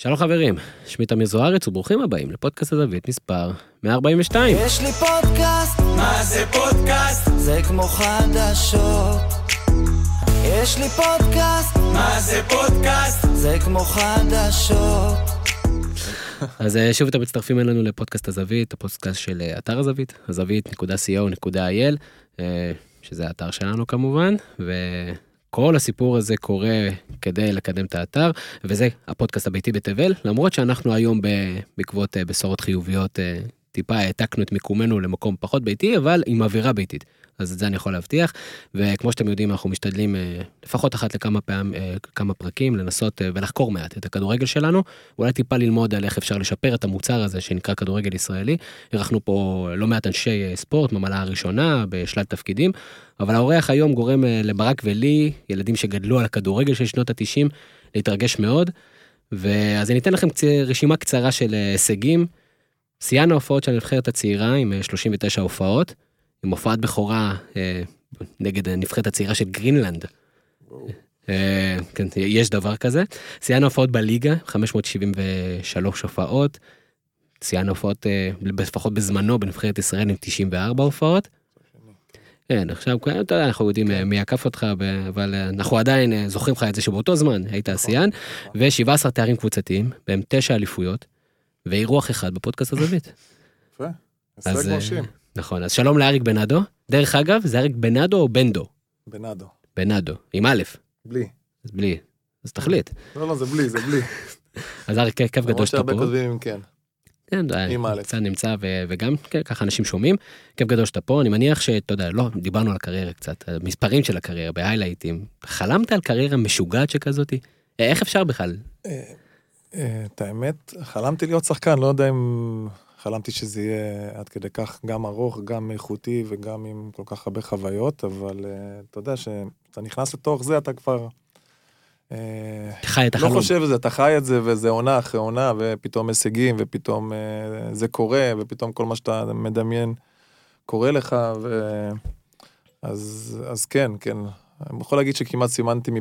שלום חברים, שמי תמיר זוארץ וברוכים הבאים לפודקאסט הזווית מספר 142. יש לי פודקאסט, מה זה פודקאסט? זה כמו חדשות. יש לי פודקאסט, מה זה פודקאסט? זה כמו חדשות. אז שוב אתם מצטרפים אלינו לפודקאסט הזווית, הפודקאסט של אתר הזווית, הזווית.co.il, שזה האתר שלנו כמובן, כל הסיפור הזה קורה כדי לקדם את האתר, וזה הפודקאסט הביתי בתבל, למרות שאנחנו היום בעקבות בשורות חיוביות, טיפה העתקנו את מיקומנו למקום פחות ביתי, אבל עם אווירה ביתית. אז את זה אני יכול להבטיח, וכמו שאתם יודעים, אנחנו משתדלים לפחות אחת לכמה פרקים, לנסות ולחקור מעט את הכדורגל שלנו, אולי טיפה ללמוד על איך אפשר לשפר את המוצר הזה שנקרא כדורגל ישראלי. אירחנו פה לא מעט אנשי ספורט, ממעלה הראשונה, בשלל תפקידים, אבל האורח היום גורם לברק ולי, ילדים שגדלו על הכדורגל של שנות ה-90, להתרגש מאוד, ואז אני אתן לכם רשימה קצרה של הישגים. סיימנו ההופעות של הנבחרת הצעירה עם 39 הופעות, עם הופעת בכורה נגד הנבחרת הצעירה של גרינלנד. כן, יש דבר כזה. סיימנו הופעות בליגה, 573 הופעות. סיימנו הופעות, לפחות בזמנו, בנבחרת ישראל עם 94 הופעות. כן, עכשיו, אנחנו יודעים מי עקף אותך, אבל אנחנו עדיין זוכרים לך את זה שבאותו זמן היית עשיין, ו17 תארים קבוצתיים, בהם 9 אליפויות, ואירוח אחד בפודקאסט הזווית. יפה, הישג מרשים. נכון, אז שלום לאריק בנאדו. דרך אגב, זה אריק בנאדו או בנדו? בנאדו. בנאדו, עם א'. בלי. אז בלי, אז תחליט. לא, זה בלי, זה בלי. אז אריק, כיף גדול שאתה פה. למרות שהרבה כותבים, כן. כן, קצת נמצא, וגם ככה אנשים שומעים. כיף גדול שאתה פה, אני מניח שאתה יודע, לא, דיברנו על הקריירה קצת, המספרים של הקריירה, בהיילייטים. חלמת על קריירה משוגעת שכזאת? איך אפשר בכלל? את האמת, חלמתי להיות שחקן, לא יודע אם חלמתי שזה יהיה עד כדי כך גם ארוך, גם איכותי וגם עם כל כך הרבה חוויות, אבל אתה יודע שאתה נכנס לתוך זה, אתה כבר חי את החלום. לא חושב זה, אתה חי את זה, וזה עונה אחרי עונה, ופתאום הישגים, ופתאום זה קורה, ופתאום כל מה שאתה מדמיין קורה לך, אז כן, כן. אני יכול להגיד שכמעט סימנתי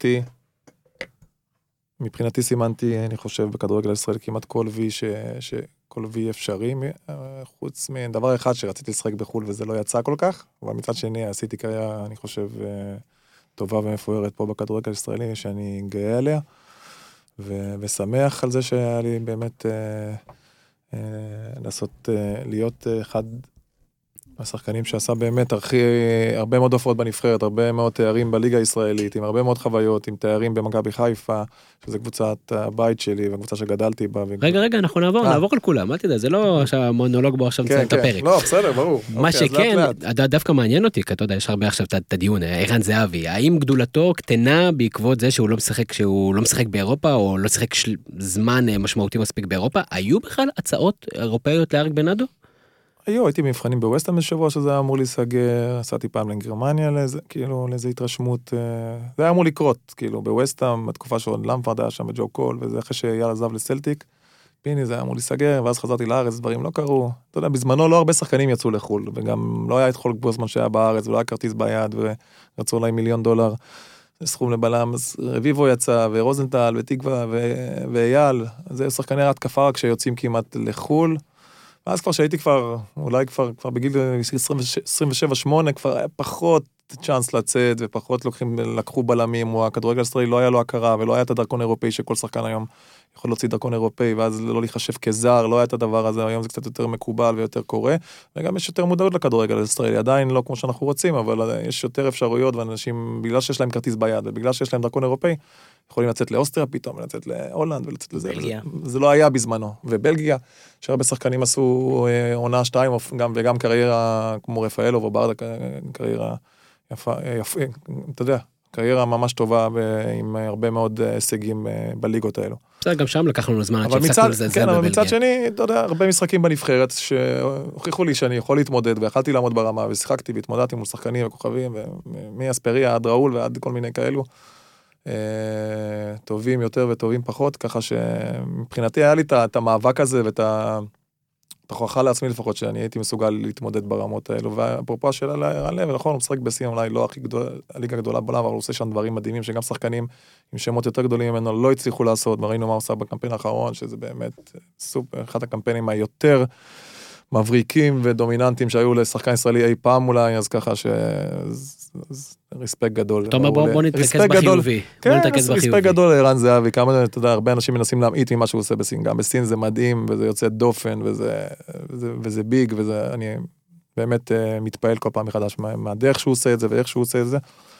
מבחינתי סימנתי, אני חושב, בכדורגל הישראלי כמעט כל וי כל וי אפשרי, חוץ מדבר אחד שרציתי לשחק בחול וזה לא יצא כל כך, אבל מצד שני עשיתי קריירה, אני חושב, טובה ומפוארת פה בכדורגל הישראלי, שאני גאה עליה, ושמח על זה שהיה לי באמת להיות אחד השחקנים שעשה באמת הרבה מאוד הופעות בנבחרת, הרבה מאוד תארים בליגה הישראלית, עם הרבה מאוד חוויות, עם תארים במכבי חיפה, שזה קבוצת הבית שלי, והקבוצה שגדלתי בה. רגע, אנחנו נעבור על כולם, אל תדע, זה לא שהמונולוג בו עכשיו נציין את הפרק. לא, בסדר, ברור. מה שכן, דווקא מעניין אותי, כי אתה יודע, יש הרבה עכשיו את הדיון, ערן זהבי, האם גדולתו קטנה בעקבות זה שהוא לא משחק באירופה, או לא משחק זמן משמעותי מספיק באירופה, היו בכלל הצעות אירופאיות לאריק בנאדו? הייתי מבחנים בווסטהאם בשבוע שזה היה אמור להיסגר, עשיתי פעם לגרמניה לאיזו התרשמות, זה היה אמור לקרות, כאילו בווסטהאם, בתקופה שעוד למפרד היה שם וג'ו קול, וזה אחרי שיאללה עזב לסלטיק, פיני זה היה אמור להיסגר, ואז חזרתי לארץ, דברים לא קרו, אתה יודע, בזמנו לא הרבה שחקנים יצאו לחול, וגם לא היה את חול בזמן שהיה בארץ, ולא היה כרטיס ביד, ורצו אולי $1,000,000, סכום לבלם, אז רביבו יצא, ורוזנטל, ותקווה, ואייל, זה שחקני התקפה רק שיוצאים כמעט לחול, ואז כבר שהייתי אולי כבר בגיל 27-8, כבר היה פחות צ'אנס לצאת, ופחות לקחו בלמים, או הכדורגל הישראלי לא היה לו הכרה, ולא היה את הדרכון אירופאי, שכל שחקן היום יכול להוציא דרכון אירופאי, ואז לא להיחשב כזר, לא היה את הדבר הזה, היום זה קצת יותר מקובל ויותר קורה, וגם יש יותר מודעות לכדורגל הישראלי, עדיין לא כמו שאנחנו רוצים, אבל יש יותר אפשרויות, ואנשים, בגלל שיש להם כרטיס ביד, ובגלל שיש להם דרכון אירופאי, יכולים לצאת לאוסטריה פתאום, לצאת להולנד, ולצאת לזה. זה לא היה בזמנו. ובלגיה, שהרבה שחקנים עשו עונה 2, וגם קריירה כמו רפאלוב או ברדה, קריירה יפה, אתה יודע, קריירה ממש טובה, עם הרבה מאוד הישגים בליגות האלו. בסדר, גם שם לקח לנו זמן, שהפסקנו לזה בבלגיה. כן, אבל מצד שני, אתה יודע, הרבה משחקים בנבחרת, שהוכיחו לי שאני יכול להתמודד, ויכלתי לעמוד ברמה, ושיחקתי והתמודדתי מול שחקנים וכוכבים, ומאספריה עד ראול ועד כל מיני כאלו. טובים יותר וטובים פחות, ככה שמבחינתי היה לי את המאבק הזה ואת תוכחה לעצמי לפחות שאני הייתי מסוגל להתמודד ברמות האלו, ואפרופו השאלה לערן לוי, נכון, הוא משחק בסין, אולי לא הכי גדול, הליגה הגדולה בעולם, אבל הוא עושה שם דברים מדהימים, שגם שחקנים עם שמות יותר גדולים ממנו לא הצליחו לעשות, וראינו מה הוא עושה בקמפיין האחרון, שזה באמת סופר, אחד הקמפיינים היותר מבריקים ודומיננטיים שהיו לשחקן ישראלי אי פעם אולי, אז ככה ריספקט גדול. אתה אומר בוא נתרכז בחיובי. כן, ריספקט גדול לערן זהבי, כמה, אתה יודע, הרבה אנשים מנסים להמעיט ממה שהוא עושה בסין, גם בסין זה מדהים, וזה יוצא דופן, וזה ביג, אני באמת מתפעל כל פעם מחדש מהדרך שהוא עושה את זה, ואיך שהוא עושה את זה,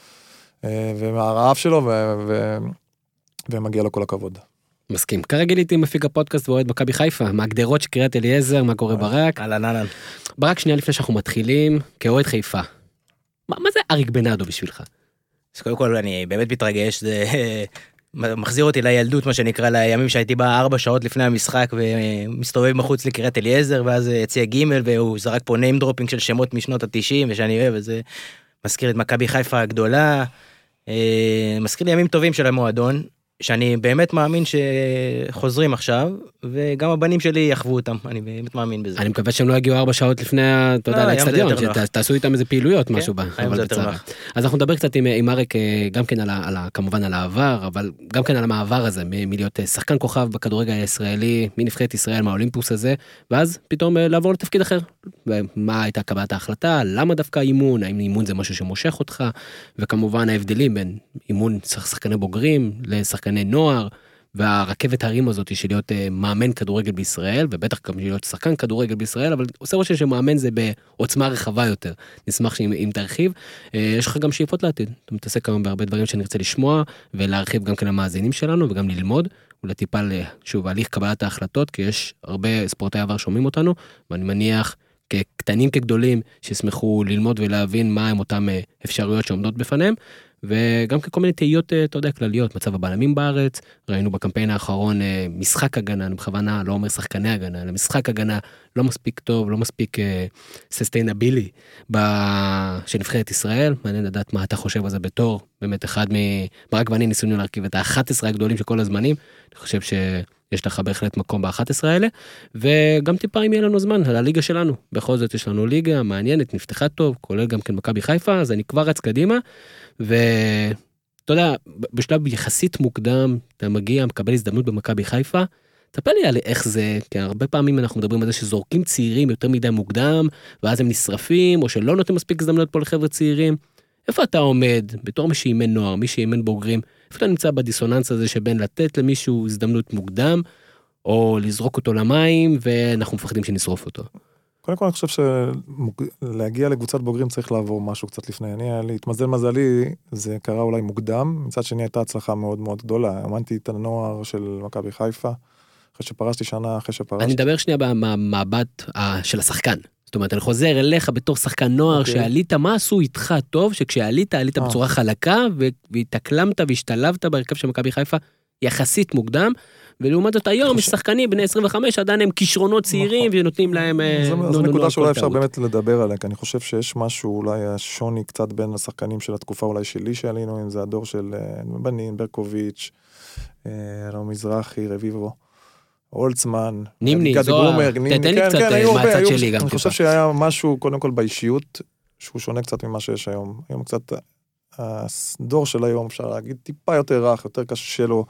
ומהרעב שלו, ומגיע לו כל הכבוד. מסכים. כרגע איתי מפיק הפודקאסט ואוהד מכבי חיפה, מהגדרות של קריית אליעזר, מה קורה ברק? אהלן. ברק, שנייה לפני שאנחנו מתחילים, כאוהד חיפה. מה זה אריק בנאדו בשבילך? אז קודם כל אני באמת מתרגש, זה מחזיר אותי לילדות, מה שנקרא, לימים שהייתי בה 4 שעות לפני המשחק, ומסתובב מחוץ לקריית אליעזר, ואז יציע ג' והוא זרק פה name dropping של שמות משנות ה-90, ושאני אוהב, וזה מזכיר את מכבי חיפה הגדולה, מזכיר לי ימים טובים של המועדון, שאני באמת מאמין שחוזרים עכשיו, וגם הבנים שלי יחוו אותם, אני באמת מאמין בזה. אני מקווה שהם לא יגיעו 4 שעות לפני, אתה יודע, לאצטדיון, שתעשו איתם איזה פעילויות, משהו בה. אז אנחנו נדבר קצת עם אריק, גם כן כמובן על העבר, אבל גם כן על המעבר הזה, מלהיות שחקן כוכב בכדורגל הישראלי, מנבחרת ישראל, מהאולימפוס הזה, ואז פתאום לעבור לתפקיד אחר. ומה הייתה קבלת ההחלטה, למה דווקא אימון, האם אימון זה משהו שמושך אותך, וכמובן ההבדלים בין אימון שחקני בוגרים לשחקני נוער, והרכבת הרים הזאת של להיות מאמן כדורגל בישראל, ובטח גם להיות שחקן כדורגל בישראל, אבל עושה רושם שמאמן זה בעוצמה רחבה יותר. נשמח אם תרחיב. יש לך גם שאיפות לעתיד. אתה מתעסק כמה בהרבה דברים שנרצה לשמוע, ולהרחיב גם כן המאזינים שלנו, וגם ללמוד, ולטיפה שוב, הליך קבלת ההחלטות, כי יש הרבה ספורטי עבר שומעים אותנו, ואני מניח כקטנים כגדולים, שישמחו ללמוד ולהבין מה הם אותם אפשרויות שעומדות בפניהם, וגם ככל מיני תהיות, אתה יודע, כלליות, מצב הבעלמים בארץ, ראינו בקמפיין האחרון משחק הגנה, אני בכוונה לא אומר שחקני הגנה, אלא משחק הגנה לא מספיק טוב, לא מספיק ססטיינבילי שנבחרת ישראל, מעניין לדעת מה אתה חושב על זה בתור, באמת אחד ברק ואני ניסינו להרכיב את ה-11 הגדולים של כל הזמנים, אני חושב יש לך בהחלט מקום ב-11 האלה, וגם טיפה אם יהיה לנו זמן, על הליגה שלנו, בכל זאת יש לנו ליגה מעניינת, נפתחה טוב, כולל גם כן מכבי חיפה, אז אני כבר רץ קדימה, ואתה יודע, בשלב יחסית מוקדם, אתה מגיע, מקבל הזדמנות במכבי חיפה, תספר לי על איך זה, כי הרבה פעמים אנחנו מדברים על זה שזורקים צעירים יותר מדי מוקדם, ואז הם נשרפים, או שלא נותנים מספיק הזדמנות פה לחבר'ה צעירים, איפה אתה עומד, בתור מי שאימן נוער, מי שאימן בוגרים, איפה אתה נמצא בדיסוננס הזה שבין לתת למישהו הזדמנות מוקדם, או לזרוק אותו למים, ואנחנו מפחדים שנשרוף אותו? קודם כל אני חושב שלהגיע לקבוצת בוגרים צריך לעבור משהו קצת לפני. אני התמזל מזלי, זה קרה אולי מוקדם, מצד שני הייתה הצלחה מאוד מאוד גדולה. אמנתי את הנוער של מכבי חיפה, אחרי שפרשתי שנה, אני מדבר שנייה במבט של השחקן. זאת אומרת, אני חוזר אליך בתור שחקן נוער, שעלית, מה עשו איתך טוב, שכשעלית, עלית בצורה חלקה, והתאקלמת והשתלבת בהרכב של מכבי חיפה, יחסית מוקדם, ולעומת זאת היום יש שחקנים בני 25, עדיין הם כישרונות צעירים, ונותנים להם... זו נקודה שאולי אפשר באמת לדבר עליה, כי אני חושב שיש משהו, אולי השוני קצת בין השחקנים של התקופה אולי שלי שעלינו, אם זה הדור של בנין, ברקוביץ', לא מזרחי, רביבו. אולצמן, נימני, זוהר, תתן לי קצת מהצד שלי גם. אני חושב שהיה משהו, קודם כל באישיות, שהוא שונה קצת ממה שיש היום. היום קצת, הדור של היום, אפשר להגיד, טיפה יותר רך, יותר קשה לו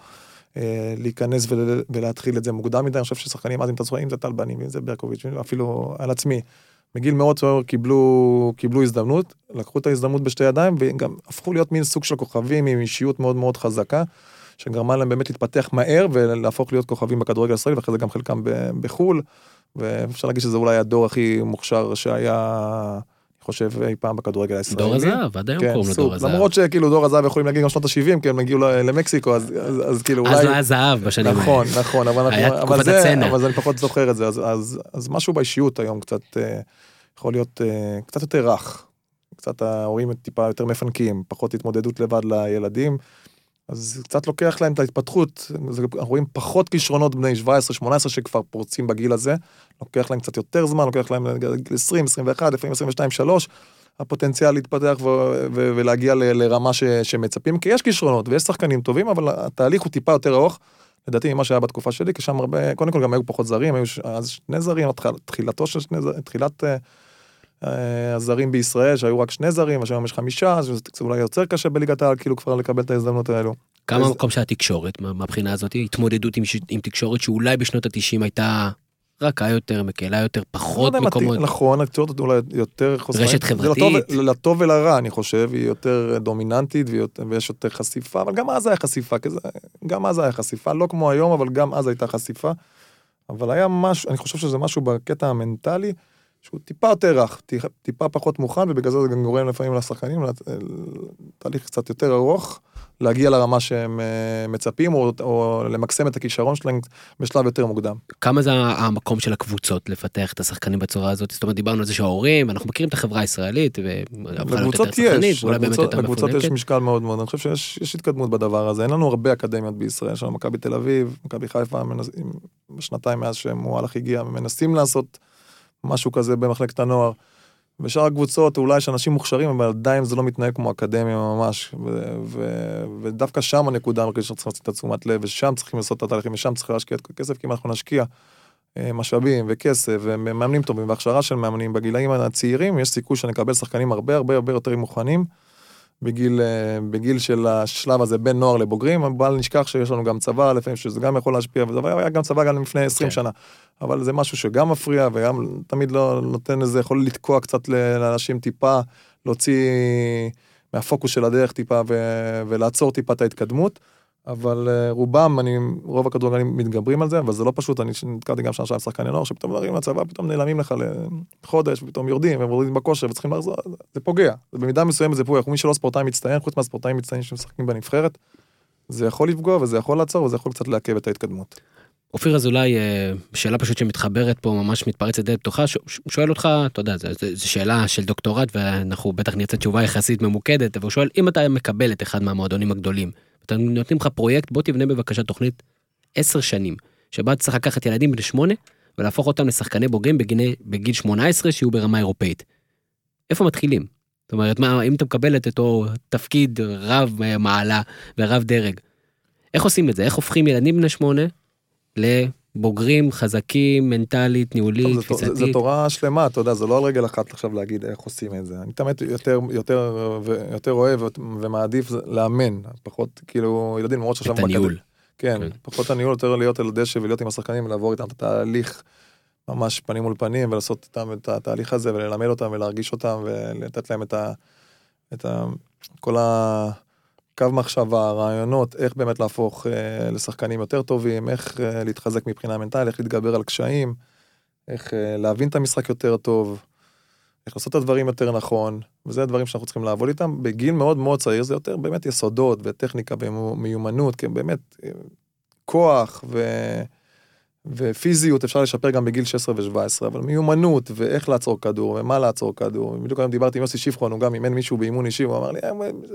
להיכנס ולהתחיל את זה מוקדם מדי. אני חושב ששחקנים, אז אם אתה זוכר, אם זה טל בנים, אם זה ברקוביץ', אפילו על עצמי, בגיל מאוד צעיר קיבלו הזדמנות, לקחו את ההזדמנות בשתי ידיים, וגם הפכו להיות מין סוג של כוכבים עם אישיות מאוד מאוד חזקה, שגרמה להם באמת להתפתח מהר, ולהפוך להיות כוכבים בכדורגל הישראלי, ואחרי זה גם חלקם בחול, ואפשר להגיד שזה אולי הדור הכי מוכשר שהיה, אני חושב, אי פעם בכדורגל הישראלי. דור הזהב, עד היום קוראים לו דור הזהב. למרות שכאילו דור הזהב יכולים להגיד גם שנות ה-70, כי הם הגיעו למקסיקו, אז כאילו אולי... אז לא היה זהב בשנים האלה. נכון, אבל אני פחות זוכר את זה, אז משהו באישיות היום קצת יכול להיות קצת יותר רך, קצת ההורים טיפה יותר מפנקים, פחות התמודדות לבד לילדים, אז קצת לוקח להם את ההתפתחות, אנחנו רואים פחות כישרונות בני 17-18 שכבר פורצים בגיל הזה, לוקח להם קצת יותר זמן, לוקח להם 20, 21, לפעמים 22, 3, הפוטנציאל להתפתח ולהגיע לרמה שמצפים, כי יש כישרונות ויש שחקנים טובים, אבל התהליך הוא טיפה יותר ארוך, לדעתי, ממה שהיה בתקופה שלי, כי שם הרבה, קודם כל גם היו פחות זרים, היו אז 2 זרים, תחילת הזרים בישראל, שהיו רק 2 זרים, ושם יש 5, אז זה אולי יותר קשה בליגת העל, כאילו כבר לקבל את ההזדמנות האלו. כמה מקום של התקשורת, מהבחינה הזאת, התמודדות עם תקשורת שאולי בשנות ה-90 הייתה רכה יותר, מקלה יותר, פחות מקומות. נכון, התקשורת אולי יותר חוסמת. רשת חברתית. לטוב ולרע, אני חושב, היא יותר דומיננטית, ויש יותר חשיפה, אבל גם אז היה חשיפה, גם אז היה חשיפה, לא כמו היום, אבל גם אז הייתה חשיפה. אבל היה משהו, אני חושב שזה משהו בקטע המנטלי, שהוא טיפה יותר רך, טיפה פחות מוכן, ובגלל זה גם גורם לפעמים לשחקנים, תהליך קצת יותר ארוך, להגיע לרמה שהם מצפים, או למקסם את הכישרון שלהם בשלב יותר מוקדם. כמה זה המקום של הקבוצות לפתח את השחקנים בצורה הזאת? זאת אומרת, דיברנו על זה שההורים, אנחנו מכירים את החברה הישראלית, לקבוצות יש משקל מאוד מאוד, אני חושב שיש התקדמות בדבר הזה, אין לנו הרבה אקדמיות בישראל, יש לנו מכבי תל אביב, מכבי חיפה, בשנתיים מאז שמואלך הגיע, מנסים לעשות משהו כזה במחלקת הנוער. בשאר הקבוצות, אולי יש אנשים מוכשרים, אבל עדיין זה לא מתנהג כמו אקדמיה ממש, ודווקא שם הנקודה המרכזית שצריכים לעשות את תשומת לב, ושם צריכים לעשות את התהליכים, ושם צריך להשקיע את הכסף, כי אם אנחנו נשקיע משאבים וכסף, ומאמנים טובים, והכשרה של מאמנים בגילאים הצעירים, יש סיכוי שנקבל שחקנים הרבה יותר מוכנים, בגיל של השלב הזה בין נוער לבוגרים, אבל נשכח שיש לנו גם צבא, לפעמים שזה גם יכול להשפיע, וזה היה גם צבא גם לפני 20 שנה, אבל זה משהו שגם מפריע, וגם תמיד לא נותן איזה, יכול לתקוע קצת לאנשים טיפה, להוציא מהפוקוס של הדרך טיפה, ולעצור טיפה את ההתקדמות, אבל רובם, רוב הכדורגלנים מתגברים על זה, אבל זה לא פשוט, אני נתקעתי גם שם שחקני נוער, שפתאום מדברים לצבא, פתאום נעלמים לך לחודש, ופתאום יורדים, ומורדים בכושר, וצריכים לחזור, זה פוגע. במידה מסוימת זה פוגע, מי שלא ספורטאי מצטיין, חוץ מהספורטאים מצטיינים שמשחקים בנבחרת, זה יכול לפגוע, וזה יכול לעצור, וזה יכול קצת לעכב את ההתקדמות. אופיר אזולאי, שאלה פשוט שמתחברת פה, ממש מתפרצת דלת פתוחה, שואל אותך, אתה יודע, זו שאלה של דוקטורט, ואנחנו בטח נרצה תשובה יחסית ממוקדת, והוא שואל, אם אתה מקבל את אחד מהמועדונים הגדולים, אתה נותנים לך פרויקט, בוא תבנה בבקשה תוכנית 10 שנים, שבה צריך לקחת ילדים בני 8, ולהפוך אותם לשחקני בוגרים בגיל 18, שיהיו ברמה אירופאית. איפה מתחילים? זאת אומרת, אם אתה מקבל את אותו תפקיד רב מעלה ורב דרג, איך עושים את זה? איך הופכים ילדים בני 8 לבוגרים חזקים, מנטלית, ניהולית, תפיסתית? זה תורה שלמה, אתה יודע, זה לא על רגל אחת עכשיו להגיד איך עושים את זה. אני תמיד יותר אוהב ומעדיף לאמן, פחות כאילו ילדים, למרות שעכשיו... את הניהול. כן, פחות הניהול, יותר להיות על הדשא ולהיות עם השחקנים, ולעבור איתם את התהליך ממש פנים מול פנים, ולעשות איתם את התהליך הזה, וללמד אותם ולהרגיש אותם, ולתת להם את כל הקו מחשבה, הרעיונות, איך באמת להפוך לשחקנים יותר טובים, איך להתחזק מבחינה מנטלית, איך להתגבר על קשיים, איך להבין את המשחק יותר טוב, איך לעשות את הדברים יותר נכון, וזה הדברים שאנחנו צריכים לעבוד איתם. בגיל מאוד מאוד צעיר זה יותר באמת יסודות וטכניקה ומיומנות, כי באמת כוח ופיזיות אפשר לשפר גם בגיל 16 ו-17, אבל מיומנות ואיך לעצור כדור ומה לעצור כדור. בדיוק היום דיברתי עם יוסי שיפחון, הוא גם אימן מישהו באימון אישי, הוא אמר לי,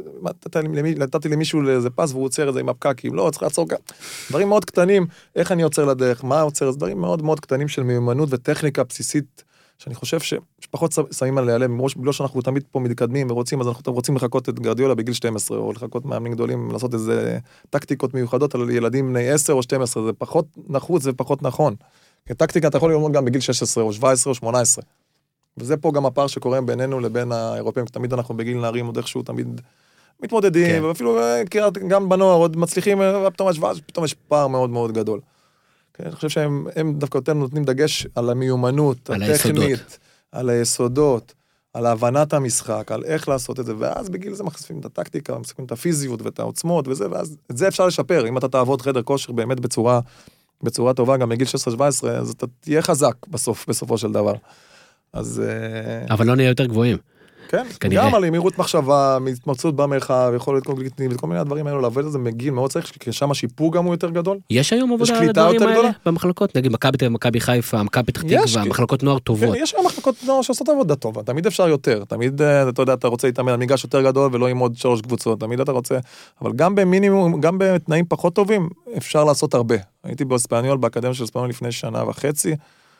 נתתי למישהו לאיזה פס והוא עוצר את זה עם הפקקים, לא, צריך לעצור דברים מאוד קטנים, איך אני עוצר לדרך, מה עוצר, זה דברים מאוד מאוד קטנים של מיומנות וטכניקה בסיסית, שאני חושב שפחות שמים עליה לב, בגלל שאנחנו תמיד פה מתקדמים ורוצים, אז אנחנו רוצים לחכות את גרדיולה בגיל 12, או לחכות מאמנים גדולים, לעשות איזה טקטיקות מיוחדות על ילדים בני 10 או 12, זה פחות נחוץ ופחות נכון. כי טקטיקה אתה יכול ללמוד גם בגיל 16 או 17 או 18. וזה פה גם הפער שקורה בינינו לבין האירופאים, כי תמיד אנחנו בגיל נערים עוד איכשהו תמיד מתמודדים, ואפילו גם בנוער עוד מצליחים, ופתאום יש פער מאוד מאוד גדול. אני חושב שהם דווקא יותר נותנים דגש על המיומנות, הטכנית, על היסודות, על הבנת המשחק, על איך לעשות את זה, ואז בגיל זה מחשפים את הטקטיקה, מחשפים את הפיזיות ואת העוצמות וזה, ואז את זה אפשר לשפר, אם אתה תעבוד חדר כושר באמת בצורה טובה, גם בגיל 16-17, אז אתה תהיה חזק בסופו של דבר. אז... אבל לא נהיה יותר גבוהים. כן, גם על מהירות מחשבה, התמצאות במרחב, יכולת קוגניטיבית, וכל מיני הדברים האלו, לעבוד את זה מגיל מאוד צריך, כי שם השיפור גם הוא יותר גדול. יש היום עבודה על הדברים האלה במחלקות, נגיד מכבי חיפה, מכבי פתח תקווה, מחלקות נוער טובות. יש היום מחלקות נוער שעושות עבודה טובה, תמיד אפשר יותר, תמיד, אתה יודע, אתה רוצה להתאמן על מגרש יותר גדול, ולא עם עוד 3 קבוצות, תמיד אתה רוצה, אבל גם במינימום, גם בתנאים פחות טובים, אפשר לעשות הרבה. הייתי באספניול, באקדמיה של אספניול לפני 1.5 שנה,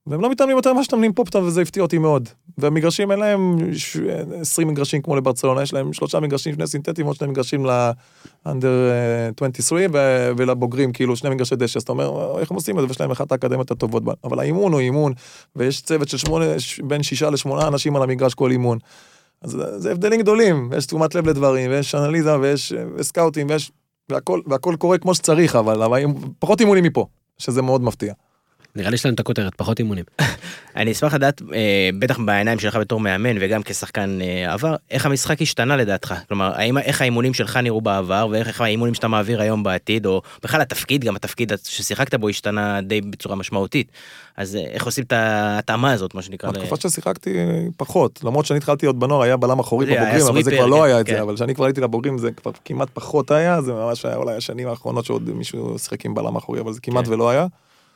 והם לא מתאמנים יותר ממה שתאמנים פה, וזה הפתיע אותי מאוד. והמגרשים, אין להם 20 מגרשים כמו לברצלונה, יש להם 3 מגרשים, 2 סינתטיים, עוד 2 מגרשים לאנדר 23, ולבוגרים, כאילו 2 מגרשי דשא. אז אתה אומר, איך הם עושים את זה? ויש להם אחת האקדמיות הטובות בה. אבל האימון הוא אימון, ויש צוות של בין 6 ל8 אנשים על המגרש כל אימון. אז זה הבדלים גדולים, ויש תרומת לב לדברים, ויש אנליזה, ויש סקאוטים, והכל קורה כמו שצריך, אבל פחות אימונים מפה, שזה מאוד מפתיע. נראה לי שלנו את הכותרת, פחות אימונים. אני אשמח לדעת, בטח בעיניים שלך בתור מאמן וגם כשחקן עבר, איך המשחק השתנה לדעתך? כלומר, איך האימונים שלך נראו בעבר, ואיך האימונים שאתה מעביר היום בעתיד, או בכלל התפקיד, גם התפקיד ששיחקת בו השתנה די בצורה משמעותית. אז איך עושים את ההתאמה הזאת, מה שנקרא? בתקופה ששיחקתי פחות, למרות שאני התחלתי עוד בנוער, היה בלם אחורי בבוגרים, אבל זה כבר לא היה את זה, אבל כשאני כבר הייתי לבוגרים זה כבר כמעט פחות היה, זה ממש היה אולי השנים האחרונות שעוד מישהו שיחק עם בלם אחורי, אבל זה כמעט ולא היה.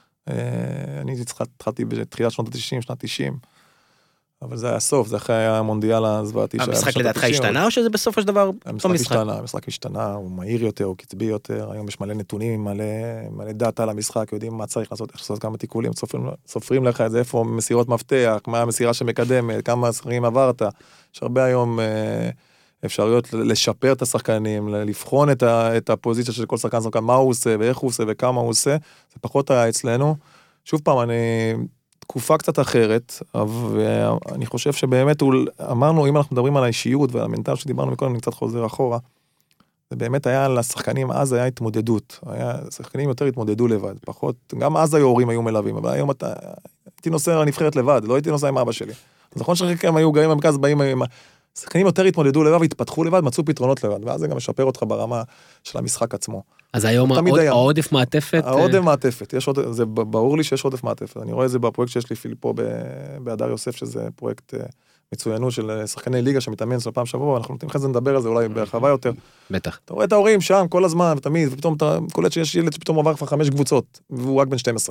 אני התחלתי בתחילת שנות ה-90, שנת 90, אבל זה היה סוף, זה אחרי המונדיאל הזוועתי. המשחק לדעתך השתנה, או שזה בסופו של דבר לא משחק? המשחק השתנה, הוא מהיר יותר, הוא קצבי יותר, היום יש מלא נתונים, מלא דאטה על המשחק, יודעים מה צריך לעשות, איך לעשות כמה תיקולים, סופרים לך את זה, איפה מסירות מפתח, מה המסירה שמקדמת, כמה שחקנים עברת, יש הרבה היום אפשרויות לשפר את השחקנים, לבחון את הפוזיציה של כל שחקן, מה הוא עושה, ואיך הוא עושה, וכמה הוא עושה, זה פחות היה אצלנו. שוב פעם, תקופה קצת אחרת, ואני חושב שבאמת, אמרנו, אם אנחנו מדברים על האישיות ועל המנטל שדיברנו מקודם, אני קצת חוזר אחורה, זה באמת היה לשחקנים, אז היה התמודדות, שחקנים יותר התמודדו לבד, פחות, גם אז ההורים היו מלווים, אבל היום הייתי נוסע לנבחרת לבד, לא הייתי נוסע עם אבא שלי. נכון שחלקם היו גרים במרכז, באים עם שחקנים יותר התמודדו לבד, התפתחו לבד, מצאו פתרונות לבד, ואז זה גם משפר אותך ברמה של המשחק עצמו. אז היום העודף מעטפת? העודף מעטפת, זה ברור לי שיש עודף מעטפת, אני רואה את זה בפרויקט שיש לי פה בהדר יוסף, שזה פרויקט מצוינות של שחקני ליגה שמתאמן של פעם שבוע, אנחנו נותנים לך זה לדבר על זה אולי ברחבה יותר. בטח. אתה רואה את ההורים שם כל הזמן, ותמיד, ופתאום אתה קולט שיש ילד שפתאום עבר כבר 5 קבוצות, והוא רק בן 12.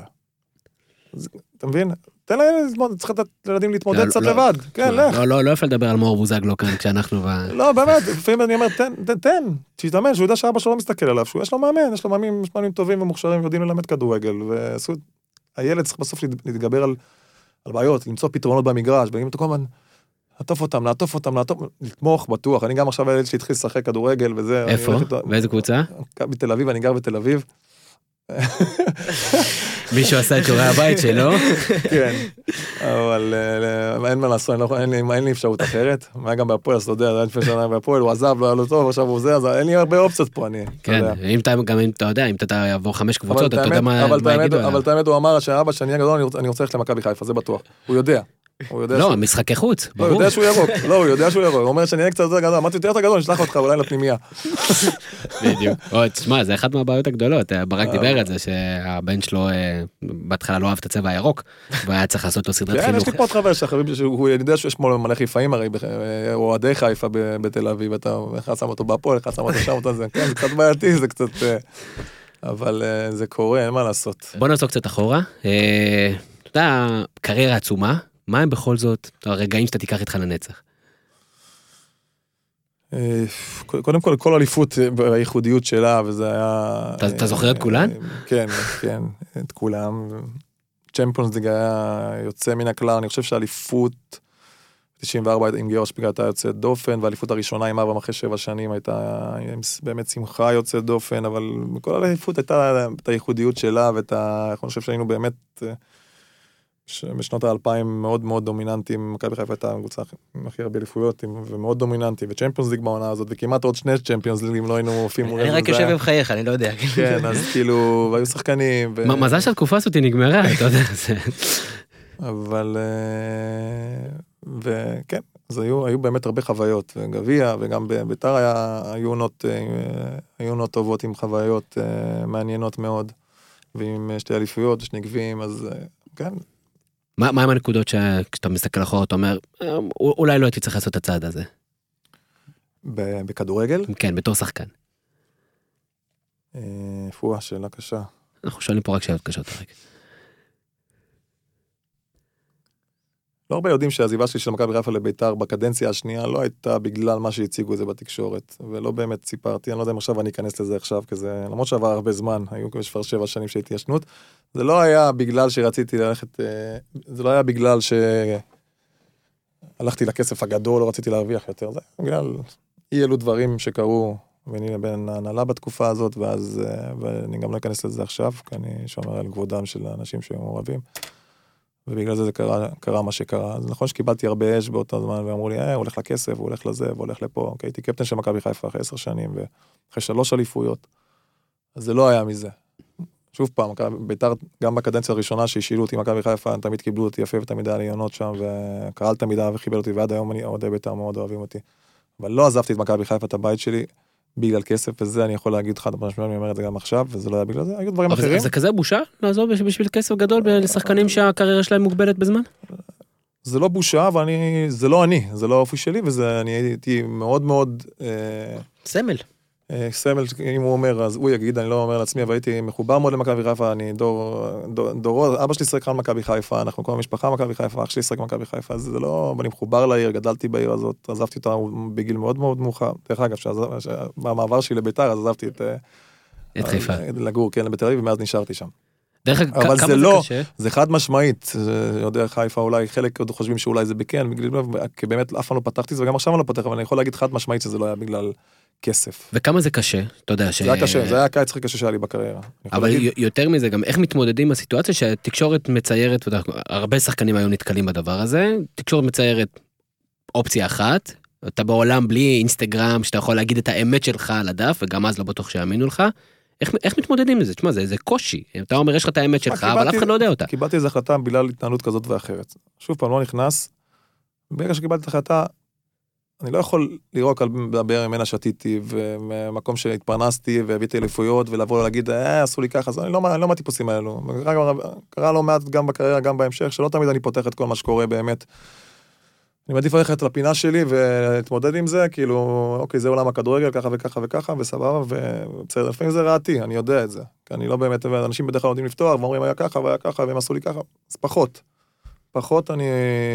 אתה מבין? תן להם, צריך לתת לילדים להתמודד קצת לבד. כן, לך. לא יפה לדבר על מאור בוזגלו כאן כשאנחנו... לא, באמת, לפעמים אני אומר, תן, שיתאמן, שהוא יודע שאבא שלו לא מסתכל עליו, שיש לו מאמנים טובים ומוכשרים, יודעים ללמד כדורגל, והילד צריך בסוף להתגבר על בעיות, למצוא פתרונות במגרש, ואם אתה כל הזמן, לעטוף אותם, לתמוך, בטוח. אני גם עכשיו הילד שהתחיל לשחק כדורגל, וזה... איפה? באיזה קבוצה? בתל אביב, אני גר בתל אביב. מישהו עשה את שיעורי הבית שלו. כן, אבל אין מה לעשות, אין לי אפשרות אחרת. מה גם בהפועל, אז אתה יודע, לפני שנה בהפועל, הוא עזב, לא היה לו טוב, עכשיו הוא זה, אז אין לי הרבה אופציות פה, אני. כן, גם אם אתה יודע, אם אתה יעבור 5 קבוצות, אתה יודע מה יגידו. אבל את האמת הוא אמר שהאבא שאני אהיה גדול, אני רוצה ללכת למכבי חיפה, זה בטוח. הוא יודע. לא, משחקי חוץ, ברור. הוא יודע שהוא ירוק, הוא יודע שהוא ירוק, הוא אומר שאני אהיה קצת יותר גדול, אמרתי, תראה את הגדול, נשלח אותך אולי לפנימיה. בדיוק. תשמע, זה אחת מהבעיות הגדולות, ברק דיבר על זה, שהבן שלו בהתחלה לא אהב את הצבע הירוק, והיה צריך לעשות לו סדרת חינוך. יש לי פה עוד חבר שהוא יודע שיש מלא חיפאים הרי, אוהדי חיפה בתל אביב, אתה שם אותו בהפועל, שם אותו שם, זה קצת בעייתי, זה קצת... אבל זה קורה, אין מה לעשות. בוא נעסוק קצת אחורה. אתה יודע, קריירה עצומה, מה הם בכל זאת הרגעים שאתה תיקח איתך לנצח? קודם כל אליפות והייחודיות שלה, וזה היה... אתה זוכר את כולן? כן, את כולם. צ'מפיונס ליג היה יוצא מן הכלל, אני חושב שהאליפות 94 עם גיאורג שפיגל הייתה יוצאת דופן, והאליפות הראשונה עם 4 אחרי 7 שנים הייתה באמת שמחה יוצאת דופן, אבל כל האליפות הייתה את הייחודיות שלה, אני חושב שהיינו באמת... בשנות ה-2000 מאוד מאוד דומיננטיים, מכבי חיפה הייתה הקבוצה הכי הרבה אליפויות, ומאוד דומיננטי, וצ'מפיונס ליג בעונה הזאת, וכמעט עוד 2 צ'מפיונס ליג, אם לא היינו עופים מול... אני רק יושב עם חייך, אני לא יודע. כן, אז כאילו, והיו שחקנים. מזל שהתקופה הזאת נגמרה, אתה יודע. אבל, וכן, אז היו באמת הרבה חוויות, גביע, וגם ביתר היו עונות טובות עם חוויות מעניינות מאוד, ועם 2 אליפויות, 2 גביעים, אז כן, מה עם הנקודות כשאתה מסתכל אחורה, אתה אומר, אולי לא הייתי צריך לעשות את הצעד הזה? בכדורגל? כן, בתור שחקן. שאלה קשה. אנחנו שואלים פה רק שאלות קשות. לא הרבה יודעים שהעזיבה שלי של מכבי חיפה לביתר בקדנציה השנייה לא הייתה בגלל מה שהציגו את זה בתקשורת, ולא באמת סיפרתי, אני לא יודע אם עכשיו אני אכנס לזה עכשיו, כזה, למרות שעבר הרבה זמן, היו כבר 7 שנים שהייתי ישנות, זה לא היה בגלל שרציתי ללכת, זה לא היה בגלל שהלכתי לכסף הגדול, לא רציתי להרוויח יותר, זה בגלל אי אלו דברים שקרו ביני לבין ההנהלה בתקופה הזאת, ואז, ואני גם לא אכנס לזה עכשיו, כי אני שומר על כבודם של האנשים שהם מעורבים. ובגלל זה קרה מה שקרה. אז נכון שקיבלתי הרבה אש באותו זמן, ואמרו לי, הוא הולך לכסף, הוא הולך לזה, הוא הולך לפה. אוקיי, הייתי קפטן של מכבי חיפה אחרי 10 שנים, ואחרי 3 אליפויות. אז זה לא היה מזה. שוב פעם, ביתר, גם בקדנציה הראשונה שהשאילו אותי מכבי חיפה, תמיד קיבלו אותי יפה, ותמיד היה לי עונות שם, וקהל תמיד אהב וחיבל אותי, ועד היום אוהדי ביתר מאוד אוהבים אותי. אבל לא עזבתי את מכבי חיפה, את הבית שלי, בגלל כסף, וזה אני יכול להגיד לך, אני אומר את זה גם עכשיו, וזה לא היה בגלל זה, היו דברים אחרים. זה כזה בושה לעזוב בשביל כסף גדול לשחקנים שהקריירה שלהם מוגבלת בזמן? זה לא בושה, זה לא אני, זה לא האופי שלי, אני הייתי מאוד מאוד... סמל. סמל, אם הוא אומר, אז הוא יגיד, אני לא אומר לעצמי, אבל הייתי מחובר מאוד למכבי חיפה, אני דורו, אבא שלי שחק מכבי חיפה, אנחנו כל המשפחה מכבי חיפה, אח שלי שחק מכבי חיפה, אז זה לא, אני מחובר לעיר, גדלתי בעיר הזאת, עזבתי אותה בגיל מאוד מאוד מאוחר, דרך אגב, במעבר שלי לביתר, אז עזבתי את חיפה. לגור, כן, בתל אביב, ומאז נשארתי שם. אבל זה לא, זה חד משמעית, יודע חיפה אולי, חלק עוד חושבים שאולי זה בכן, כי באמת אף פעם לא פתחתי זה, וגם עכשיו אני לא פתח, אבל אני יכול להגיד חד משמעית שזה לא היה בגלל כסף. וכמה זה קשה? אתה יודע זה היה קשה, זה היה הקיץ הכי קשה שהיה לי בקריירה. אבל יותר מזה, גם איך מתמודדים בסיטואציה שהתקשורת מציירת, הרבה שחקנים היו נתקלים בדבר הזה, תקשורת מציירת אופציה אחת, אתה בעולם בלי אינסטגרם, שאתה יכול להגיד את האמת שלך על הדף, וגם אז לא בטוח שיאמינו לך, איך מתמודדים לזה? תשמע, זה קושי. אתה אומר, יש לך את האמת שלך, אבל אף אחד לא יודע אותה. קיבלתי איזו החלטה בגלל התנהלות כזאת ואחרת. שוב פעם, לא נכנס. ברגע שקיבלתי את החלטה, אני לא יכול לירוק על באר ממנה שתיתי, ומקום שהתפרנסתי, והבאתי אליפויות, ולבוא ולהגיד, עשו לי ככה, אז אני לא מהטיפוסים האלו. קרה לא מעט גם בקריירה, גם בהמשך, שלא תמיד אני פותח את כל מה שקורה באמת. אני מעדיף ללכת לפינה שלי ולהתמודד עם זה, כאילו, אוקיי, זה עולם הכדורגל, ככה וככה וככה, וסבבה, ובסדר, לפעמים זה רעתי, אני יודע את זה. כי אני לא באמת, אנשים בדרך כלל יודעים לפתוח, ואומרים, היה ככה והיה ככה, והם עשו לי ככה, אז פחות אני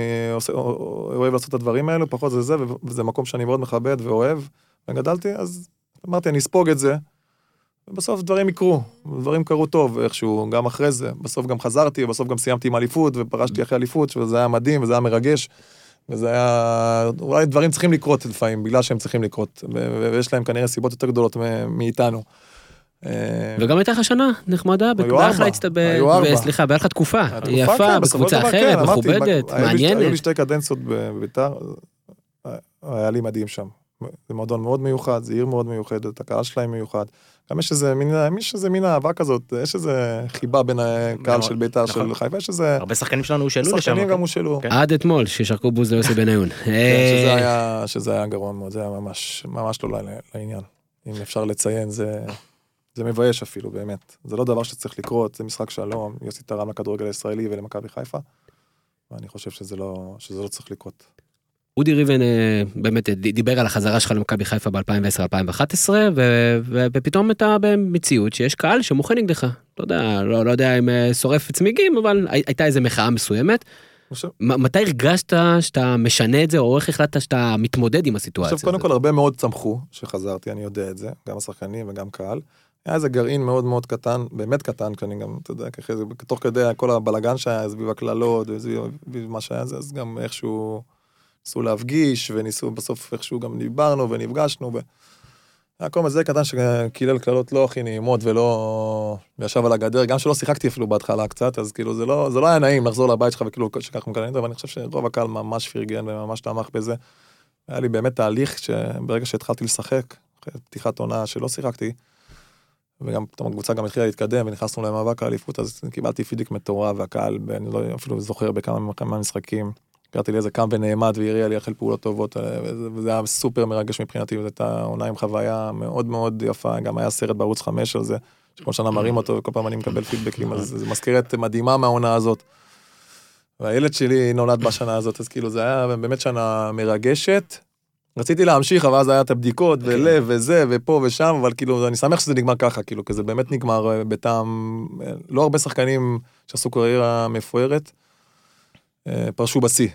אוהב לעשות את הדברים האלו, פחות זה, וזה מקום שאני מאוד מכבד ואוהב, וגדלתי, אז אמרתי, אני אספוג את זה, ובסוף דברים יקרו, דברים קרו טוב איכשהו, גם אחרי זה, בסוף גם חזרתי, ובסוף גם סיימתי עם אליפות, ופרשתי אחרי אליפות, וזה היה מדהים, וזה היה מרגש, וזה היה, אולי דברים צריכים לקרות לפעמים, בגלל שהם צריכים לקרות, ויש להם כנראה סיבות יותר גדולות מאיתנו. וגם הייתה לך שנה נחמדה, סליחה, היה לך תקופה יפה, בקבוצה אחרת, מכובדת, מעניינת. היו לי 2 קדנציות בביתר, היה לי מדהים שם. זה מועדון מאוד מיוחד, זה עיר מאוד מיוחדת, הקהל שלהם מיוחד. גם יש איזה מין אהבה כזאת, יש איזה חיבה בין הקהל של ביתר של חיפה, יש איזה... הרבה שחקנים שלנו הושאלו לשם. שחקנים גם הושאלו. עד אתמול, ששרקו בוז ליוסי בניון. שזה היה גרוע מאוד, זה היה ממש לא לעניין. אם אפשר לציין, זה מבייש אפילו, באמת. זה לא דבר שצריך לקרות, זה משחק שלום, יוסי תרם לכדורגל הישראלי ולמכבי חיפה, ואני חושב שזה לא צריך לקרות. אודי ריבן באמת דיבר על החזרה שלך למכבי חיפה ב-2010-2011, ופתאום אתה במציאות שיש קהל שמוכן נגדך. לא יודע אם שורף צמיגים, אבל הייתה איזו מחאה מסוימת. מתי הרגשת שאתה משנה את זה, או איך החלטת שאתה מתמודד עם הסיטואציה? עכשיו, קודם כל, הרבה מאוד צמחו שחזרתי, אני יודע את זה, גם השחקנים וגם קהל. היה איזה גרעין מאוד מאוד קטן, באמת קטן, כי אני גם, אתה יודע, תוך כדי כל הבלגן שהיה, סביב הכללות, וסביב מה שהיה זה, אז גם איכשהו ניסו להפגיש, וניסו בסוף איכשהו גם דיברנו ונפגשנו, היה כל מזה קטן שקילל כללות לא הכי נעימות, ולא ישב על הגדר, גם שלא שיחקתי אפילו בהתחלה קצת, אז כאילו זה לא היה נעים לחזור לבית שלך, וכאילו שכך מקללים, אבל אני חושב שרוב הקהל ממש פרגן, וממש תמך בזה. היה לי באמת תהליך שברגע שהתחלתי לשחק, פתיחת עונה שלא שיחקתי, וגם הקבוצה גם התחילה להתקדם, ונכנסנו למאבק האליפות, אז קיבלתי פידבק מטורף, והקהל, אני לא אפילו זוכר בכמה משחקים, קראתי לי איזה קם ונעמד, והריע לי החל פעולות טובות, וזה היה סופר מרגש מבחינתי, וזו הייתה עונה עם חוויה מאוד מאוד יפה, גם היה סרט בערוץ 5 על זה, שכל שנה מרים אותו, וכל פעם אני מקבל פידבקים, אז זה מזכירת מדהימה מהעונה הזאת. והילד שלי נולד בשנה הזאת, אז כאילו זה היה באמת שנה מרגשת, רציתי להמשיך, אבל אז היה את הבדיקות, ולב, וזה, ופה ושם, אבל כאילו, אני שמח שזה נגמר ככה, כאילו, כי זה באמת נגמר בטעם, לא הרבה שחקנים שעשו קריירה מפוארת, פרשו בשיא,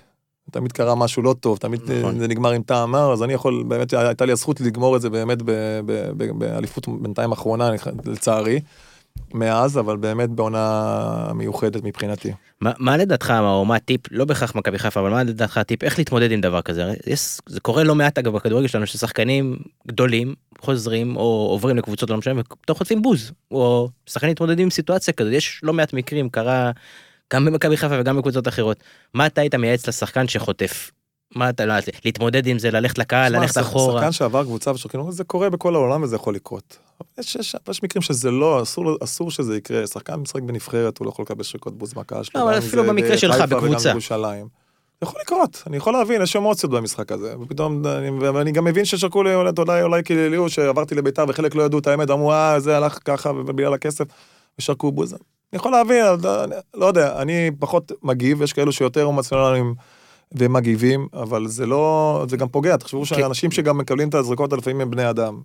תמיד קרה משהו לא טוב, תמיד זה נגמר עם טעם מר, אז אני יכול, באמת הייתה לי הזכות לגמור את זה באמת באליפות בינתיים האחרונה, לצערי, מאז, אבל באמת בעונה מיוחדת מבחינתי. מה לדעתך, או מה הטיפ, לא בהכרח מכבי חיפה, אבל מה לדעתך הטיפ, איך להתמודד עם דבר כזה? זה קורה לא מעט אגב בכדורגל שלנו, ששחקנים גדולים, חוזרים, או עוברים לקבוצות לא משנה, ופתאום חוטפים בוז, או שחקנים מתמודדים עם סיטואציה כזאת, יש לא מעט מקרים, קרה גם במכבי חיפה וגם בקבוצות אחרות. מה אתה היית מייעץ לשחקן שחוטף? מה אתה להתמודד עם זה, ללכת לקהל, ללכת אחורה? שחקן שעבר קבוצה ושחקנים, זה קורה בכל העולם וזה יכול לקרות. יש מקרים שזה לא, אסור שזה יקרה, שחקן משחק בנבחרת, הוא לא יכול לקבל שריקות בוז מהקהל שלו. אבל אפילו במקרה שלך בקבוצה. זה יכול לקרות, אני יכול להבין, יש אמוציות במשחק הזה, ופתאום, ואני גם מבין ששרקו לי, אולי כאילו, שעברתי לביתר וחלק לא ידעו את האמת, אמרו, זה הלך ככה ובגלל הכסף, ושרקו בוז. אני יכול להבין, לא יודע, אני פחות מגיב, יש כאלו שיותר אמוציונליים ומגיבים, אבל זה לא, זה גם פוגע, תחשבו שאנשים שגם מקבלים את הזריקות לפעמים הם בני אדם.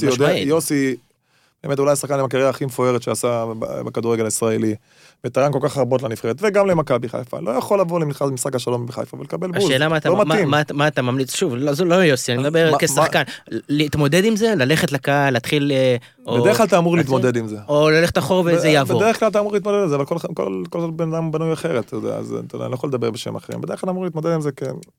יוסי, באמת אולי שחקן עם הקריירה הכי מפוארת שעשה בכדורגל הישראלי, ותרם כל כך רבות לנבחרת, וגם למכבי חיפה. לא יכול לבוא למשחק השלום בחיפה ולקבל בוז. השאלה מה אתה ממליץ, שוב, זה לא יוסי, אני מדבר כשחקן, להתמודד עם זה, ללכת לקהל, להתחיל... בדרך כלל אתה אמור להתמודד עם זה. או ללכת אחורה וזה יעבור. בדרך כלל אתה אמור להתמודד עם זה, אבל כל בן אדם בנוי אחרת, אתה יודע, אז אתה לא יכול לדבר בשם אחרים. בדרך כלל אמור להתמודד עם זה,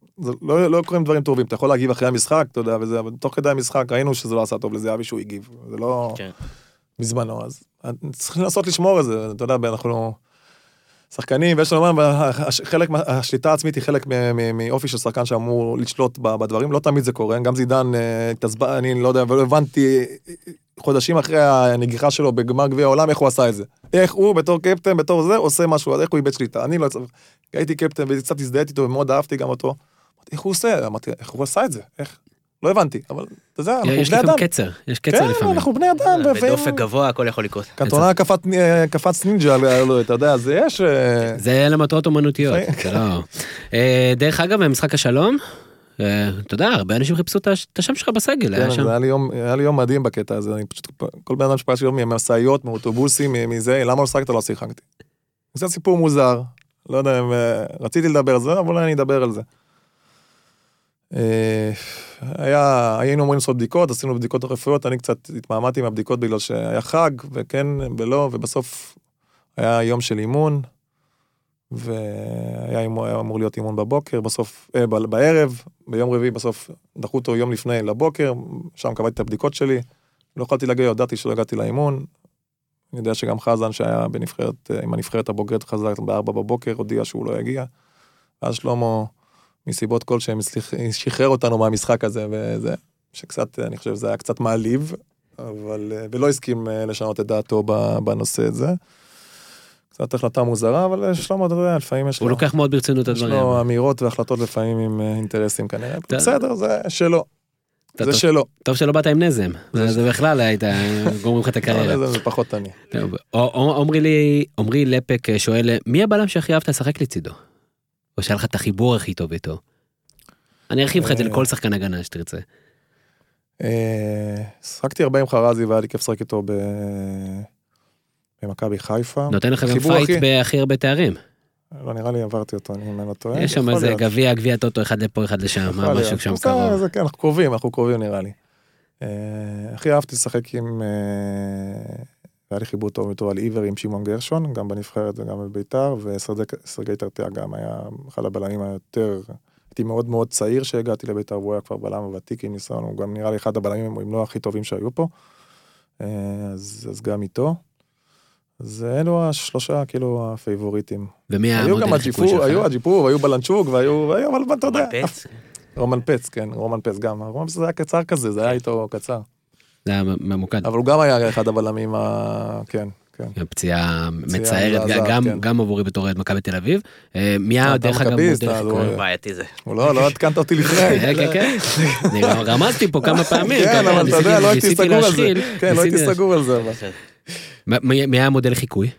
לא קוראים דברים טובים, אתה יכול להגיב אחרי המשחק, אתה יודע, וזה, תוך כדי המשחק ראינו שזה לא עשה טוב לזהבי שהוא הגיב, זה לא מזמנו, אז צריכים לנסות לשמור את זה, אתה יודע, אנחנו שחקנים, ויש לנו חלק, השליטה העצמית היא חלק מאופי של שחקן שאמור לשלוט בדברים, לא תמיד זה קורה, גם זידן, אני לא יודע, ולא הבנתי חודשים אחרי הנגיחה שלו בגמר גביע העולם, איך הוא עשה את זה. איך הוא בתור קפטן, בתור זה, עושה משהו, איך הוא איבד שליטה. אני לא הייתי קפטן וקצת הזדהיתי איתו, ומאוד אהבתי גם אותו. איך הוא עושה? אמרתי, איך הוא עשה את זה? איך? לא הבנתי, אבל אתה יודע, אנחנו בני אדם. יש קצר לפעמים. כן, אנחנו בני אדם. בדופק גבוה, הכל יכול לקרות. קנטונה קפץ נינג'ה, אתה יודע, זה יש... זה למטרות אומנותיות, זה לא... דרך אגב, במשחק השלום, אתה יודע, הרבה אנשים חיפשו את השם שלך בסגל. כן, היה לי יום מדהים בקטע הזה, אני פשוט, כל בן אדם שפגשתי יום ממסעיות, מאוטובוסים, מזה, למה לא שחקת? לא שיחקתי. זה סיפור מוזר, לא יודע אם רציתי לדבר על זה, אבל אולי אני אדבר על זה. היינו אומרים לעשות בדיקות, עשינו בדיקות הרפואיות, אני קצת התמהמהתי מהבדיקות בגלל שהיה חג, וכן ולא, ובסוף היה יום של אימון, והיה אמור להיות אימון בבוקר, בסוף, בערב, ביום רביעי בסוף דחו אותו יום לפני לבוקר, שם קבעתי את הבדיקות שלי, לא יכולתי להגיע, הודעתי שלא הגעתי לאימון, אני יודע שגם חזן שהיה בנבחרת, עם הנבחרת הבוגרת חזק ב4 בבוקר, הודיע שהוא לא יגיע, אז שלמה, מסיבות כלשהם, שחרר אותנו מהמשחק הזה, וזה, שקצת, אני חושב, זה היה קצת מעליב, אבל, ולא הסכים לשנות את דעתו בנושא הזה. קצת החלטה מוזרה, אבל שלמה, אתה יודע, לפעמים יש לו... הוא לוקח מאוד ברצינות את הדברים. יש לו אמירות והחלטות לפעמים עם אינטרסים כנראה. בסדר, זה שלו. זה שלו. טוב שלא באת עם נזם. זה בכלל היית גומרים לך את הקריירה. נזם זה פחות אני. עומרי לפק שואל, מי הבלם שהכי אהבת לשחק לצידו? או שהיה לך את החיבור הכי טוב איתו? אני ארחיב לך את זה לכל שחקן הגנה שתרצה. שחקתי הרבה עם חרזי והיה לי כיף לשחק איתו במכבי חיפה. נותן לך גם פייט בהכי הרבה תארים. לא, נראה לי עברתי אותו, אני ממנו טועה. יש שם איזה גביע טוטו, אחד לפה, אחד לשם, משהו שם קרוב. זה כן, אנחנו קרובים נראה לי. הכי אהבתי לשחק עם... היה לי חיבור טוב איתו על עיוור עם שמעון גרשון, גם בנבחרת וגם בביתר, וסרגי תרתיה גם היה אחד הבלמים היותר... הייתי מאוד מאוד צעיר שהגעתי לביתר, והוא היה כבר בלם הוותיק עם ניסיון, הוא גם נראה לי אחד הבלמים, אם לא הכי טובים שהיו פה. אז גם איתו. אז אלו השלושה, כאילו, הפייבוריטים. ומי המודל חיקוי שלך? היו הג'יפור, היו בלנצ'וק, והיו, אבל אתה יודע. רומן פץ, כן, רומן פץ גם. רומן פץ זה היה קצר כזה, זה היה איתו קצר. זה היה ממוקד. אבל הוא גם היה אחד הבלמים, כן, כן. פציעה מצערת, גם עבורי בתור עד מכבי תל אביב. מי היה דרך אגב מודל חיקוי? בעייתי זה. הוא לא עדכנת אותי לפני. כן, כן. אני רמזתי פה כמה פעמים. כן, אבל אתה יודע, לא הייתי סגור על זה. כן, לא הייתי סגור על זה. מי היה מודל חיקוי?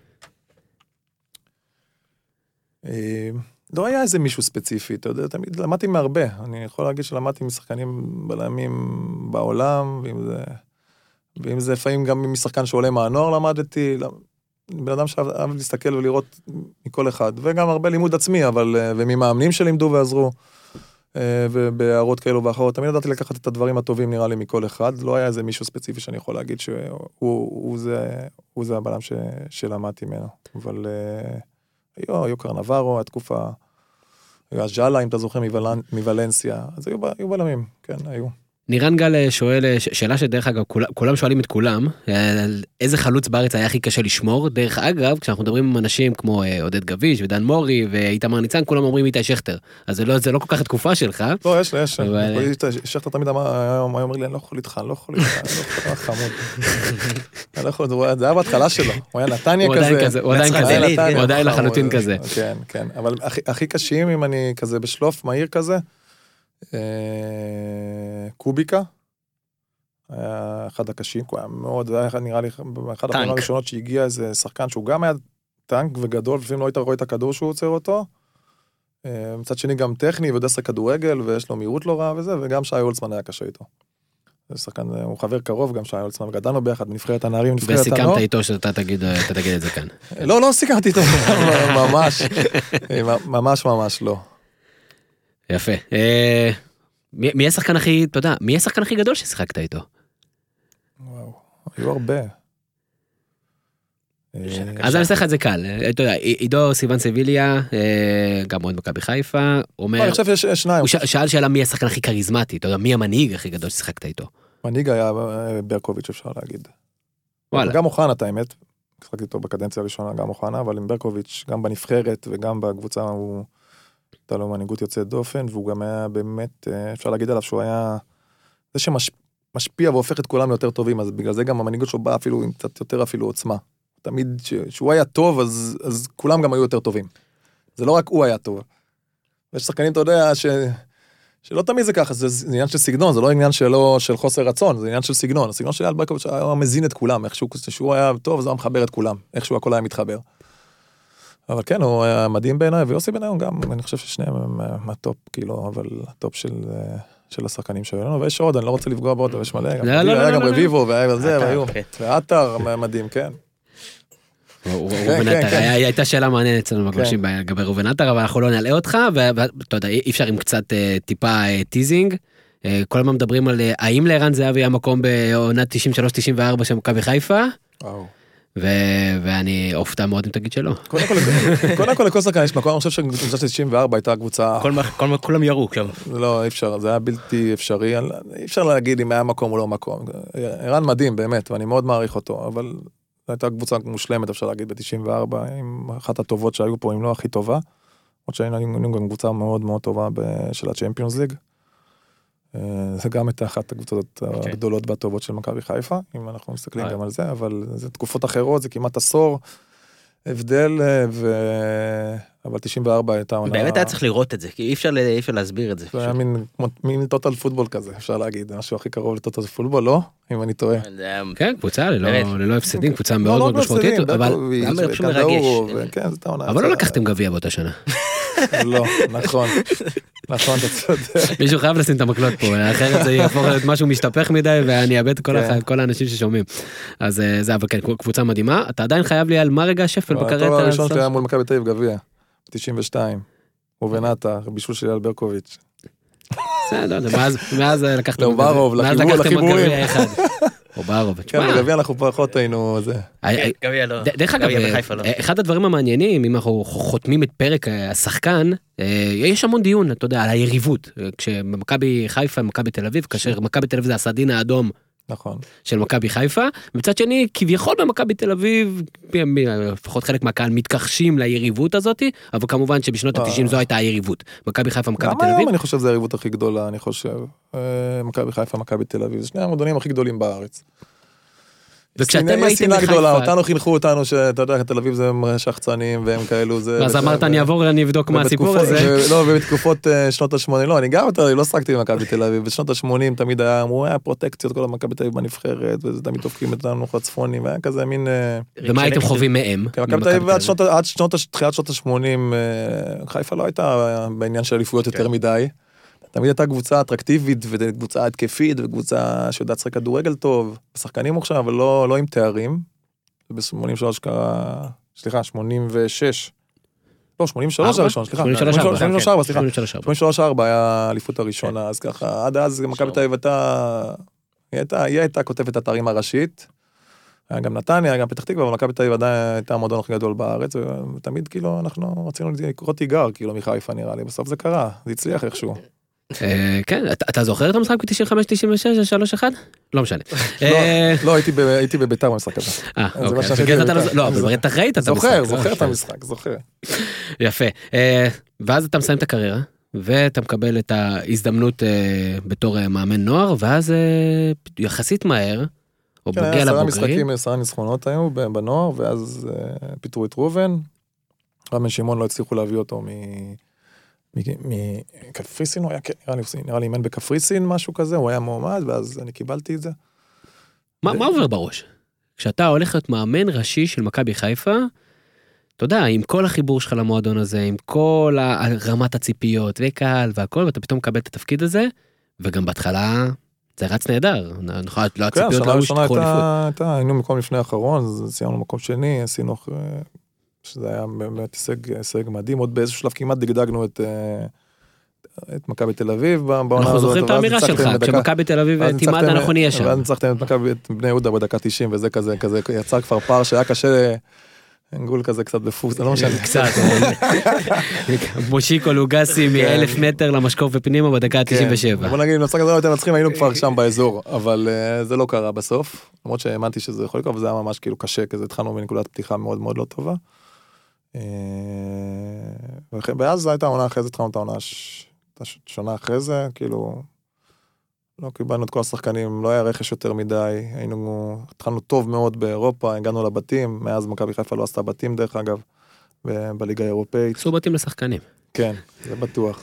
לא היה איזה מישהו ספציפי, אתה יודע, תמיד למדתי מהרבה. אני יכול להגיד שלמדתי משחקנים בלמים בעולם, ואם זה לפעמים גם משחקן שעולה מהנוער למדתי, בן אדם שאהב להסתכל ולראות מכל אחד, וגם הרבה לימוד עצמי, אבל, וממאמנים שלימדו ועזרו, ובהערות כאלו ואחרות, תמיד ידעתי לקחת את הדברים הטובים נראה לי מכל אחד, לא היה איזה מישהו ספציפי שאני יכול להגיד שהוא זה הבלם שלמדתי ממנו, אבל היו קרנברו, התקופה, היה ז'אלה, אם אתה זוכר, מוולנסיה, אז היו בלמים, כן, היו. נירן גל שואל, שאלה שדרך אגב, כולם שואלים את כולם, איזה חלוץ בארץ היה הכי קשה לשמור? דרך אגב, כשאנחנו מדברים עם אנשים כמו עודד גביש ודן מורי ואיתמר ניצן, כולם אומרים איתי שכטר. אז זה לא כל כך התקופה שלך. לא, יש. שכטר תמיד אומר לי, אני לא יכול איתך, חמוד. זה היה בהתחלה שלו, הוא היה נתניה כזה. הוא עדיין לחלוטין כזה. כן, כן, אבל הכי קשים, אם אני כזה בשלוף מהיר כזה, קוביקה, היה אחד הקשים, הוא היה מאוד, זה היה נראה לי, באחד הפעמים הראשונות שהגיע איזה שחקן, שהוא גם היה טנק וגדול, לפעמים לא היית רואה את הכדור שהוא עוצר אותו, מצד שני גם טכני, ויודע לשחק כדורגל, ויש לו מהירות לא רעה וזה, וגם שי הולצמן היה קשה איתו. זה שחקן, הוא חבר קרוב, גם שי הולצמן, וגדלנו ביחד בנבחרת הנערים, נבחרת הנוער. וסיכמת איתו שאתה תגיד את זה כאן. לא סיכמתי איתו, ממש לא. יפה. מי השחקן הכי, אתה יודע, מי השחקן הכי גדול ששיחקת איתו? וואו, היו הרבה. אז אני אעשה לך את זה קל. אתה יודע, עידו סיוון סביליה, גם מאוד מכבי חיפה, אומר... אני חושב שיש שניים. הוא שאל שאלה מי השחקן הכי כריזמטי, אתה יודע, מי המנהיג הכי גדול ששיחקת איתו? מנהיג היה ברקוביץ' אפשר להגיד. וואלה. גם אוחנה, את האמת. שיחקתי איתו בקדנציה הראשונה, גם אוחנה, אבל עם ברקוביץ', גם בנבחרת וגם בקבוצה הוא... הייתה לו מנהיגות יוצאת דופן, והוא גם היה באמת, אפשר להגיד עליו שהוא היה, זה שמשפיע והופך את כולם ליותר טובים, אז בגלל זה גם המנהיגות שלו באה אפילו עם קצת יותר אפילו עוצמה. תמיד שהוא היה טוב, אז כולם גם היו יותר טובים. זה לא רק הוא היה טוב. ויש שחקנים, אתה יודע, שלא תמיד זה ככה, זה עניין של סגנון, זה לא עניין של חוסר רצון, זה עניין של סגנון. הסגנון של אייל ברקוביץ' היה מזין את כולם, איכשהו שהוא היה טוב, אז הוא היה מחבר את כולם, איכשהו הכל היה מתחבר. אבל כן, הוא היה מדהים בעיניי, ויוסי בעיניי גם, אני חושב ששניהם הם מהטופ, כאילו, אבל הטופ של השחקנים שלנו, ויש עוד, אני לא רוצה לפגוע בעוד, אבל יש מלא, היה גם רביבו, והיה זה, והיו, ועטר מדהים, כן. ראובן עטר, הייתה שאלה מעניינת אצלנו מגרשים לגבי ראובן עטר, אבל אנחנו לא נעלה אותך, ואתה יודע, אי אפשר עם קצת טיפה טיזינג, כל הזמן מדברים על האם לערן זהבי היה מקום בעונת 93-94 של מכבי חיפה, ואני אופתע מאוד אם תגיד שלא. קודם כל לכל שחקן יש מקום, אני חושב שקבוצה של 94 הייתה קבוצה... כולם ירו שם. לא, אי אפשר, זה היה בלתי אפשרי, אי אפשר להגיד אם היה מקום או לא מקום. ערן מדהים באמת, ואני מאוד מעריך אותו, אבל זו הייתה קבוצה מושלמת, אפשר להגיד, ב-94, עם אחת הטובות שהיו פה, אם לא הכי טובה, עוד שהיינו גם קבוצה מאוד מאוד טובה של הצ'מפיונס ליג. זה גם הייתה אחת הקבוצות הגדולות והטובות של מכבי חיפה, אם אנחנו מסתכלים גם על זה, אבל זה תקופות אחרות, זה כמעט עשור הבדל, אבל 94 הייתה עונה... באמת היה צריך לראות את זה, כי אי אפשר להסביר את זה. זה היה מין טוטל פוטבול כזה, אפשר להגיד, משהו הכי קרוב לטוטל פוטבול, לא? אם אני טועה. כן, קבוצה ללא הפסדים, קבוצה מאוד מאוד משמעותית, אבל לא לקחתם גביע באותה שנה. לא, נכון, אתה צודק. מישהו חייב לשים את המקלות פה, אחרת זה יהפוך להיות משהו משתפך מדי, ואני אאבד כל האנשים ששומעים. אז זה אבל כן, קבוצה מדהימה. אתה עדיין חייב לי על מה רגע השפל בקריירה? התואר הראשון שהיה מול מכבי תל אביב גביע, 92, ראובן עטר, בישול של אייל ברקוביץ'. מאז לקחתם לחיבורים. או ברוב. כן, בגביע אנחנו פחות היינו זה. גביע לא. דרך אגב, אחד הדברים המעניינים, אם אנחנו חותמים את פרק השחקן, יש המון דיון, אתה יודע, על היריבות. כשמכבי חיפה, מכבי תל אביב, כאשר מכבי תל אביב זה הסדין האדום, נכון. של מכבי חיפה, ומצד שני, כביכול במכבי תל אביב, לפחות חלק מהקהל מתכחשים ליריבות הזאת, אבל כמובן שבשנות ה-90 זו הייתה היריבות. מכבי חיפה, מכבי תל אביב. גם היום אני חושב שזו היריבות הכי גדולה, אני חושב. מכבי חיפה, מכבי תל אביב. זה שני המועדונים הכי גדולים בארץ. וכשאתם הייתם בחיפה... אותנו חינכו אותנו שאתה יודע, תל אביב זה שחצנים והם כאלו. אז אמרת אני אעבור, אני אבדוק מה הסיפור הזה. לא, ובתקופות שנות ה-80, לא, אני גם לא שחקתי במכבי תל אביב, בשנות ה-80 תמיד אמרו, היה פרוטקציות, כל המכבי תל אביב בנבחרת, וזה תמיד תופקים אותנו חצפונים, והיה כזה מין... ומה הייתם חווים מהם? מכבי תל אביב עד תחילת שנות ה-80, חיפה לא הייתה בעניין של אליפויות יותר מדי. תמיד הייתה קבוצה אטרקטיבית, וקבוצה התקפית, וקבוצה שיודעת לשחק כדורגל טוב, שחקנים עכשיו, אבל לא עם תארים, וב-83 קרה, סליחה, 86. לא, 83 הראשון, סליחה. 83-4 היה האליפות הראשונה, אז ככה, עד אז מכבי תל אביב היא הייתה כותבת את התארים הראשית, היה גם נתניה, גם פתח תקווה, אבל מכבי תל אביב עדיין הייתה המועדון הכי גדול בארץ, ותמיד כאילו אנחנו רצינו לקרוא תיגר, כאילו מחיפה נראה לי, בסוף זה קרה, זה הצליח איכשהו. כן, אתה זוכר את המשחק ב-95-96, 3-1? לא משנה. לא, הייתי בביתר במשחק הזה. אוקיי. לא, אבל אתה ראית את המשחק. זוכר את המשחק, זוכר. יפה. ואז אתה מסיים את הקריירה, ואתה מקבל את ההזדמנות בתור מאמן נוער, ואז יחסית מהר, או בגיע לבוגרים. 10 משחקים, 10 ניצחונות היו בנוער, ואז פיטרו את רובן. רמן שמעון לא הצליחו להביא אותו מקפריסין, הוא היה, נראה לי אימן בקפריסין, משהו כזה, הוא היה מועמד, ואז אני קיבלתי את זה. מה עובר בראש? כשאתה הולך להיות מאמן ראשי של מכבי חיפה, אתה יודע, עם כל החיבור שלך למועדון הזה, עם כל רמת הציפיות וקהל והכל, ואתה פתאום מקבל את התפקיד הזה, וגם בהתחלה זה רץ נהדר. לא הציפיות ראו שתקחו אליפות. היינו מקום לפני האחרון, סיימנו מקום שני, עשינו שזה היה באמת הישג מדהים, עוד באיזשהו שלב כמעט דגדגנו את מכבי תל אביב. אנחנו זוכרים את האמירה שלך, כשמכבי תל אביב תימד אנחנו נהיה שם. ואז ניצחתם את בני יהודה בדקה 90, וזה כזה יצר כבר פער שהיה קשה, גול כזה קצת בפוס, זה לא משנה. קצת, מושיקו לוגסי מ-1000 מטר למשקוף ופנימה בדקה 97. בוא נגיד, נצחק הזה לא יותר מצחים, היינו כבר שם באזור, אבל זה לא קרה בסוף, למרות שהאמנתי שזה יכול לקרות, וזה היה ממש כאילו קשה, כזה התחלנו מנקודת פתיחה מאוד מאוד לא טובה. ואז זו הייתה העונה אחרי זה, התחלנו את העונה שונה אחרי זה, כאילו, לא קיבלנו את כל השחקנים, לא היה רכש יותר מדי, התחלנו טוב מאוד באירופה, הגענו לבתים, מאז מכבי חיפה לא עשתה בתים דרך אגב, בליגה האירופאית. עשו בתים לשחקנים. כן, זה בטוח.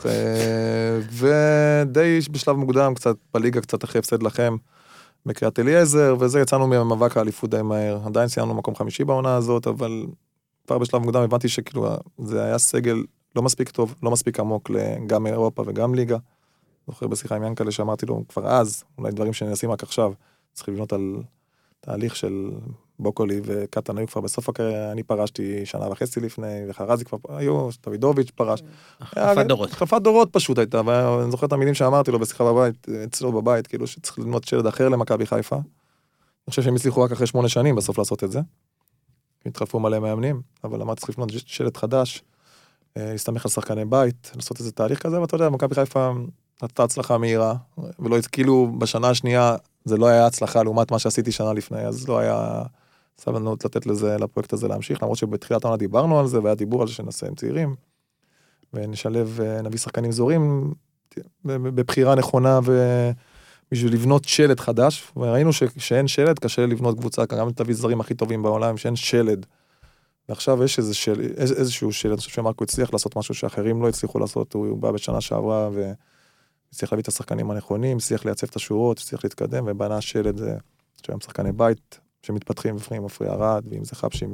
ודי בשלב מוקדם, קצת בליגה, קצת אחרי הפסד לכם, בקריית אליעזר, וזה יצאנו ממאבק האליפות די מהר, עדיין סיימנו מקום 5 בעונה הזאת, אבל כבר בשלב מוקדם הבנתי שכאילו זה היה סגל לא מספיק טוב, לא מספיק עמוק גם אירופה וגם ליגה. זוכר בשיחה עם ינקלה שאמרתי לו כבר אז, אולי דברים שנעשים רק עכשיו, צריכים לבנות על תהליך של בוקולי וקטן היו כבר בסוף הקריירה, אני פרשתי 1.5 שנה לפני, וחרזי כבר היו, דוידוביץ' פרש. החלפת דורות פשוט הייתה, ואני זוכר את המילים שאמרתי לו בשיחה בבית, אצלו בבית, כאילו שצריך לבנות שלד אחר למכבי חיפה. אני חושב שהם הצליחו רק אחרי 8 שנים בסוף לעשות את זה. התחלפו מלא מאמנים, אבל אמרתי צריך לבנות שלד חדש, להסתמך על שחקני בית, לעשות איזה תהליך כזה, ואתה יודע, מכבי חיפה נתתה הצלחה מהירה, ולא כאילו בשנה השנייה זה לא היה הצלחה לעומת מה שעשיתי שנה לפני, אז לא היה סבלנות לתת לזה, לפרויקט הזה להמשיך, למרות שבתחילת העונה דיברנו על זה, והיה דיבור על זה שנעשה עם צעירים, ונשלב, נביא שחקנים זורים, בבחירה נכונה, ובשביל לבנות שלד חדש, וראינו שאין שלד, קשה לבנות קבוצה, גם תביא זרים הכי טובים בעולם, שאין שלד, ועכשיו יש איזשהו שלד, אני חושב שמרקו הצליח לעשות משהו שאחרים לא הצליחו לעשות, הוא בא בשנה שעברה, הצליח להביא את השחקנים הנכונים, הצליח לייצב את השורות, הצליח להתקדם, ובנה שלד, שהיום שחקני בית שמתפתחים בפנים, מפריע רד, ואם זה חפשים,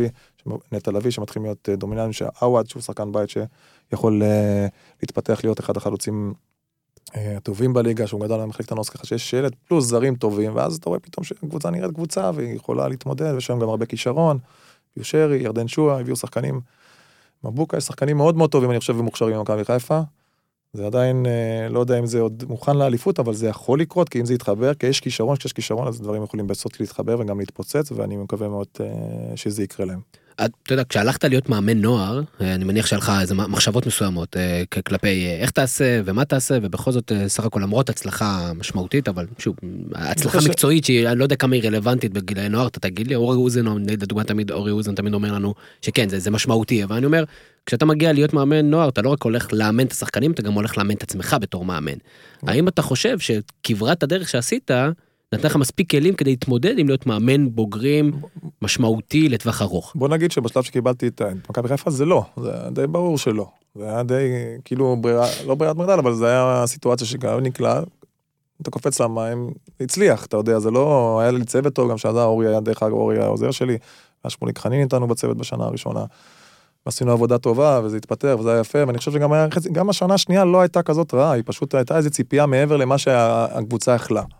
נטע לביא, שמתחילים להיות דומיננטים, שהאוואד, שהוא שחקן בית שיכול להתפתח להיות אחד החלוצים הטובים בליגה, שהוא גדל למחלקת הנוס, ככה שיש שלד, פלוס זרים טובים, ואז אתה רואה פתאום שקבוצה נראית קבוצה, והיא יכולה להתמודד, ושם גם הרבה כישרון, הביאו שרי, ירדן שועה, הביאו שחקנים, מבוקה, יש שחקנים מאוד מאוד טובים, אני חושב, ומוכשרים במכבי חיפה. זה עדיין, לא יודע אם זה עוד מוכן לאליפות, אבל זה יכול לקרות, כי אם זה יתחבר, כי יש כישרון, כשיש כישרון, אז דברים יכולים בסוף להתחבר וגם להתפוצץ, ואני מקווה מאוד שזה יקרה להם. אתה יודע, כשהלכת להיות מאמן נוער, אני מניח שהלכה איזה מחשבות מסוימות כלפי איך תעשה ומה תעשה, ובכל זאת, סך הכל למרות הצלחה משמעותית, אבל שוב, הצלחה מקצועית שהיא, אני לא יודע כמה היא רלוונטית בגילי נוער, אתה תגיד לי, אורי אוזן, לדוגמה תמיד, אורי אוזן תמיד אומר לנו שכן, זה משמעותי, אבל אני אומר, כשאתה מגיע להיות מאמן נוער, אתה לא רק הולך לאמן את השחקנים, אתה גם הולך לאמן את עצמך בתור מאמן. האם אתה חושב שכברת הדרך שעשית, נתן לך מספיק כלים כדי להתמודד עם להיות מאמן בוגרים משמעותי לטווח ארוך? בוא נגיד שבשלב שקיבלתי את מכבי חיפה זה לא, זה די ברור שלא. זה היה די, כאילו, לא ברירת מחדל, אבל זה היה הסיטואציה שגם נקלע, אתה קופץ למים, הצליח, אתה יודע, זה לא, היה לי צוות טוב, גם שעזר, אורי היה דרך אגב, אורי היה העוזר שלי, היה שמוליק חנין איתנו בצוות בשנה הראשונה, ועשינו עבודה טובה, וזה התפטר, וזה היה יפה, ואני חושב שגם היה, גם השנה השנייה לא הייתה כזאת רעה, היא פשוט הייתה איזו ציפייה מעבר למה שהקבוצה יכלה.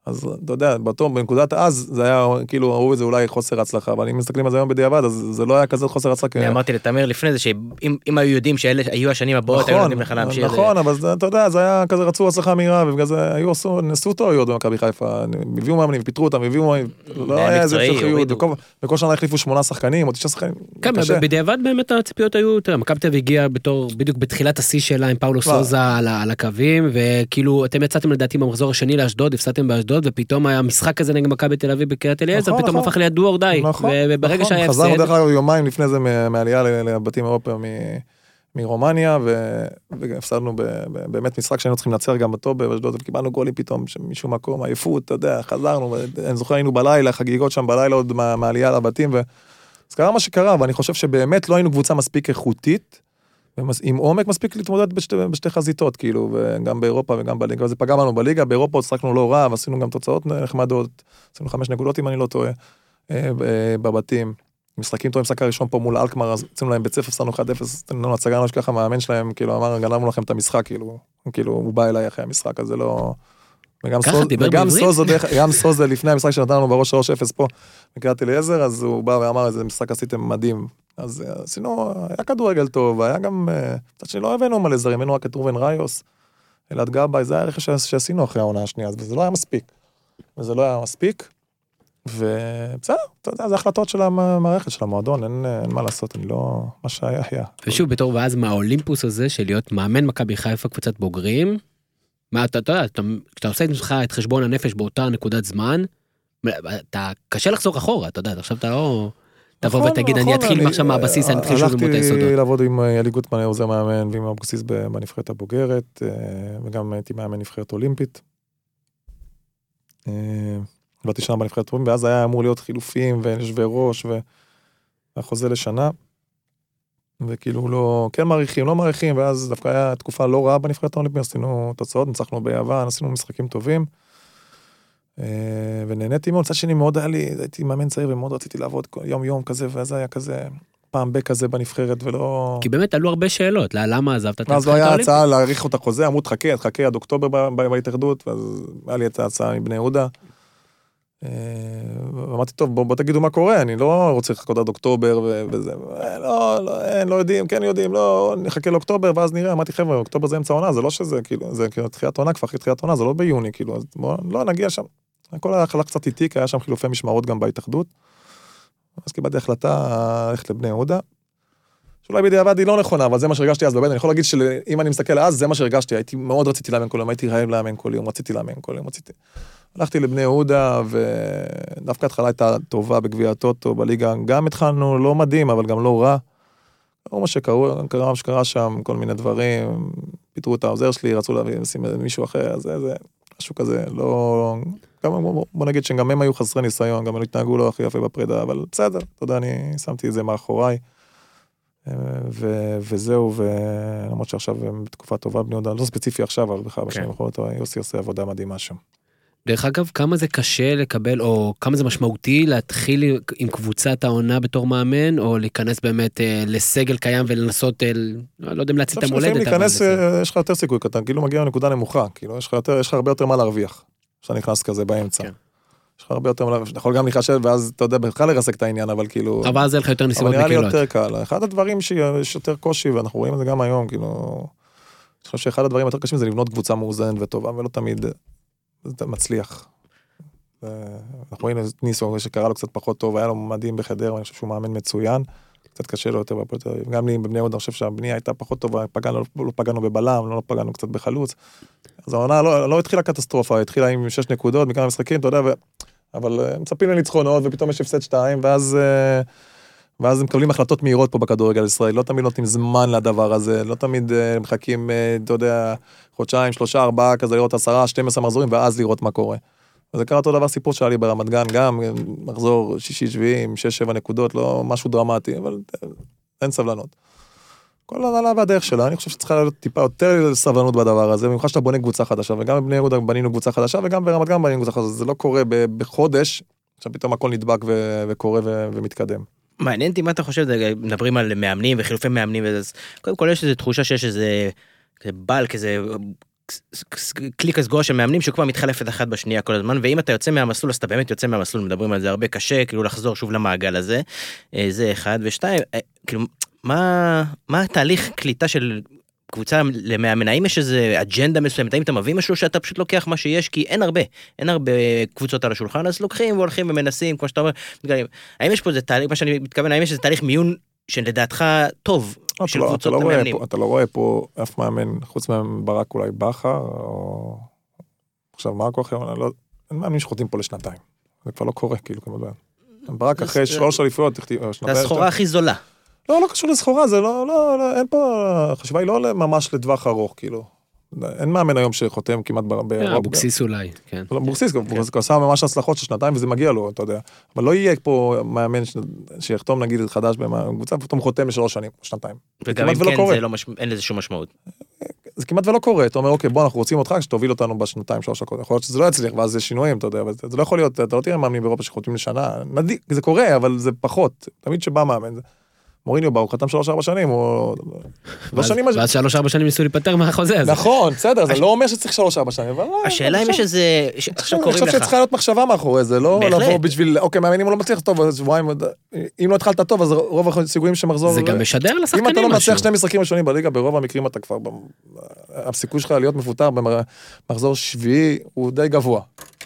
אז אתה יודע, בנקודת אז, זה היה, כאילו, ראו את זה אולי חוסר הצלחה, אבל אם מסתכלים על זה היום בדיעבד, אז זה לא היה כזה חוסר הצלחה. אני אמרתי לתמר לפני זה, שאם היו יודעים שאלה היו השנים הבאות, היו יודעים לך להמשיך. נכון, אבל אתה יודע, זה היה כזה, רצו הצלחה מהירה, ובגלל זה היו נשאו טעויות במכבי חיפה, הביאו מאמנים, פיטרו אותם, לא היה איזה המשכיות, בכל שנה החליפו 8 שחקנים, או 9 שחקנים. כן, בדיעבד באמת הציפיות היו, תראה, מכבי תל אביב הגיעה בדיוק בתחילת השיא שלה עם פאולו סוזה על הקווים, וכאילו אתם יצאתם לדעתי במחזור השני לאשדוד, הפסדתם באשדוד, ופתאום היה משחק כזה נגד מכבי תל אביב בקריית אליעזר, פתאום הפך ליד דו אורדאי, וברגע שהיה הפסד. חזרנו דרך כלל יומיים לפני זה מעלייה לבתים אירופה מרומניה, והפסדנו באמת משחק שהיינו צריכים לנצח גם בטוב באשדוד, וקיבלנו גולים פתאום משום מקום, עייפות, אתה יודע, חזרנו, אני זוכר היינו בלילה, חגיגות שם בלילה עוד מעלייה לבתים, אז קרה מה שקרה, ואני חושב שבאמת לא היינו קבוצה מספיק איכותית, עם עומק מספיק להתמודד בשתי חזיתות, כאילו, וגם באירופה וגם בליגה, וזה פגע לנו בליגה, באירופה שחקנו לא רע, ועשינו גם תוצאות נחמדות, עשינו 5 נקודות אם אני לא טועה, בבתים, משחקים טובים, משחק הראשון פה מול אלקמר, אז עשינו להם בית ספר, עשינו 1-0, תנו הצגה, לא שככה מאמן שלהם, כאילו, אמר, גנבנו לכם את המשחק, כאילו, הוא בא אליי אחרי המשחק, אז זה לא... וגם סוזה לפני המשחק שנתנו בראש 3-0 פה, בקריית אליעזר, אז הוא בא ואמר, איזה משחק עשיתם מדהים. אז עשינו, היה כדורגל טוב, היה גם, קצת שלא הבאנו מלא זרים, הבאנו רק את רובן ראיוס, אלעד גבאי, זה היה רכש שעשינו אחרי העונה השנייה, וזה לא היה מספיק. ובסדר, אתה יודע, זה החלטות של המערכת, של המועדון, אין מה לעשות, אני לא, מה שהיה היה. ושוב, בתור ואז מהאולימפוס הזה, של להיות מאמן מכבי חיפה קבוצת בוגרים, מה אתה יודע, כשאתה עושה את חשבון הנפש באותה נקודת זמן, אתה קשה לחזור אחורה, אתה יודע, עכשיו אתה לא תבוא ותגיד, אני אתחיל עכשיו מהבסיס, אני אתחיל שוב ללמוד את היסודות. הלכתי לעבוד עם אלי גוטמן, עוזר מאמן, ועם אבוקסיס בנבחרת הבוגרת, וגם הייתי מאמן נבחרת אולימפית. עבדתי שנה בנבחרת אולימפית, ואז היה אמור להיות חילופים, ונשבי ראש, והחוזה לשנה, וכאילו לא, כן מעריכים, לא מעריכים, ואז דווקא היה תקופה לא רעה בנבחרת האולימפית, עשינו תוצאות, ניצחנו ביוון, עשינו משחקים טובים, ונהניתי מאוד, צד שני מאוד הייתי מאמן צעיר, ומאוד רציתי לעבוד יום כזה, ואז היה כזה, פעם בכזה בנבחרת, ולא... כי באמת עלו הרבה שאלות, למה עזבת את אז לא היה הצעה להאריך אותה חוזה, אמרו תחכה עד אוקטובר בהתאחדות, ואז היה לי את ההצעה מבני יהודה, אמרתי, טוב, בוא תגידו מה קורה, אני לא רוצה לחכות עד אוקטובר וזה, לא יודעים, כן יודעים, לא, נחכה לאוקטובר, ואז נראה, אמרתי, חבר'ה, אוקטובר זה אמצע עונה, זה לא שזה, כאילו, זה תחילת עונה, כבר אחרי תחילת עונה, זה לא ביוני, כאילו, אז בוא, לא נגיע שם, הכל היה חלק קצת איתי, כי היה שם חילופי משמרות גם בהתאחדות, אז קיבלתי החלטה ללכת לבני יהודה, שאולי בדיעבד היא לא נכונה, אבל זה מה שהרגשתי אז בבית, אני יכול להגיד שאם אני מסתכל אז, זה מה שהרגשתי, מאוד רציתי לאמן כל יום, הייתי רעב לאמן כל יום, רציתי לאמן כל יום, הלכתי לבני יהודה, ודווקא התחלה הייתה טובה בגביע הטוטו, בליגה גם התחלנו, לא מדהים, אבל גם לא רע. מה שקרה שם, כל מיני דברים, פיתרו את העוזר שלי, רצו לשים מישהו אחר, אז זה משהו כזה, לא... בוא נגיד שגם הם היו חסרי ניסיון, גם הם התנהגו לא הכי יפה בפרידה, אבל בסדר, אתה יודע, אני שמתי את זה מאחוריי, וזהו, ולמרות שעכשיו הם בתקופה טובה בני יהודה, לא ספציפי עכשיו, אבל בכלל בשנים האחרונות, יוסי עושה עבודה מדהימה שם. דרך אגב, כמה זה קשה לקבל, או כמה זה משמעותי להתחיל עם קבוצת העונה בתור מאמן, או להיכנס באמת לסגל קיים ולנסות, לא יודע אם להציל את המולדת. להיכנס, יש לך יותר סיכוי קטן, כאילו מגיע לנקודה נמוכה, כאילו יש לך הרבה יותר מה להרוויח, שאתה נכנס כזה באמצע. יש לך הרבה יותר מה להרוויח, אתה יכול גם להיחשב, ואז אתה יודע בכלל לרסק את העניין, אבל כאילו... אבל אז זה לך יותר נסיבות מקלות. אבל נראה לי יותר קל. אחד הדברים שיש יותר קושי, ואנחנו רואים את זה גם היום, כאילו... אני חושב שאחד הדברים יותר קשים זה לבנות קבוצה מאוזנת וטובה, ולא תמיד זה מצליח. אנחנו רואים את ניסו, שקרה לו קצת פחות טוב, היה לו מדהים בחדר, ואני חושב שהוא מאמן מצוין, קצת קשה לו יותר, גם לי בבני יהודה, אני חושב שהבנייה הייתה פחות טובה, לא פגענו בבלם, לא פגענו קצת בחלוץ, אז העונה לא התחילה קטסטרופה, התחילה עם 6 נקודות, מכמה משחקים, אתה יודע, אבל מצפים לניצחונות, ופתאום יש הפסד 2, ואז הם מקבלים החלטות מהירות פה בכדורגל ישראל, לא תמיד נותנים זמן לדבר הזה, לא תמיד מחכים, אתה יודע, חודשיים, 3, 4, כזה לראות 10, 12 מחזורים, ואז לראות מה קורה. וזה קרה אותו דבר סיפור שהיה לי ברמת גן, גם מחזור 6, 7, עם 6, 7 נקודות, לא משהו דרמטי, אבל אין סבלנות. כל הנהלה והדרך שלה, אני חושב שצריכה להיות טיפה יותר סבלנות בדבר הזה, במיוחד שאתה בונה קבוצה חדשה, וגם בבני יהודה בנינו קבוצה חדשה, וגם ברמת גן בנינו קבוצה חדשה, זה לא קורה בחודש, עכשיו פתאום הכל נדבק וקורה ומתקדם. מעניין אותי מה אתה חושב, מדברים על מאמנים וחילופי מאמנים, אז קודם כל יש איזו תחושה שיש איזה בל, כזה קליק הסגורה של מאמנים שכבר מתחלפת אחת בשנייה כל הזמן, ואם אתה יוצא מהמסלול, אז אתה באמת יוצא מהמסלול, מדברים על זה הרבה קשה, כאילו לחזור שוב למעגל הזה, זה אחד, ושתיים, כאילו, מה התהליך קליטה של קבוצה למאמן, האם יש איזה אג'נדה מסוימת, האם אתה מביא משהו שאתה פשוט לוקח מה שיש, כי אין הרבה קבוצות על השולחן, אז לוקחים והולכים ומנסים, כמו שאתה אומר, האם יש פה איזה תהליך, מה שאני מתכוון, האם יש איזה תהליך מיון שלדעתך טוב, של קבוצות המאמנים? אתה לא רואה פה אף מאמן, חוץ ברק אולי בכר, או עכשיו מרקו אחר, אין מאמנים שחותים פה לשנתיים, זה כבר לא קורה, כאילו כמובן. ברק אחרי 3 אליפויות, זה הסחורה הכי זולה. לא קשור לסחורה, זה לא, אין פה, החשיבה היא לא ממש לטווח ארוך, כאילו. אין מאמן היום שחותם כמעט באירופה. אבוקסיס אולי, כן. אבוקסיס, הוא עשה ממש הצלחות של שנתיים, וזה מגיע לו, אתה יודע. אבל לא יהיה פה מאמן שיחתום, נגיד, חדש בקבוצה, ופתאום חותם ל3 שנים, שנתיים. וגם אם כן, אין לזה שום משמעות. זה כמעט ולא קורה, אתה אומר, אוקיי, בוא, אנחנו רוצים אותך, שתוביל אותנו בשנתיים, 3 הקודמות. יכול להיות שזה לא יצליח, ואז זה שינויים, אתה יודע, אבל זה לא יכול להיות, אתה לא תראה מאמנים באירופה שחותמים לשנה. זה קורה, אבל זה פחות. תמיד שבא מאמן, מוריניו בא, הוא חתם 3-4 שנים, לא שנים... ואז 3-4 שנים ניסו להיפטר מהחוזה הזה. נכון, בסדר, זה לא אומר שצריך 3-4 שנים, אבל... השאלה אם יש איזה... עכשיו קוראים לך. אני חושב שצריכה להיות מחשבה מאחורי זה, לא לבוא בשביל, אוקיי, מאמנים הוא לא מצליח טוב, אז שבועיים, אם לא התחלת טוב, אז רוב הסיכויים שמחזור... זה גם משדר לשחקנים משהו. אם אתה לא מצליח 2 משחקים ראשונים בליגה, ברוב המקרים אתה כבר... הסיכוי שלך להיות מפוטר במחזור שביעי הוא די גבוה.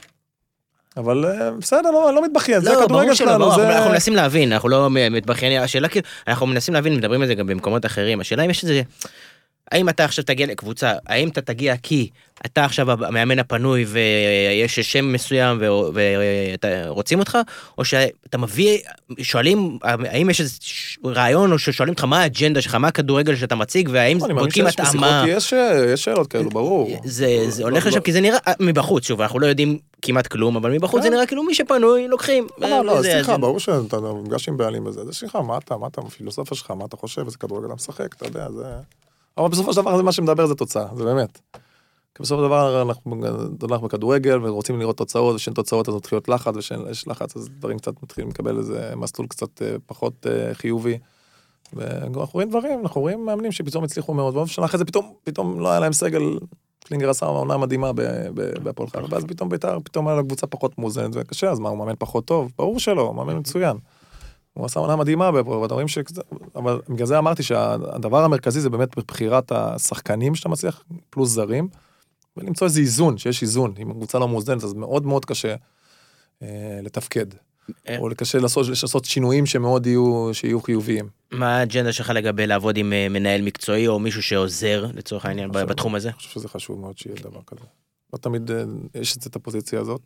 אבל בסדר, לא מתבכיין, זה הכדורגל שלנו. אנחנו מנסים להבין, אנחנו לא מתבכיינים, השאלה כאילו, אנחנו מנסים להבין, מדברים על זה גם במקומות אחרים, השאלה אם יש איזה, האם אתה עכשיו תגיע לקבוצה, האם אתה תגיע כי אתה עכשיו המאמן הפנוי ויש שם מסוים ורוצים אותך, או שאתה מביא, שואלים, האם יש איזה רעיון, או ששואלים אותך מה האג'נדה שלך, מה הכדורגל שאתה מציג, והאם בודקים התאמה. יש שאלות כאלו, ברור. זה הולך לשם, כי זה נראה מבחוץ, שוב, אנחנו לא יודעים כמעט כלום, אבל מבחוץ זה נראה כאילו מי שפנוי, לוקחים. לא, סליחה, ברור שאתה מפגש עם בעלים בזה, זה סליחה, מה אתה, הפילוסופיה שלך, מה אתה חושב, איזה כדורגל אתה משחק, אתה יודע, זה... אבל בסופו של דבר זה מה שמדבר, זה תוצאה, זה באמת. כי בסופו של דבר אנחנו בכדורגל, ורוצים לראות תוצאות, ושאין תוצאות, אז מתחילות לחץ, ושאין לחץ, אז דברים קצת מתחילים לקבל איזה מסלול קצת פחות חיובי. ואנחנו רואים דברים, אנחנו רואים מאמנים שפתאום הצליחו מאוד, ובשנה אחרי זה פתאום לא היה להם סגל, קלינגר עשה עונה מדהימה בהפועל חיפה, ואז פתאום בית"ר, פתאום היה לה קבוצה פחות מאוזנת, וקשה, אז מה, הוא מאמן פחות טוב? ברור שלא, הוא מאמן מצוין. הוא עשה עונה מדהימה בהפועל, ואתם רואים אבל בגלל זה אמרתי שהדבר המרכזי זה באמת בבחירת השחקנים שאתה מצליח, פלוס זרים, ולמצוא איזה איזון, שיש איזון, אם הקבוצה לא מאוזנת, אז מאוד מאוד קשה לתפקד. או קשה לעשות שינויים שמאוד שיהיו חיוביים. מה האג'נדה שלך לגבי לעבוד עם מנהל מקצועי, או מישהו שעוזר לצורך העניין בתחום הזה? אני חושב שזה חשוב מאוד שיהיה דבר כזה. לא תמיד יש את הפוזיציה הזאת.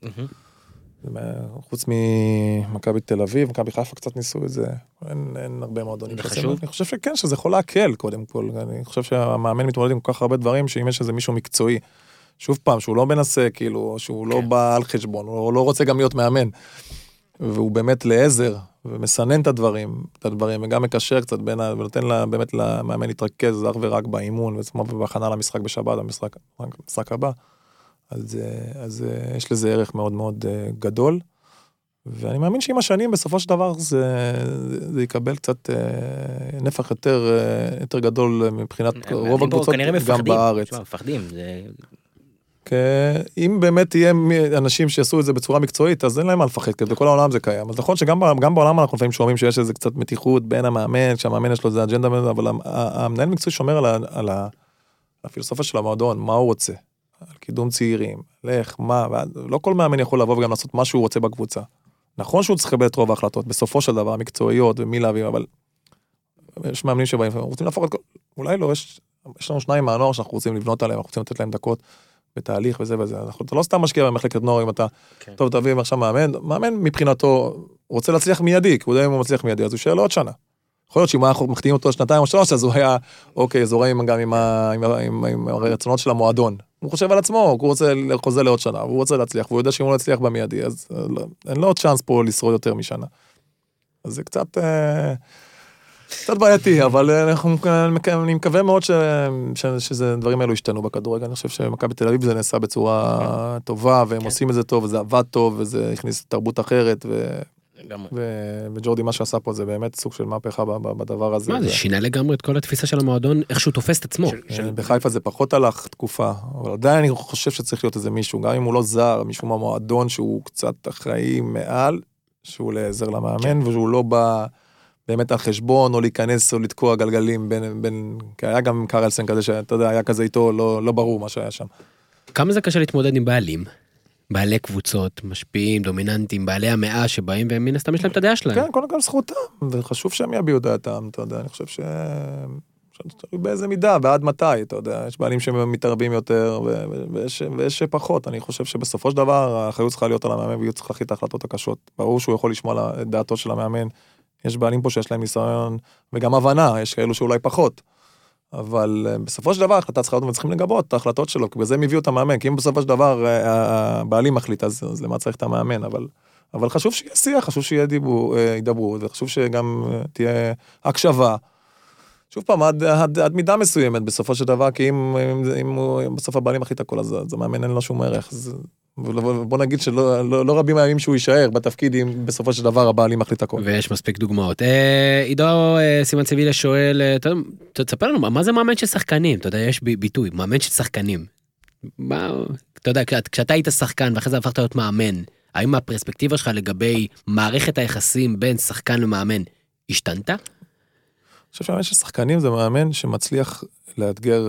חוץ ממכבי תל אביב, מכבי חיפה קצת ניסו את זה. אין הרבה מועדונים. זה חשוב? אני חושב שכן, שזה יכול להקל קודם כל. אני חושב שהמאמן מתמודד עם כל כך הרבה דברים, שאם יש איזה מישהו מקצועי, שוב פעם, שהוא לא מנסה, כאילו, שהוא לא בא על חשבון, הוא לא רוצה גם להיות מאמן. והוא באמת לעזר, ומסנן את הדברים, וגם מקשר קצת ונותן באמת למאמן להתרכז אך ורק באימון, ובהכנה למשחק בשבת, המשחק הבא. אז יש לזה ערך מאוד מאוד גדול, ואני מאמין שעם השנים, בסופו של דבר, זה יקבל קצת נפח יותר גדול מבחינת רוב הקבוצות, גם בארץ. מפחדים, זה... אם באמת יהיה אנשים שיעשו את זה בצורה מקצועית, אז אין להם מה לפחד, כי בכל העולם זה קיים. אז נכון שגם בעולם אנחנו לפעמים שומעים שיש איזה קצת מתיחות בין המאמן, שהמאמן יש לו איזה אג'נדה, אבל המנהל מקצועי שומר על הפילוסופיה של המועדון, מה הוא רוצה, על קידום צעירים, לך, מה, לא כל מאמן יכול לבוא וגם לעשות מה שהוא רוצה בקבוצה. נכון שהוא צריך לקבל את רוב ההחלטות, בסופו של דבר, המקצועיות ומי להביא, אבל יש מאמנים שבאים, רוצים להפוך את כל, אולי לא, יש לנו 2 מהנוער שאנחנו רוצים לבנות עליהם, אנחנו רוצים לתת להם דקות בתהליך וזה וזה. אתה לא סתם משקיע במחלקת נוער אם אתה, טוב, תביא עכשיו מאמן מבחינתו, רוצה להצליח מיידי, כי הוא יודע אם הוא מצליח מיידי, אז הוא שאלה עוד שנה. יכול להיות שאם אנחנו מחתימים אותו 2 או 3, אז הוא היה, אוקיי, זורם גם עם הרצונות של המועדון. הוא חושב על עצמו, הוא רוצה לחוזה לעוד שנה, והוא רוצה להצליח, והוא יודע שאם הוא לא יצליח במיידי, אז אין לו עוד צ'אנס פה לשרוד יותר משנה. אז זה קצת בעייתי, אבל אני מקווה מאוד שזה דברים האלו ישתנו בכדורגל. אני חושב שמכבי תל אביב זה נעשה בצורה טובה, והם עושים את זה טוב, וזה עבד טוב, וזה הכניס תרבות אחרת, וג'ורדי מה שעשה פה זה באמת סוג של מהפכה בדבר הזה. מה, זה שינה לגמרי את כל התפיסה של המועדון, איך שהוא תופס את עצמו. בחיפה זה פחות הלך תקופה, אבל עדיין אני חושב שצריך להיות איזה מישהו, גם אם הוא לא זר, מישהו מהמועדון שהוא קצת אחראי מעל, שהוא לעזר למאמן, ושהוא לא בא באמת על חשבון, או להיכנס או לתקוע גלגלים בין, כי היה גם קרלסן כזה, שאתה יודע, היה כזה איתו, לא ברור מה שהיה שם. כמה זה קשה להתמודד עם בעלים? בעלי קבוצות, משפיעים, דומיננטים, בעלי המאה שבאים, והם מן הסתם יש להם את הדעה שלהם. כן, קודם כל זכותם, וחשוב שהם יביעו דעתם, אתה יודע, אני חושב באיזה מידה, ועד מתי, אתה יודע, יש בעלים שמתערבים יותר, ויש פחות, אני חושב שבסופו של דבר, האחריות צריכה להיות על המאמן, והוא צריך להחליט את ההחלטות הקשות. ברור שהוא יכול לשמוע את דעתו של המאמן, יש בעלים פה שיש להם ניסיון, וגם הבנה, יש כאלו שאולי פחות. אבל בסופו של דבר, ההחלטה צריכה להיות, וצריכים לגבות את ההחלטות שלו, כי בזה הם הביאו את המאמן, כי אם בסופו של דבר, הבעלים מחליט, אז למה צריך את המאמן, אבל חשוב שיהיה שיח, חשוב שיהיה ידברו, וחשוב שגם תהיה הקשבה. שוב פעם, עד מידה מסוימת בסופו של דבר, כי אם בסוף הבעלים מחליט הכל, אז המאמן אין לו שום ערך. בוא נגיד שלא רבים הימים שהוא יישאר בתפקיד, אם בסופו של דבר הבעלים מחליט הכל. ויש מספיק דוגמאות. עידו סימן ציבילה שואל, תספר לנו, מה זה מאמן של שחקנים? אתה יודע, יש ביטוי, מאמן של שחקנים. אתה יודע, כשאתה היית שחקן, ואחרי זה הפכת להיות מאמן, האם הפרספקטיבה שלך לגבי מערכת היחסים בין שחקן למאמן השתנתה? אני חושב שהמאמן של שחקנים זה מאמן שמצליח לאתגר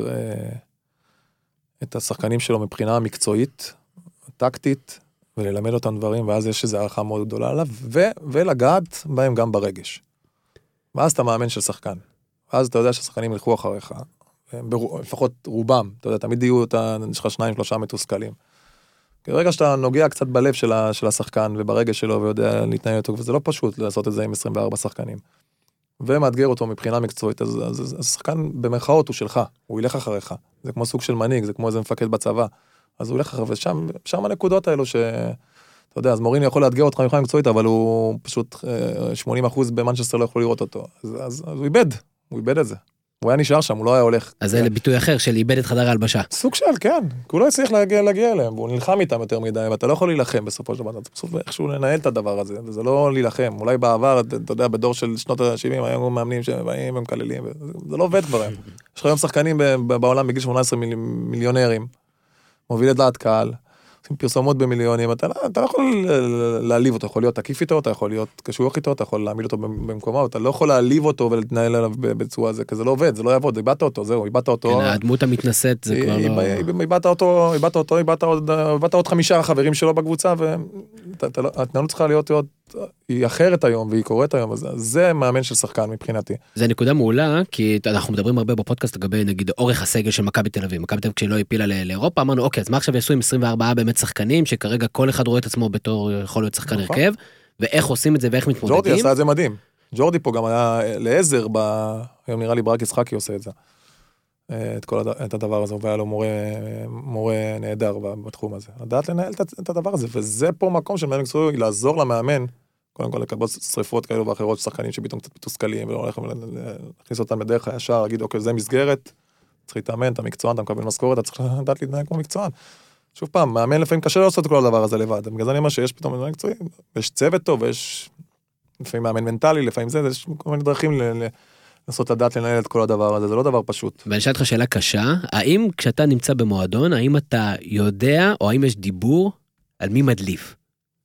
את השחקנים שלו מבחינה מקצועית, טקטית, וללמד אותם דברים, ואז יש איזו הערכה מאוד גדולה עליו, ולגעת בהם גם ברגש. ואז אתה מאמן של שחקן. ואז אתה יודע שהשחקנים ילכו אחריך, לפחות רובם, אתה יודע, תמיד יהיו יש לך 2-3 מתוסכלים. ברגע שאתה נוגע קצת בלב של השחקן, וברגש שלו, ויודע להתנהל אותו, וזה לא פשוט לעשות את זה עם 24 שחקנים. ומאתגר אותו מבחינה מקצועית, אז השחקן במרכאות הוא שלך, הוא ילך אחריך. זה כמו סוג של מנהיג, זה כמו איזה מפקד בצבא. אז הוא ילך אחריו, ושם הנקודות האלו אתה יודע, אז מוריני יכול לאתגר אותך מבחינה מקצועית, אבל הוא פשוט 80% במנצ'סטר לא יכול לראות אותו. אז הוא איבד את זה. הוא היה נשאר שם, הוא לא היה הולך. אז זה לביטוי אחר של איבד את חדר ההלבשה. סוג של, כן. כי הוא לא הצליח להגיע אליהם, והוא נלחם איתם יותר מדי, ואתה לא יכול להילחם בסופו של דבר. אתה בסוף איכשהו לנהל את הדבר הזה, וזה לא להילחם. אולי בעבר, אתה יודע, בדור של שנות ה-70, היו מאמנים שבאים ומקללים, זה לא עובד כבר. יש לך היום שחקנים בעולם בגיל 18 מיליונרים, מוביל את דעת קהל, עושים פרסומות במיליונים, אתה לא יכול להעליב אותו, יכול להיות תקיף איתו, אתה יכול להיות קשוח איתו, אתה יכול להעמיד אותו במקומו, אתה לא יכול להעליב אותו ולהתנהל עליו בצורה הזה, כי זה לא עובד, זה לא יעבוד, איבדת אותו, זהו, איבדת אותו. הדמות המתנשאת זה כבר לא... איבדת עוד 5 חברים שלו בקבוצה, והתנהלות צריכה להיות, היא אחרת היום, והיא קורית היום, אז זה מאמן של שחקן מבחינתי. זה נקודה מעולה, כי אנחנו מדברים הרבה בפודקאסט לגבי, נגיד, אורך הסגל של מכבי תל אביב. מכבי תל אביב כשלא הפילה לאירופה, אמרנו, אוקיי, אז מה עכשיו יעשו עם 24 באמת שחקנים, שכרגע כל אחד רואה את עצמו בתור יכול להיות שחקן הרכב, ואיך עושים את זה ואיך מתמודדים. ג'ורדי עשה את זה מדהים. ג'ורדי פה גם היה לעזר, היום נראה לי ברק יצחקי עושה את זה. את הדבר הזה, והיה לו מורה נהדר בתחום הזה. לדעת לנהל את הדבר הזה, וזה פה מקום של מאמן מקצועי, לעזור למאמן, קודם כל לקבל שריפות כאלו ואחרות, שחקנים שפתאום קצת מתוסכלים, ולא הולכים להכניס אותם בדרך הישר, להגיד, אוקיי, זה מסגרת, צריך להתאמן, אתה מקצוען, אתה מקבל משכורת, אתה צריך לדעת להתנהג כמו מקצוען. שוב פעם, מאמן לפעמים קשה לעשות את כל הדבר הזה לבד, בגלל זה אני אומר שיש פתאום מאמן מקצועי, יש צוות טוב, יש לפעמים מאמן מנטלי, לפעמים זה, יש כל מיני דרכים לנסות לדעת לנהל את כל הדבר הזה, זה לא דבר פשוט. ואני אשאל אותך שאלה קשה, האם כשאתה נמצא במועדון, האם אתה יודע, או האם יש דיבור על מי מדליף?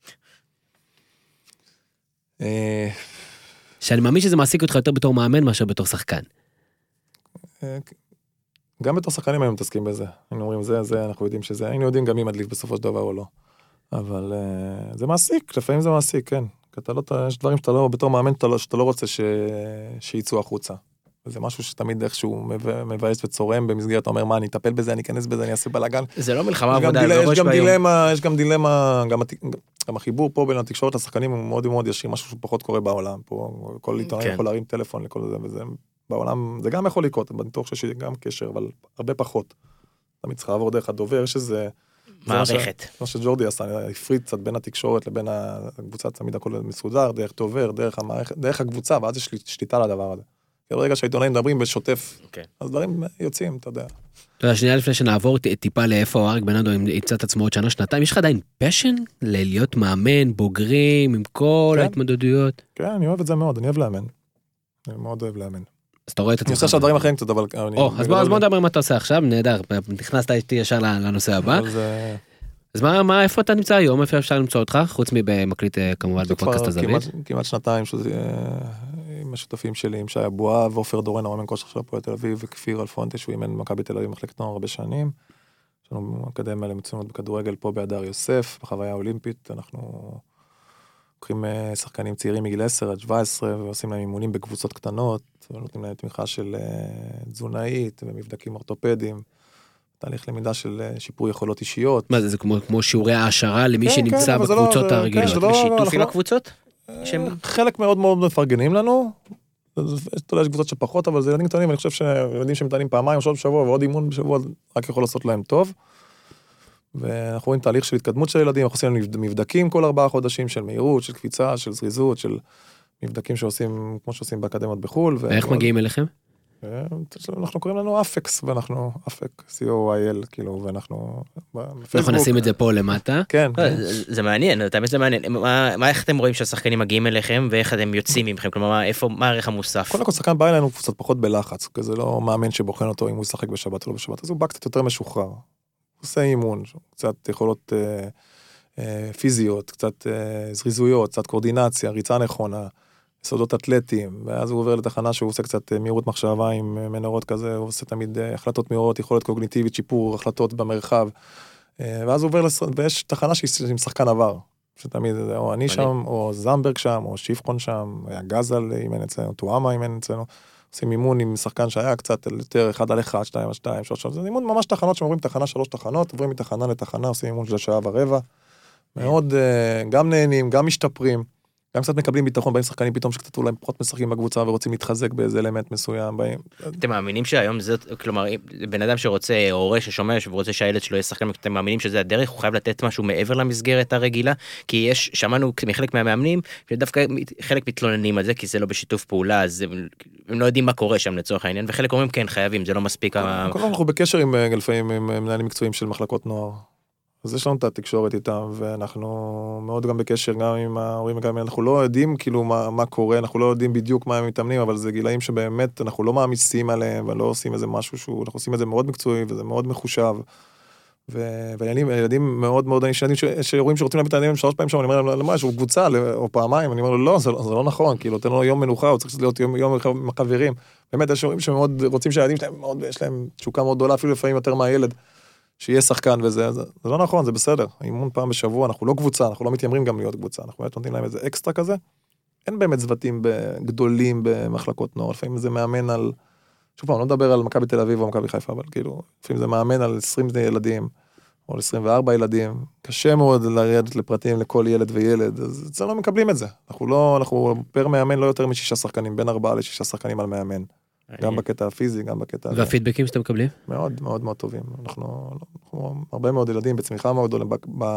שאני מאמין שזה מעסיק אותך יותר בתור מאמן מאשר בתור שחקן. גם בתור שחקנים היום מתעסקים בזה. היינו אומרים, זה, אנחנו יודעים שזה, היינו יודעים גם מי מדליף בסופו של דבר או לא. אבל זה מעסיק, לפעמים זה מעסיק, כן. יש דברים שאתה לא, בתור מאמן, שאתה לא רוצה שיצאו החוצה. וזה משהו שתמיד איכשהו מבאס וצורם במסגרת, אתה אומר, מה, אני אטפל בזה, אני אכנס בזה, אני אעשה בלגן. זה לא מלחמה עבודה, יש גם דילמה, גם החיבור פה בין התקשורת לשחקנים הוא מאוד מאוד ישיר, משהו שפחות קורה בעולם. פה כל עיתונאי יכול להרים טלפון לכל זה, וזה בעולם, זה גם יכול לקרות, בטוח שיש גם קשר, אבל הרבה פחות. תמיד צריך לעבור דרך הדובר, שזה... מערכת. כמו שג'ורדי עשה, הפריד קצת בין התקשורת לבין הקבוצה, תמיד הכל מסודר, דרך דובר, דרך המערכת, דרך הקבוצה, ואז יש שליטה לדבר הזה. ברגע שהעיתונאים מדברים בשוטף, אוקיי. אז דברים יוצאים, אתה יודע. אתה יודע, שנייה לפני שנעבור טיפה לאיפה אריק בנאדו ימצא את עצמו עוד שנה, שנתיים, יש לך עדיין פשן להיות מאמן, בוגרים, עם כל ההתמודדויות? כן, אני אוהב את זה מאוד, אני אוהב לאמן. אני מאוד אוהב לאמן. אז אתה רואה את אני עצמך. עושה שהדברים אחרים קצת, אבל... אז בוא נדבר מה אתה עושה עכשיו, נהדר, נכנסת איתי ישר לנושא הבא. אז איפה אתה נמצא היום, איפה אפשר למצוא אותך, חוץ מבמקליט כמובן בפודקאסט הזווית? כמעט שנתיים עם השותפים שלי, עם שי אבואב, ועופר דורן, המאמן כושר של הפועל תל אביב, וכפיר אלפונטה, שהוא אימן במכבי תל אביב, מחלקת נוער הרבה שנים. יש לנו אקדמיה למצוינות בכדורגל פה בהדר יוסף, בחוויה האולימפית, אנחנו לוקחים שחקנים צעירים מגיל 10 עד 17, ועושים להם אימונים בקבוצות קטנות, ונותנים להם תמיכה של תזונאית, ומבדקים אורתופדיים, תהליך למידה של שיפור יכולות אישיות. מה זה כמו שיעורי העשרה למי שנמצא בקבוצות הרגילות? בשיתוף עם הקבוצות? חלק מאוד מאוד מפרגנים לנו, יש קבוצות שפחות, אבל זה ילדים קטנים, ואני חושב שילדים שמתאמנים פעמיים או שלוש בשבוע, ועוד אימון בשבוע, רק יכול לעשות להם טוב. ואנחנו רואים תהליך של התקדמות של ילדים, אנחנו עושים מבדקים כל 4 חודשים של מהירות, של קפיצה, של זריזות, של מבדקים שעושים, כמו שעושים באקדמיות בחול. ואיך מגיעים אליכם? אנחנו קוראים לנו אפקס, ואנחנו אפק, C-O-I-L, כאילו, ואנחנו... אנחנו נשים את זה פה למטה. כן. זה מעניין, זה מעניין. איך אתם רואים שהשחקנים מגיעים אליכם, ואיך אתם יוצאים ממכם? כלומר, מה הערך המוסף? קודם כל, שחקן בא אלינו קצת פחות בלחץ, כי זה לא מאמן שבוחן אותו אם הוא ישחק בשבת או לא בשבת, אז הוא בא קצת יותר משוחרר. הוא עושה אימון, קצת יכולות פיזיות, קצת זריזויות, קצת קואורדינציה, ריצה נכונה, יסודות אתלטיים, ואז הוא עובר לתחנה שהוא עושה קצת מהירות מחשבה עם מנורות כזה, הוא עושה תמיד החלטות מהירות, יכולת קוגניטיבית, שיפור החלטות במרחב, ואז הוא עובר, ויש תחנה שהיא עם שחקן עבר, שתמיד, או אני שם, או זמברג שם, או שיפחון שם, היה גזל אימן אצלנו, טועמה אימן אצלנו, עושים אימון עם שחקן שהיה קצת יותר 1 על 1, 2 על 2, 3, זה אימון ממש תחנות שעוברים תחנה 3 תחנות, עוברים מתחנה לתחנה, עושים אימון של שעה ורבע, מאוד גם נהנים, גם משתפרים, גם קצת מקבלים ביטחון, באים שחקנים פתאום שקצת אולי פחות משחקים בקבוצה ורוצים להתחזק באיזה אלמנט מסוים. אתם מאמינים שהיום זה, כלומר, בן אדם שרוצה, או הורה ששומע ורוצה שהילד שלו יהיה שחקן, אתם מאמינים שזה הדרך, הוא חייב לתת משהו מעבר למסגרת הרגילה? כי שמענו מחלק מהמאמנים, שדווקא חלק מתלוננים על זה, כי זה לא בשיתוף פעולה, אז הם לא יודעים מה קורה שם לצורך העניין, וחלק אומרים כן, חייבים, זה לא מספיק. אנחנו בקשר עם מנהלים מקצועיים של מחלקות נוער. אז יש לנו את התקשורת איתם, ואנחנו מאוד גם בקשר, גם עם ההורים, גם אנחנו לא יודעים כאילו מה קורה, אנחנו לא יודעים בדיוק מה הם מתאמנים, אבל זה גילאים שבאמת אנחנו לא מאמיסים עליהם, ולא עושים איזה משהו אנחנו עושים את זה מאוד מקצועי, וזה מאוד מחושב, וילדים מאוד מאוד, יש ילדים שרואים שרוצים להביא את הילדים 3 פעמים שם, אני אומר להם, למה, יש לו קבוצה, או פעמיים, אני אומר לו, לא, זה לא נכון, כאילו, תן לו יום מנוחה, הוא צריך להיות יום עם החברים, באמת, יש הורים שמאוד רוצים שהילדים שלהם, יש להם תשוקה מאוד גדולה, אפילו לפעמים יותר מהילד. שיהיה שחקן וזה, זה לא נכון, זה בסדר. אימון פעם בשבוע, אנחנו לא קבוצה, אנחנו לא מתיימרים גם להיות קבוצה, אנחנו באמת נותנים להם איזה אקסטרה כזה. אין באמת צוותים גדולים במחלקות נוער, לפעמים זה מאמן על, שוב פעם, לא מדבר על מכבי תל אביב או מכבי חיפה, אבל כאילו, לפעמים זה מאמן על 20 ילדים, או 24 ילדים, קשה מאוד לרדת לפרטים לכל ילד וילד, אז זה לא מקבלים את זה. אנחנו פר מאמן לא יותר מ6 שחקנים, בין 4 ל6 שחקנים על מאמן. גם בקטע הפיזי, גם בקטע... והפידבקים שאתם מקבלים? מאוד, מאוד, מאוד טובים. אנחנו הרבה מאוד ילדים בצמיחה מאוד גדולה,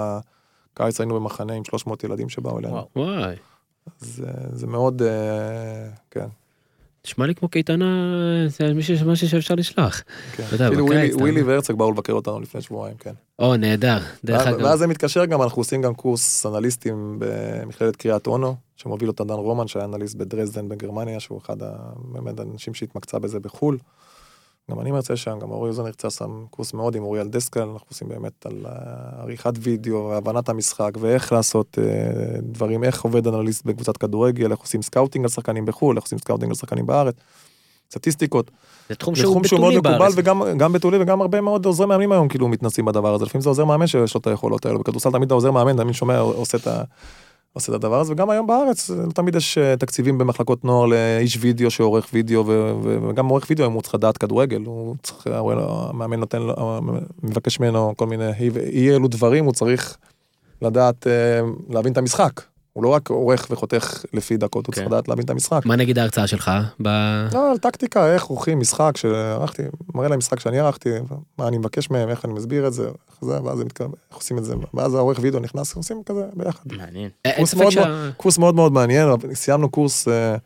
בקיץ היינו במחנה עם 300 ילדים שבאו אלינו. וואי. זה מאוד, כן. תשמע לי כמו קייטנה, זה משהו שאפשר לשלוח. אפילו ווילי והרצג באו לבקר אותנו לפני שבועיים, כן. או, נהדר. ואז זה מתקשר גם, אנחנו עושים גם קורס אנליסטים במכללת קריית אונו, שמוביל אותה דן רומן, שהיה אנליסט בדרזדן בגרמניה, שהוא אחד האנשים שהתמקצע בזה בחול. גם אני מרצה שם, גם אורי יוזן הרצה שם קורס מאוד עם אוריאל דסקל, אנחנו עושים באמת על עריכת וידאו, הבנת המשחק, ואיך לעשות דברים, איך עובד אנליסט בקבוצת כדורגל, איך עושים סקאוטינג על שחקנים בחול, איך עושים סקאוטינג על שחקנים בארץ, סטטיסטיקות. זה תחום שהוא בתולי בארץ. וגם בתולי, וגם הרבה מאוד עוזרי מאמנים היום כאילו מתנסים בדבר הזה, לפעמים זה עוזר מאמן שיש לו את היכולות האלו, בכדורסל תמיד העוזר מאמן, תמיד שומע, עושה את הדבר הזה, וגם היום בארץ, תמיד יש תקציבים במחלקות נוער לאיש וידאו שעורך וידאו, וגם עורך וידאו, אם הוא צריך לדעת כדורגל, הוא צריך, המאמן נותן לו, מבקש ממנו כל מיני, יהיה אלו דברים, הוא צריך לדעת, להבין את המשחק. הוא לא רק עורך וחותך לפי דקות, הוא צריך לדעת להבין את המשחק. מה נגיד ההרצאה שלך? לא, על טקטיקה, איך עורכים משחק שערכתי, מראה להם משחק שאני ערכתי, מה אני מבקש מהם, איך אני מסביר את זה, ואז איך עושים את זה, ואז העורך וידאו נכנס, עושים כזה ביחד. מעניין. קורס מאוד מאוד מעניין, סיימנו קורס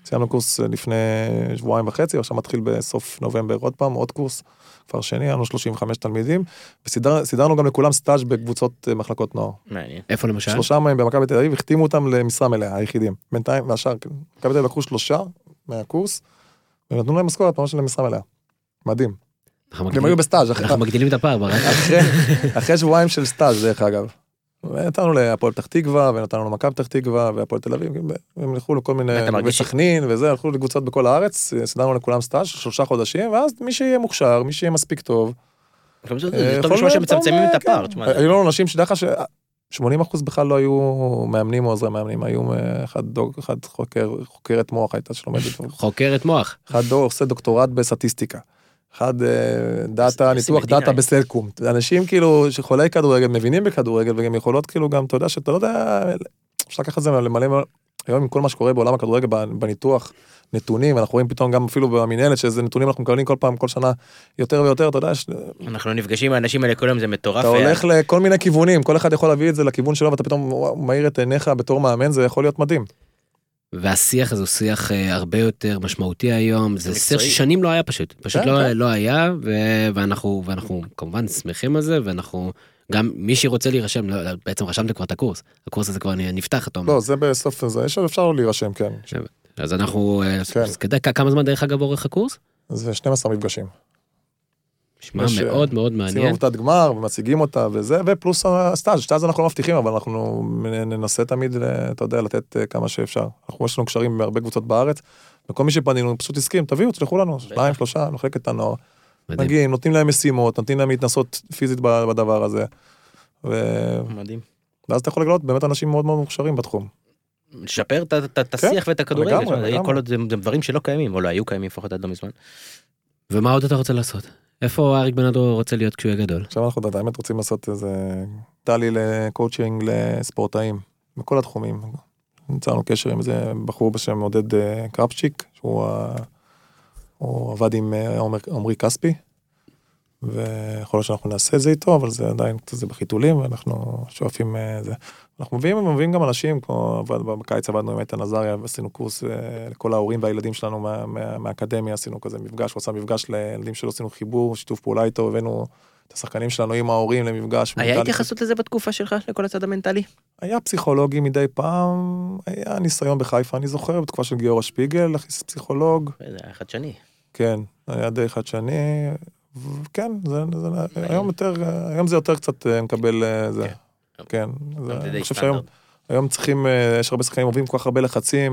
סיימנו קורס לפני 2.5 שבועות, עכשיו מתחיל בסוף נובמבר עוד פעם, עוד קורס, כבר שני, היה לנו 35 תלמידים, וסידרנו גם לכולם סטאז' בקבוצות מחלקות נוער. מעניין. איפה למשל? 3 מהם במכבי תל אביב, החתימו אותם למשרה מלאה, היחידים. בינתיים, והשאר, מכבי תל אביב לקחו 3 מהקורס, ונתנו להם משכורת ממש למשרה מלאה. מדהים. הם היו בסטאז'. אנחנו מגדילים את הפער, ברק. אחרי שבועיים של סטאז', דרך אגב. ונתנו להפועל פתח תקווה, ונתנו למכבי פתח תקווה, והפועל תל אביב, הם הלכו לכל מיני, וסכנין, וזה, הלכו לקבוצות בכל הארץ, סידרנו לכולם סטאז' 3 חודשים, ואז מי שיהיה מוכשר, מי שיהיה מספיק טוב. זה טוב לשמוע שמצמצמים את הפער. היו לנו אנשים שדרך כלל 80% בכלל לא היו מאמנים או עוזרי מאמנים, היו אחד חוקרת מוח, הייתה שלומדת. חוקרת מוח. אחד עושה דוקטורט בסטטיסטיקה. אחד דאטה, ניתוח דאטה בסלקום. אנשים כאילו שחולי כדורגל, מבינים בכדורגל, וגם יכולות כאילו גם, אתה יודע שאתה לא יודע, אפשר לקחת את זה למלא, היום עם כל מה שקורה בעולם הכדורגל, בניתוח נתונים, אנחנו רואים פתאום גם אפילו במנהלת, שזה נתונים אנחנו מקבלים כל פעם, כל שנה יותר ויותר, אתה יודע. אנחנו נפגשים עם האנשים האלה כל יום, זה מטורף. אתה הולך לכל מיני כיוונים, כל אחד יכול להביא את זה לכיוון שלו, ואתה פתאום מאיר את עיניך בתור מאמן, זה יכול להיות מדהים. והשיח הזה הוא שיח הרבה יותר משמעותי היום, זה שיח ששנים לא היה פשוט לא היה, ואנחנו כמובן שמחים על זה, ואנחנו גם מי שרוצה להירשם, בעצם רשמתם כבר את הקורס הזה כבר נפתח, אתה אומר. לא, זה בסוף זה, אפשר להירשם, כן. אז אנחנו, כמה זמן דרך אגב אורך הקורס? זה 12 מפגשים. נשמע מאוד מאוד מעניין. עושים עבודת גמר ומציגים אותה וזה, ופלוס הסטאז' אנחנו לא מבטיחים, אבל אנחנו ננסה תמיד, אתה יודע, לתת כמה שאפשר. יש לנו קשרים בהרבה קבוצות בארץ, וכל מי שפנינו פשוט הסכים, תביאו, תשלחו לנו, 2, 3, מחלקת הנוער. מגיעים, נותנים להם משימות, נותנים להם להתנסות פיזית בדבר הזה. מדהים. ואז אתה יכול לגלות באמת אנשים מאוד מאוד מוכשרים בתחום. לשפר את השיח ואת הכדורגל, כל עוד זה דברים שלא קיימים, או לא היו קיימים לפחות עד לא מזמן. ומה עוד אתה רוצה לעשות? איפה אריק בנאדו רוצה להיות כשהוא יהיה גדול? עכשיו אנחנו באמת רוצים לעשות איזה טלי לקואוצ'ינג לספורטאים, בכל התחומים. נמצאנו קשר עם איזה בחור בשם עודד קרפצ'יק, שהוא עבד עם עומרי כספי, ויכול להיות שאנחנו נעשה את זה איתו, אבל זה עדיין קצת בחיתולים, ואנחנו שואפים זה. אנחנו מביאים גם אנשים, כמו בקיץ עבדנו עם איתן עזריה, ועשינו קורס לכל ההורים והילדים שלנו מהאקדמיה, עשינו כזה מפגש, הוא עשה מפגש לילדים שלו, עשינו חיבור, שיתוף פעולה איתו, הבאנו את השחקנים שלנו עם ההורים למפגש. היה התייחסות לזה בתקופה שלך, לכל הצד המנטלי? היה פסיכולוגי מדי פעם, היה ניסיון בחיפה, אני זוכר, בתקופה של גיורא שפיגל, להכניס פסיכולוג. זה היה חדשני. כן, היה די חדשני, כן, היום זה יותר קצת מקבל זה. כן, אני חושב שהיום צריכים, יש הרבה שחקנים עוברים כל כך הרבה לחצים,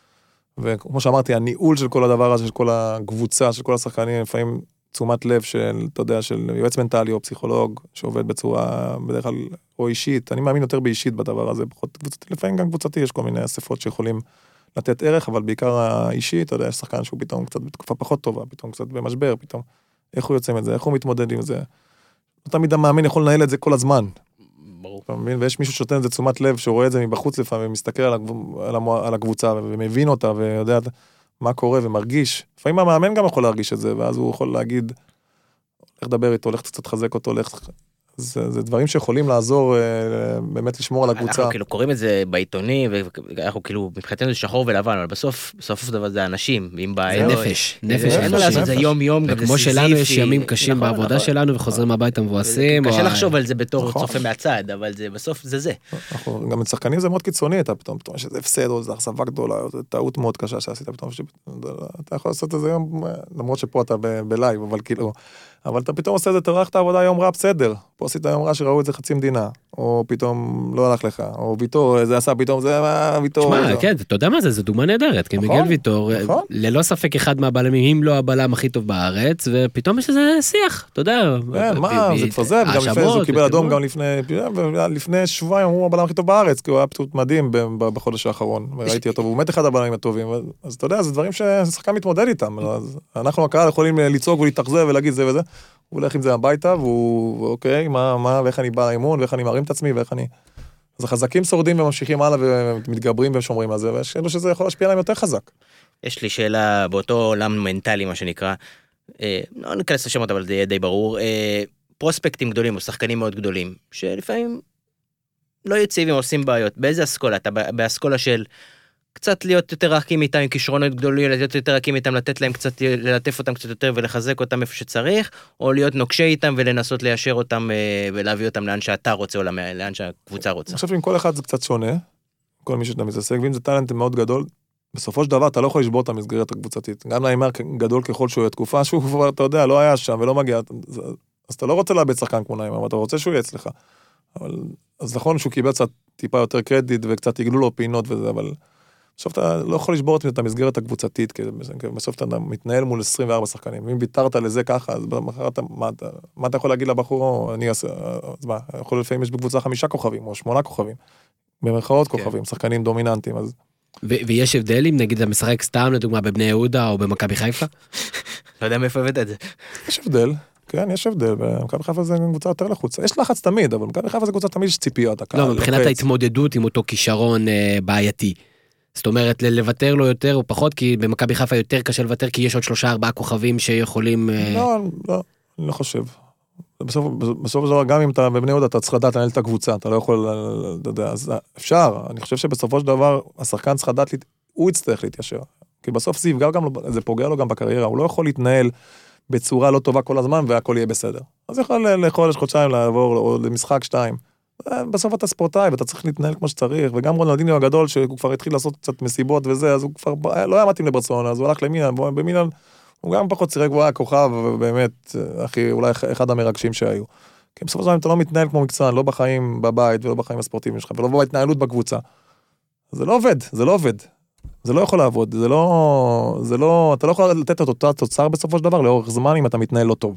וכמו שאמרתי, הניהול של כל הדבר הזה, של כל הקבוצה, של כל השחקנים, לפעמים תשומת לב של, אתה יודע, של יועץ מנטלי או פסיכולוג, שעובד בצורה בדרך כלל, או אישית, אני מאמין יותר באישית בדבר הזה, פחות קבוצתי, לפעמים גם קבוצתי, יש כל מיני אספות שיכולים לתת ערך, אבל בעיקר האישי, אתה יודע, יש שחקן שהוא פתאום קצת בתקופה פחות טובה, פתאום קצת במשבר, פתאום, איך הוא יוצא מזה, איך הוא מתמודד עם זה. לא תמיד המאמין יכול לנהל את זה כל הזמן. ברור. ויש מישהו שנותן את זה תשומת לב, שרואה את זה מבחוץ לפעמים, ומסתכל על הקבוצה, ומבין אותה, ויודע מה קורה, ומרגיש. לפעמים המאמן גם יכול להרגיש את זה, ואז הוא יכול להגיד, איך לדבר איתו, איך קצת חזק אותו, זה דברים שיכולים לעזור, באמת לשמור על הקבוצה. אנחנו כאילו קוראים את זה בעיתונים, ואנחנו כאילו, מבחינתנו זה שחור ולבן, אבל בסוף דבר זה אנשים, ואם בעיה... נפש. אין מה לעשות, זה יום, וכמו שלנו יש ימים קשים בעבודה שלנו, וחוזרים הביתה מבואסים. קשה לחשוב על זה בתור צופה מהצד, אבל בסוף זה. גם לשחקנים זה מאוד קיצוני, אתה פתאום שזה הפסד, או זה אכזבה גדולה, או זה טעות מאוד קשה שעשית פתאום, אתה יכול לעשות את זה יום, למרות שפה אתה בלייב, אבל כאילו, אבל אתה פתאום עושה את זה, תרח את העבודה יום רע, בסדר. פה עשית יום רע שראו את זה חצי מדינה, או פתאום לא הלך לך, או ויתור, זה עשה פתאום, זה מה ויתור. שמע, כן, אתה יודע מה זה, זו דוגמה נהדרת, כי מיגל ויתור, ללא ספק אחד מהבלמים, אם לא הבלם הכי טוב בארץ, ופתאום יש איזה שיח, אתה יודע. כן, מה, זה תפזב, גם לפני, הוא קיבל אדום, גם לפני שבועיים, הוא הבלם הכי טוב בארץ, כי הוא היה פשוט מדהים בחודש האחרון, וראיתי אותו, והוא מת אחד הבלמים הטובים, אז אתה יודע, זה דברים ששחקן מתמודד איתם, אנחנו הקהל יכולים לצעוק ולהתאכזב ולהגיד זה וזה, הוא הולך עם זה הביתה, והוא, אוקיי, ואיך אני בא לאימון, ואיך אני מרים את עצמי, ואיך אני... אז החזקים שורדים וממשיכים הלאה, ומתגברים ושומרים על זה, ויש לנו שזה יכול להשפיע עליהם יותר חזק. יש לי שאלה באותו עולם מנטלי, מה שנקרא, לא ניכנס לשמות, אבל זה יהיה די ברור, פרוספקטים גדולים, או שחקנים מאוד גדולים, שלפעמים לא יציבים, עושים בעיות. באיזה אסכולה? אתה באסכולה של קצת להיות יותר רכים איתם, עם כישרונות גדולים, להיות יותר רכים איתם, לתת להם קצת, ללטף אותם קצת יותר ולחזק אותם איפה שצריך, או להיות נוקשה איתם ולנסות ליישר אותם ולהביא אותם לאן שאתה רוצה, או לאן שהקבוצה רוצה. אני חושב שעם כל אחד זה קצת שונה, כל מי שאתה מתעסק, ואם זה טלנט מאוד גדול, בסופו של דבר אתה לא יכול לשבור את המסגרת הקבוצתית. גם לאמר גדול ככל שהוא תקופה שהוא כבר, אתה יודע, לא היה שם ולא מגיע, אז אתה לא רוצה לאבד שחקן כמו נאמר, אבל אתה רוצה שהוא יהיה אצלך. אז נכון שהוא קיבל קצת טיפה יותר קרדיט וקצת יגלו לו פינות וזה, אבל בסוף אתה לא יכול לשבור את המסגרת הקבוצתית, כי בסוף אתה מתנהל מול 24 שחקנים. אם ביטרת לזה ככה, אז במחר מה אתה יכול להגיד לבחור? אני אעשה, אז מה, יכול לפעמים יש בקבוצה 5 כוכבים או 8 כוכבים, במרכאות כוכבים, שחקנים דומיננטיים, אז... ויש הבדל אם נגיד המשחק סתם לדוגמה בבני יהודה או במכבי חיפה? לא יודע מאיפה הבאת את זה. יש הבדל, כן, יש הבדל, במכבי חיפה זה קבוצה יותר לחוצה, יש לחץ תמיד, אבל במכבי חיפה זה קבוצה תמיד יש ציפיות. לא, מבחינת ההתמודדות עם אותו כישרון בעייתי. זאת אומרת, לוותר לו יותר או פחות, כי במכבי חיפה יותר קשה לוותר, כי יש עוד 3-4 כוכבים שיכולים... לא, אני לא חושב. בסוף של דבר, גם אם אתה בבני יהודה, אתה צריך לדעת לנהל את הקבוצה, אתה לא יכול, אתה יודע, אז אפשר, אני חושב שבסופו של דבר, השחקן צריך לדעת, הוא יצטרך להתיישר. כי בסוף זה יפגע גם, זה פוגע לו גם בקריירה, הוא לא יכול להתנהל בצורה לא טובה כל הזמן, והכל יהיה בסדר. אז יכול לחודש, חודשיים לעבור, או למשחק 2. בסוף אתה ספורטאי, ואתה צריך להתנהל כמו שצריך, וגם רונלדיניו הגדול, שהוא כבר התחיל לעשות קצת מסיבות וזה, אז הוא כבר לא היה מתאים לברצלונה, אז הוא הלך למילאן, במילאן הוא גם פחות צירק, הוא היה כוכב, ובאמת, אחי, אולי אחד המרגשים שהיו. כי בסוף הזמן אתה לא מתנהל כמו מקצוען, לא בחיים בבית, ולא בחיים הספורטיביים שלך, ולא בהתנהלות בקבוצה. זה לא עובד, זה לא עובד. זה לא יכול לעבוד, זה לא, אתה לא יכול לתת את אותה תוצר בסופו של דבר, לאורך זמן, אם אתה מתנהל לא טוב.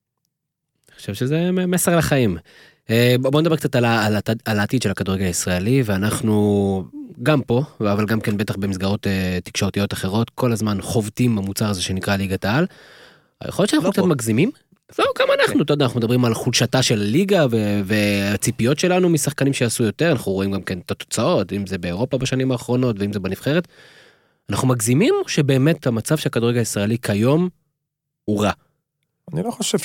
אני חושב שזה מסר לחיים. בוא נדבר קצת על העתיד של הכדורגל הישראלי, ואנחנו גם פה, אבל גם כן בטח במסגרות תקשורתיות אחרות, כל הזמן חובטים במוצר הזה שנקרא ליגת העל. יכול להיות שאנחנו קצת מגזימים? לא, גם אנחנו, אתה יודע, אנחנו מדברים על חולשתה של הליגה, והציפיות שלנו משחקנים שיעשו יותר, אנחנו רואים גם כן את התוצאות, אם זה באירופה בשנים האחרונות, ואם זה בנבחרת. אנחנו מגזימים, או שבאמת המצב של הכדורגל הישראלי כיום הוא רע? אני לא חושב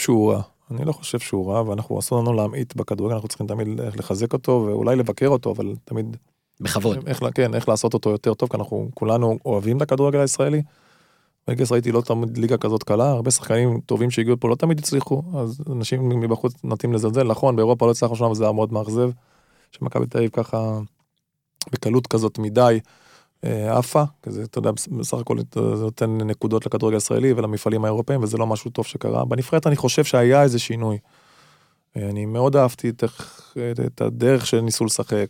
שהוא רע, ואנחנו עשו לנו להמעיט בכדורגל, אנחנו צריכים תמיד לחזק אותו, ואולי לבקר אותו, אבל תמיד... בכבוד. איך לעשות אותו יותר טוב, כי אנחנו כולנו אוהבים את הכדורגל הישראלי. ליגה ישראלית היא לא תמיד ליגה כזאת קלה, הרבה שחקנים טובים שהגיעו פה לא תמיד הצליחו, אז אנשים מבחוץ נוטים לזלזל, נכון, באירופה לא הצליחו שם, וזה היה מאוד מאכזב, שמכבי תל אביב ככה, בקלות כזאת מדי, עפה, כזה, אתה יודע, בסך הכל זה נותן נקודות לכדורגל הישראלי ולמפעלים האירופאים, וזה לא משהו טוב שקרה. בנבחרת אני חושב שהיה איזה שינוי. אני מאוד אהבתי את הדרך שניסו לשחק,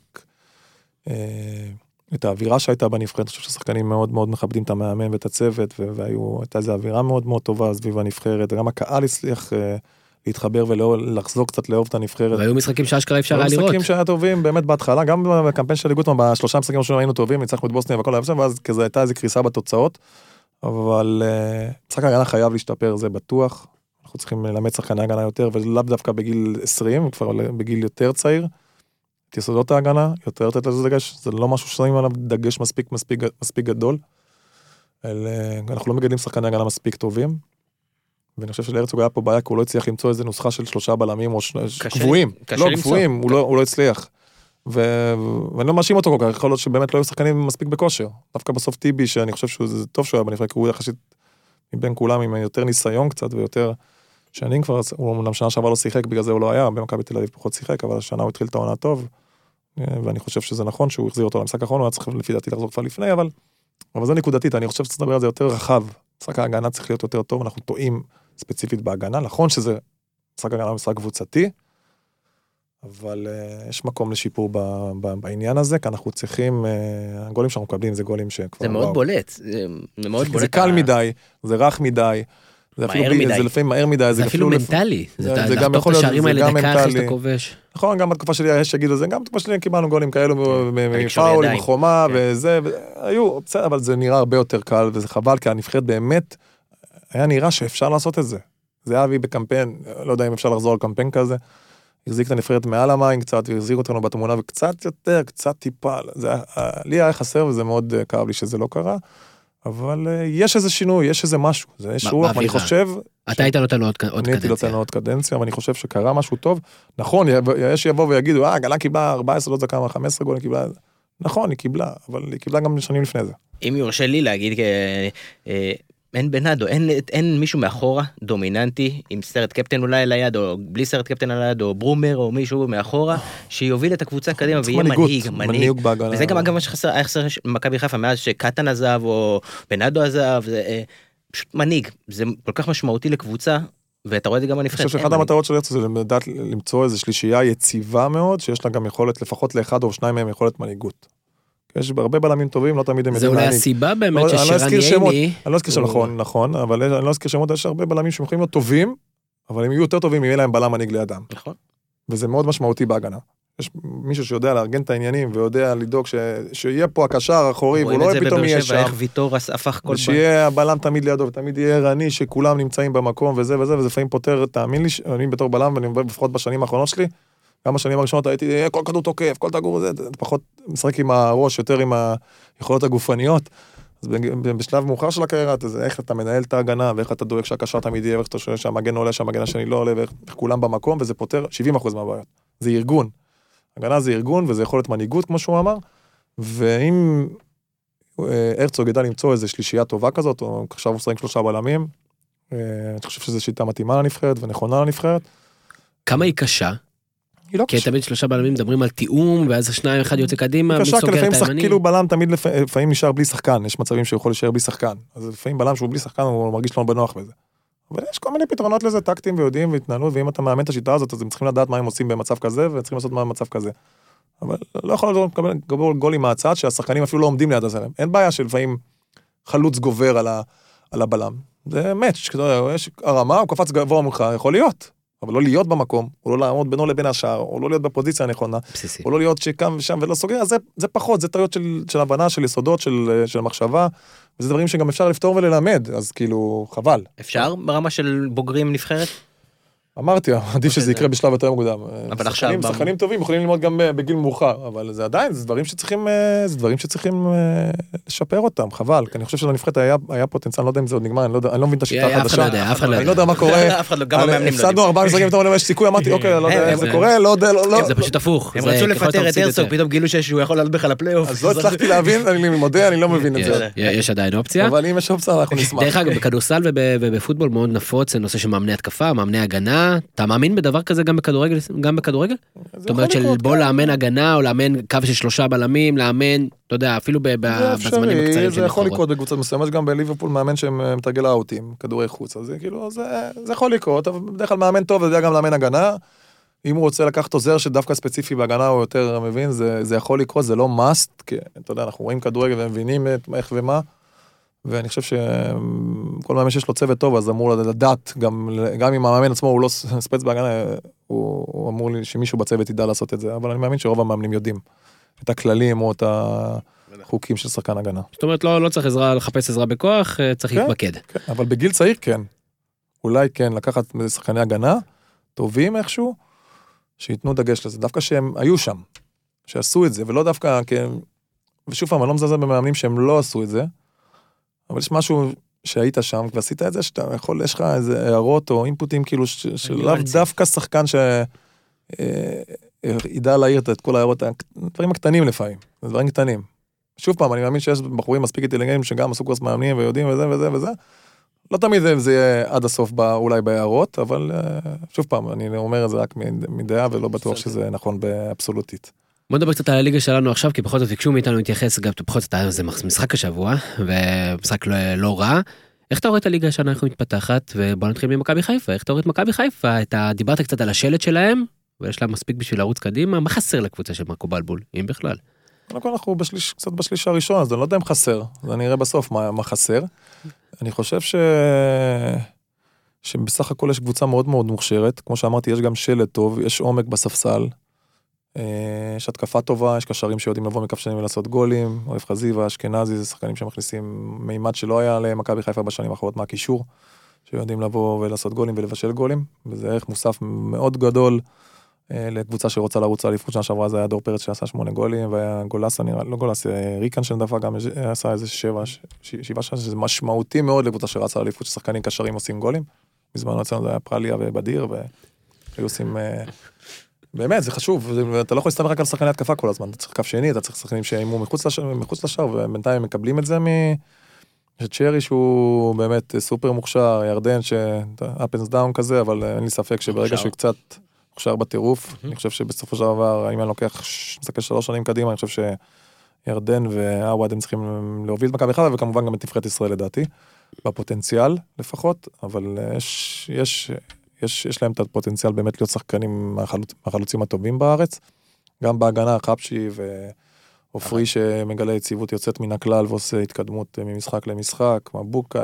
את האווירה שהייתה בנבחרת, אני חושב ששחקנים מאוד מאוד מכבדים את המאמן ואת הצוות, והייתה איזו אווירה מאוד מאוד טובה סביב הנבחרת, וגם הקהל הצליח להתחבר ולחזור קצת לאהוב את הנבחרת. והיו משחקים שאשכרה אפשר היה לראות. משחקים שהיה טובים, באמת בהתחלה, גם בקמפיין של ליגות, בשלושה משחקים ראשונים היינו טובים, ניצחנו את בוסניה וכל היבשה, ואז כזה הייתה איזו קריסה בתוצאות, אבל משחק ההגנה חייב להשתפר, זה בטוח. אנחנו צריכים ללמד שחקני הגנה יותר, ולאו דווקא בגיל 20, כבר בגיל יותר צעיר. את יסודות ההגנה, יותר לתת לזה דגש, זה לא משהו ששמים עליו דגש מספיק גדול. אנחנו לא מגדלים שחקני הגנה מספיק טובים, ואני חושב שלהרצוג היה פה בעיה, כי הוא לא הצליח למצוא איזו נוסחה של 3 בלמים או קבועים. לא, קבועים, הוא לא הצליח. ואני לא מאשים אותו כל כך, יכול להיות שבאמת לא היו שחקנים מספיק בכושר. דווקא בסוף טיבי, שאני חושב שזה טוב שהוא היה בנבחרת, כי הוא יחסית מבין כולם עם יותר ניסיון קצת, ויותר שנים כבר, הוא אמנם שנה שעבר לא שיחק, בגלל זה הוא לא היה, במכבי תל אביב פחות שיחק, אבל השנה הוא התחיל את העונה טוב, ואני חושב שזה נכון שהוא החזיר אותו למשחק האחרון, הוא היה צריך לפי דעתי לחזור כבר לפני, אבל זה נקודתית, אני חושב שצריך לדבר על זה יותר רחב, משחק ההגנה צריך להיות יותר טוב, אנחנו טועים ספציפית בהגנה, נכון שזה משחק ההגנה משחק קבוצתי, אבל יש מקום לשיפור בעניין הזה, כי אנחנו צריכים, הגולים שאנחנו מקבלים זה גולים שכבר... זה מאוד בולט, זה קל מדי, זה רך מדי, זה לפעמים מהר מדי, זה אפילו מנטלי, זה גם יכול להיות, השערים האלה דקה אחרי שאתה כובש. נכון, גם בתקופה שלי יש שיגידו, זה גם בתקופה שלי קיבלנו גולים כאלו מפאול, עם חומה וזה, היו, אבל זה נראה הרבה יותר קל, וזה חבל, כי הנבחרת באמת, היה נראה שאפשר לעשות את זה. זה אבי בקמפיין, לא יודע אם אפשר לחזור על קמפיין כזה, החזיק את הנבחרת מעל המים קצת, והחזיק אותנו בתמונה, וקצת יותר, קצת טיפה, לי היה חסר, וזה מאוד כאב לי שזה לא קרה, אבל יש איזה שינוי, יש איזה משהו, יש רוח, ואני חושב... אתה היית נותן לו עוד קדנציה. אני הייתי נותן לו עוד קדנציה, ואני חושב שקרה משהו טוב. נכון, יש שיבוא ויגידו, הגנה קיבלה 14, לא יודע כמה, 15 גולים קיבלה, נכון, היא קיבלה, אבל היא קיבלה גם שנים לפני זה. אם יורשה לי להגיד, אין בנאדו, אין מישהו מאחורה דומיננטי, עם סרט קפטן אולי ליד, או בלי סרט קפטן על היד, או ברומר, או מישהו מאחורה, שיוביל את הקבוצה קדימה, ויהיה מנהיג. וזה גם אגב מה שחסר, היה חסר מכבי חיפה, מאז שקטן עזב, או בנאדו עזב, זה פשוט מנהיג, זה כל כך משמעותי לקבוצה, ואתה רואה את זה גם הנבחרת. אני חושב שאחת המטרות של הרצוג זה לדעת למצוא איזו שלישייה יציבה מאוד, שיש לה גם יכולת, לפחות לאחד או שניים מהם יכולת מנהיגות. יש הרבה בלמים טובים, לא תמיד הם יודעים להנהיג. זה אולי הסיבה באמת ששרן ייני... אני לא אזכיר שמות, נכון, אבל אני לא אזכיר שמות, יש הרבה בלמים שיכולים להיות טובים, אבל הם יהיו יותר טובים אם יהיה להם בלם מנהיג לידם. נכון. וזה מאוד משמעותי בהגנה. יש מישהו שיודע לארגן את העניינים, ויודע לדאוג שיהיה פה הקשר האחורי, והוא לא פתאום יהיה שם. איך ויטור הפך כל ושיהיה הבלם תמיד לידו, ותמיד יהיה ערני, שכולם נמצאים במקום, וזה, וזה לפעמים פותר, תאמין לי, אני בתור בלם, ואני לפחות בשנים האחרונות שלי, גם בשנים הראשונות הייתי, כל כדור תוקף, כל תגור, זה פחות משחק עם הראש, יותר עם היכולות הגופניות. אז בשלב מאוחר של הקריירה, זה איך אתה מנהל את ההגנה, ואיך אתה דואג שהקשר תמיד יהיה, ואיך אתה שואל שהמגן עולה, שהמגן השני לא עולה, ואיך כולם במקום, וזה פותר 70% מהבעיות. זה ארגון. הגנה זה ארגון, וזה יכול להיות מנהיגות, כמו שהוא אמר, ואם הרצוג ידע למצוא איזו שלישייה טובה כזאת, או עכשיו הוא שרים 3 בלמים, אני חושב שזו שיטה מתאימה לנבחרת, ונכונה לנבחרת. כמה היא קשה? היא לא כי תמיד 3 בלמים מדברים על תיאום, ואז 2 אחד יוצא קדימה, קשה, כי לפעמים כאילו בלם תמיד לפעמים נשאר בלי שחקן, יש מצבים שהוא יכול להישאר בלי שחקן, אז לפעמים בלם שהוא בלי שחקן, הוא מרגיש לא בנוח בזה. אבל יש כל מיני פתרונות לזה, טקטים ויודעים והתנהלות, ואם אתה מאמן את השיטה הזאת, אז הם צריכים לדעת מה הם עושים במצב כזה, וצריכים לעשות מה במצב כזה. אבל לא יכול לקבל גולים מהצד, שהשחקנים אפילו לא עומדים ליד הזרם. אין בעיה שלפעמים חלוץ גובר על הבלם. זה מאץ', יש הרמה, הוא קפץ גבוה ממך, יכול להיות. אבל לא להיות במקום, או לא לעמוד בינו לבין השאר, או לא להיות בפוזיציה הנכונה, או לא להיות שקם ושם ולא סוגר, אז זה פחות, זה טעויות של הבנה, של יסודות, של מחשבה, וזה דברים שגם אפשר לפתור וללמד, אז כאילו, חבל. אפשר ברמה של בוגרים נבחרת? אמרתי, עדיף שזה יקרה בשלב יותר מוקדם. אבל עכשיו... שחקנים טובים יכולים ללמוד גם בגיל מאוחר, אבל זה עדיין, זה דברים שצריכים לשפר אותם, חבל, כי אני חושב שלנבחרת היה פוטנציאל, אני לא יודע אם זה עוד נגמר, אני לא מבין את השיטה החדשה. אני לא יודע מה קורה. הפסדנו 4 משחקים, אתה אומר, יש סיכוי, אמרתי, אוקיי, לא יודע איך זה קורה, לא יודע, זה פשוט הפוך. הם רצו לפטר את הרצוג, פתאום גילו שהוא יכול לעלות בכלל לפלייאוף. אז לא הצלחתי להבין, אני מודה, אני לא מבין את זה. יש עדיין אופציה. אבל אם יש אופציה, אנחנו נשמח. דרך אגב, בכדורסל ובפוטבול מאוד נפוץ, זה נושא של מאמני התקפה, מאמני הגנה. אתה מאמין בדבר כזה גם בכדורגל? זאת אומרת של בוא לאמן הגנה, או לאמן קו של 3 בלמים, לאמן, אתה יודע, אפילו בזמנים הקצרים. זה יכול לקרות בקבוצות מסוימת, גם בליברפול מאמן שהם מתרגל האוטים, כדורי חוץ, אז כאילו, זה יכול לקרות, אבל בדרך כלל מאמן טוב, זה יודע גם לאמן הגנה, אם הוא רוצה לקחת עוזר שדווקא ספציפי בהגנה, הוא יותר מבין, זה יכול לקרות, זה לא must, כי אתה יודע, אנחנו רואים כדורגל ומבינים איך ומה, ואני חושב שכל מאמן שיש לו צוות טוב, אז אמור לדעת, גם אם המאמן עצמו הוא לא ספץ בהגנה, הוא אמור לי שמישהו בצוות ידע לעשות את זה, אבל אני מאמין שרוב המאמנים יודעים את הכללים או את החוקים של שחקן הגנה. זאת אומרת, לא צריך לחפש עזרה בכוח, צריך להתמקד. אבל בגיל צעיר כן. אולי כן, לקחת שחקני הגנה, טובים איכשהו, שיתנו דגש לזה. דווקא שהם היו שם, שעשו את זה, ולא דווקא, ושוב פעם, אני לא מזלזל במאמנים שהם לא עשו את זה, אבל יש משהו שהיית שם, ועשית את זה, שאתה יכול, יש לך איזה הערות או אינפוטים, כאילו, שלאו דווקא שחקן שידע להעיר את כל הערות, דברים הקטנים לפעמים, דברים קטנים. שוב פעם, אני מאמין שיש בחורים מספיק אינטליגנטים, שגם עשו קורס מאמנים ויודעים וזה וזה וזה. לא תמיד זה יהיה עד הסוף אולי בהערות, אבל שוב פעם, אני אומר את זה רק מדעה, ולא בטוח שזה נכון באבסולוטית. בוא נדבר קצת על הליגה שלנו עכשיו, כי פחות זאת ביקשו מאיתנו להתייחס, גם בכל זאת זה משחק השבוע, ומשחק לא רע. איך אתה רואה את הליגה שאנחנו מתפתחת, ובוא נתחיל ממכבי חיפה, איך אתה רואה את מכבי חיפה, דיברת קצת על השלט שלהם, ויש להם מספיק בשביל לרוץ קדימה, מה חסר לקבוצה של מרקו בלבול, אם בכלל? אנחנו קצת בשליש הראשון, אז אני לא יודע אם חסר, אז אני אראה בסוף מה חסר. אני חושב שבסך הכל יש קבוצה מאוד מאוד מוכשרת, כמו שאמרתי, יש גם שלט טוב, יש עומק בספסל, יש התקפה טובה, יש קשרים שיודעים לבוא מכף שנים ולעשות גולים, אוהב חזיבה, אשכנזי, זה שחקנים שמכניסים מימד שלא היה למכבי חיפה בשנים האחרונות מהקישור, שיודעים לבוא ולעשות גולים ולבשל גולים, וזה ערך מוסף מאוד גדול לקבוצה שרוצה לרוץ לאליפות. שנה שעברה זה היה דור פרץ שעשה 8 גולים, והיה גולס, לא גולס, ריקן שנדפה גם עשה איזה 7 שנה, שזה משמעותי מאוד לקבוצה שרצה לאליפות, ששחקנים קשרים עושים גולים, בזמנו אצלנו זה היה פרליה ובדיר, והיו עושים באמת, זה חשוב, אתה לא יכול להסתמך רק על שחקני התקפה כל הזמן, אתה צריך קו שני, אתה צריך שחקנים שאימו מחוץ לשער, ובינתיים מקבלים את זה צ'רי שהוא באמת סופר מוכשר, ירדן ש-up and down כזה, אבל אין לי ספק שברגע שהוא קצת מוכשר בטירוף, אני חושב שבסופו של דבר, אם אני לוקח, מסתכל 3 שנים קדימה, אני חושב שירדן והוואד הם צריכים להוביל מכבי חיפה, וכמובן גם את נבחרת ישראל לדעתי, בפוטנציאל לפחות, אבל יש להם את הפוטנציאל באמת להיות שחקנים מהחלוצים הטובים בארץ, גם בהגנה, חפשי ואופרי שמגלה יציבות יוצאת מן הכלל ועושה התקדמות ממשחק למשחק, מבוקה,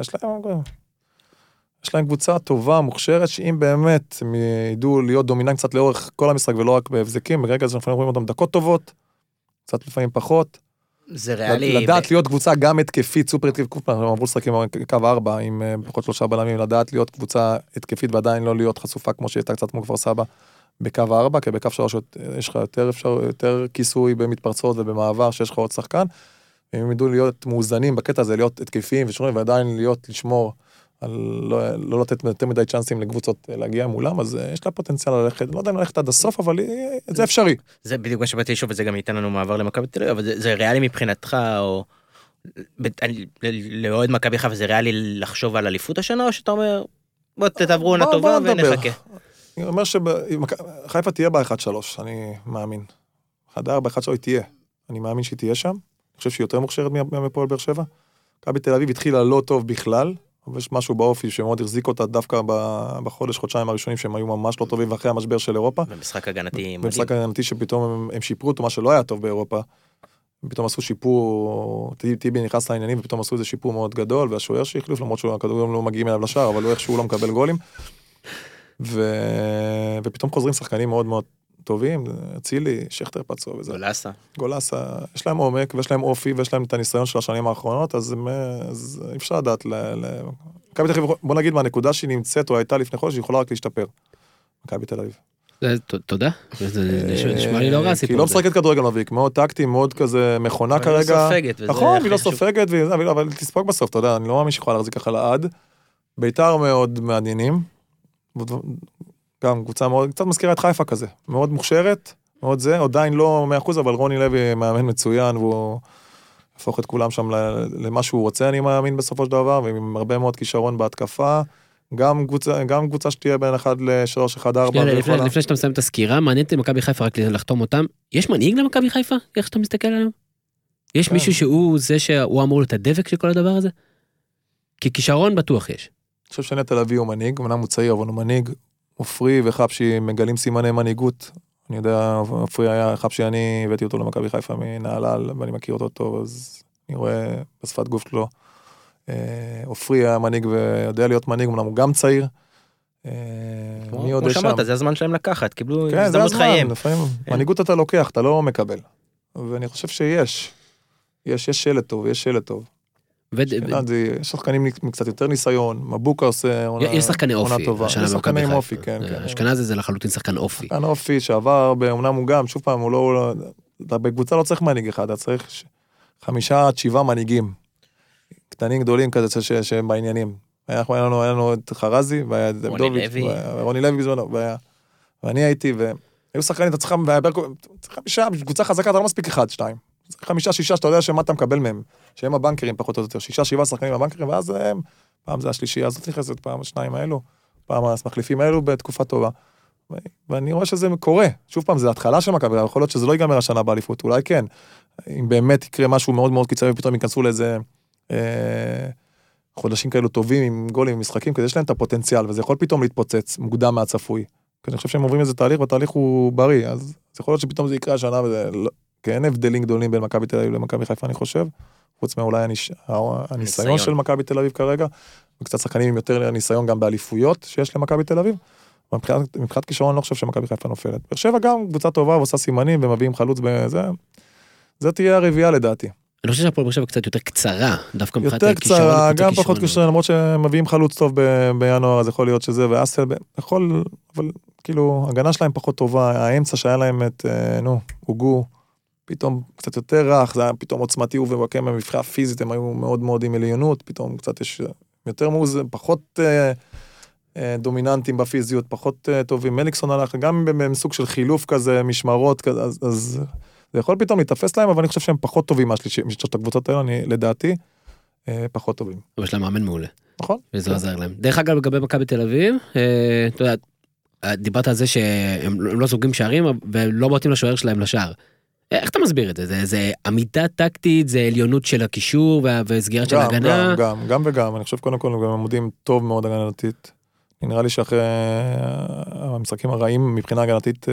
יש להם קבוצה טובה, מוכשרת, שאם באמת הם ידעו להיות דומיננט קצת לאורך כל המשחק ולא רק בהבזקים, ברגע הזה אנחנו רואים אותם דקות טובות, קצת לפעמים פחות. זה ריאלי. לדעת להיות קבוצה גם התקפית, סופר התקפית, הם עברו לשחקים קו 4 עם פחות 3 בלמים, לדעת להיות קבוצה התקפית ועדיין לא להיות חשופה כמו שהייתה קצת כמו כפר סבא בקו 4, כי בקו 3 יש לך יותר כיסוי במתפרצות ובמעבר שיש לך עוד שחקן, והם ידעו להיות מאוזנים בקטע הזה, להיות התקפיים ושרורים ועדיין לשמור לא לתת יותר מדי צ'אנסים לקבוצות להגיע מולם, אז יש לה פוטנציאל ללכת, לא יודע אם ללכת עד הסוף, אבל זה אפשרי. זה בדיוק מה שבאתי לשאול, וזה גם ייתן לנו מעבר למכבי תל אביב, אבל זה ריאלי מבחינתך, או לאוהד מכבי חיפה, זה ריאלי לחשוב על אליפות השנה, או שאתה אומר, בוא תעברו עונה טובה ונחכה. אני אומר שחיפה תהיה ב-1-3, אני מאמין. 1-4, 1-3 היא תהיה. אני מאמין שהיא תהיה שם. אני חושב שהיא יותר מוכשרת מהפועל באר שבע. מכבי תל אביב התחילה לא טוב בכלל, אבל יש משהו באופי שמאוד החזיק אותה דווקא בחודש, חודשיים הראשונים שהם היו ממש לא טובים, ואחרי המשבר של אירופה. במשחק הגנתי מדהים. במשחק הגנתי שפתאום הם שיפרו אותו, מה שלא היה טוב באירופה. פתאום עשו שיפור, טיבי נכנס לעניינים, ופתאום עשו איזה שיפור מאוד גדול, והשוער שהחליף, למרות שהכדורים לא מגיעים אליו לשער, אבל לא איכשהו לא מקבל גולים. ופתאום חוזרים שחקנים מאוד מאוד טובים, צילי, שכטר פצוע וזה. גולסה, יש להם עומק, ויש להם אופי, ויש להם את הניסיון של השנים האחרונות, אז אפשר לדעת, בוא נגיד מהנקודה שהיא נמצאת, או הייתה לפני חודש, היא יכולה רק להשתפר. מכבי תל אביב. תודה, זה נשמע לי לא רע הסיפור. כי היא לא משחקת כדורגל מביק, מאוד טקטי, מאוד כזה מכונה כרגע. נכון, היא לא סופגת, אבל תספוג בסוף, אתה יודע, אני לא מאמין שיכולה להחזיק ככה לעד. בית"ר מאוד מעניינים. גם קבוצה מאוד, קצת מזכירה את חיפה כזה, מאוד מוכשרת, מאוד זה, עדיין לא 100%, אבל רוני לוי מאמן מצוין, והוא הפוך את כולם שם למה שהוא רוצה, אני מאמין בסופו של דבר, ועם הרבה מאוד כישרון בהתקפה, גם קבוצה שתהיה בין 1-3, 1-4. לפני שאתה מסיים את הסקירה, מעניינת למכבי חיפה רק לחתום אותם, יש מנהיג למכבי חיפה? איך שאתה מסתכל עליהם? יש מישהו שהוא זה שהוא אמור להיות הדבק של כל הדבר הזה? כי כישרון בטוח יש. אני חושב שנטע לביא הוא מנהיג, אמנם הוא צעיר, אבל הוא מנהיג, עופרי וחפשי מגלים סימני מנהיגות. אני יודע, עופרי היה חפשי, אני הבאתי אותו למכבי חיפה מנהלל, ואני מכיר אותו טוב, אז אני רואה בשפת גוף שלו. עופרי היה מנהיג ויודע להיות מנהיג, אמנם הוא גם צעיר. כמו שאמרת, זה הזמן שלהם לקחת, קיבלו הזדמנות חיים. מנהיגות אתה לוקח, אתה לא מקבל. ואני חושב שיש שלט טוב, יש שלט טוב. יש שחקנים קצת יותר ניסיון, מבוקה עושה יש שחקני אופי, יש שחקני אופי, כן. אשכנזי זה לחלוטין שחקן אופי. שחקן אופי שעבר באמנם הוא גם, שוב פעם, הוא לא, בקבוצה לא צריך מנהיג אחד, אתה צריך 5-7 מנהיגים, קטנים גדולים כזה שהם בעניינים. היה לנו את חרזי, והיה את רוני לוי בזמנו, ואני הייתי, והיו שחקנים, אתה צריך 5, קבוצה חזקה, אתה לא מספיק 1-2. 5-6 שאתה יודע שמה אתה מקבל מהם, שהם הבנקרים פחות או יותר, 6-7 שחקנים הבנקרים, ואז הם, פעם זה השלישי, אז צריך לעשות פעם 2 האלו, פעם המחליפים האלו בתקופה טובה, ואני רואה שזה קורה, שוב פעם, זה התחלה של מכבי, יכול להיות שזה לא ייגמר השנה באליפות, אולי כן, אם באמת יקרה משהו מאוד מאוד קיצוני, ופתאום ייכנסו לאיזה חודשים כאלו טובים, עם גולים, עם משחקים, כדי יש להם את הפוטנציאל, וזה יכול פתאום להתפוצץ מוקדם מהצפוי, כי אני חושב שהם עוברים איזה תהליך, והתהליך הוא בריא, אז יכול להיות שפתאום זה יקרה השנה, וזה כי אין הבדלים גדולים בין מכבי תל אביב למכבי חיפה, אני חושב, חוץ מאולי הניסיון של מכבי תל אביב כרגע, וקצת שחקנים עם יותר ניסיון גם באליפויות שיש למכבי תל אביב, מבחינת כישרון אני לא חושב שמכבי חיפה נופלת. באר שבע גם קבוצה טובה ועושה סימנים ומביאים חלוץ בזה, זה תהיה הרביעייה לדעתי. אני חושב שהפועל באר שבע קצת יותר קצרה, דווקא מבחינת יותר קצרה, גם פחות כישרון, למרות שמביאים חלוץ טוב בינואר, אז יכול להיות שזה, ואסל, יכול, אבל כאילו, הגנה שלהם פחות טובה, האמצע שהיה להם את, הוגו, פתאום קצת יותר רך, זה היה פתאום עוצמתי ובקם במבחינה פיזית, הם היו מאוד מאוד עם עליונות, פתאום קצת יש יותר מאוזן, פחות דומיננטים בפיזיות, פחות טובים, מליקסון הלך, גם בסוג של חילוף כזה, משמרות כזה, אז זה יכול פתאום להתאפס להם, אבל אני חושב שהם פחות טובים משלושת הקבוצות האלה, לדעתי, פחות טובים. אבל יש להם מאמן מעולה. נכון. וזה עוזר להם. דרך אגב, לגבי מכבי תל אביב, אתה יודע, דיברת על זה שהם לא סוגרים שערים, ולא בועטים לשוער שלהם לשער. איך אתה מסביר את זה? זה עמידה טקטית, זה עליונות של הקישור, וסגירת של הגנה? גם וגם. אני חושב קודם כל, הם עמודים טוב מאוד הגנתית. נראה לי שאחרי המשחקים הרעים מבחינה הגנתית,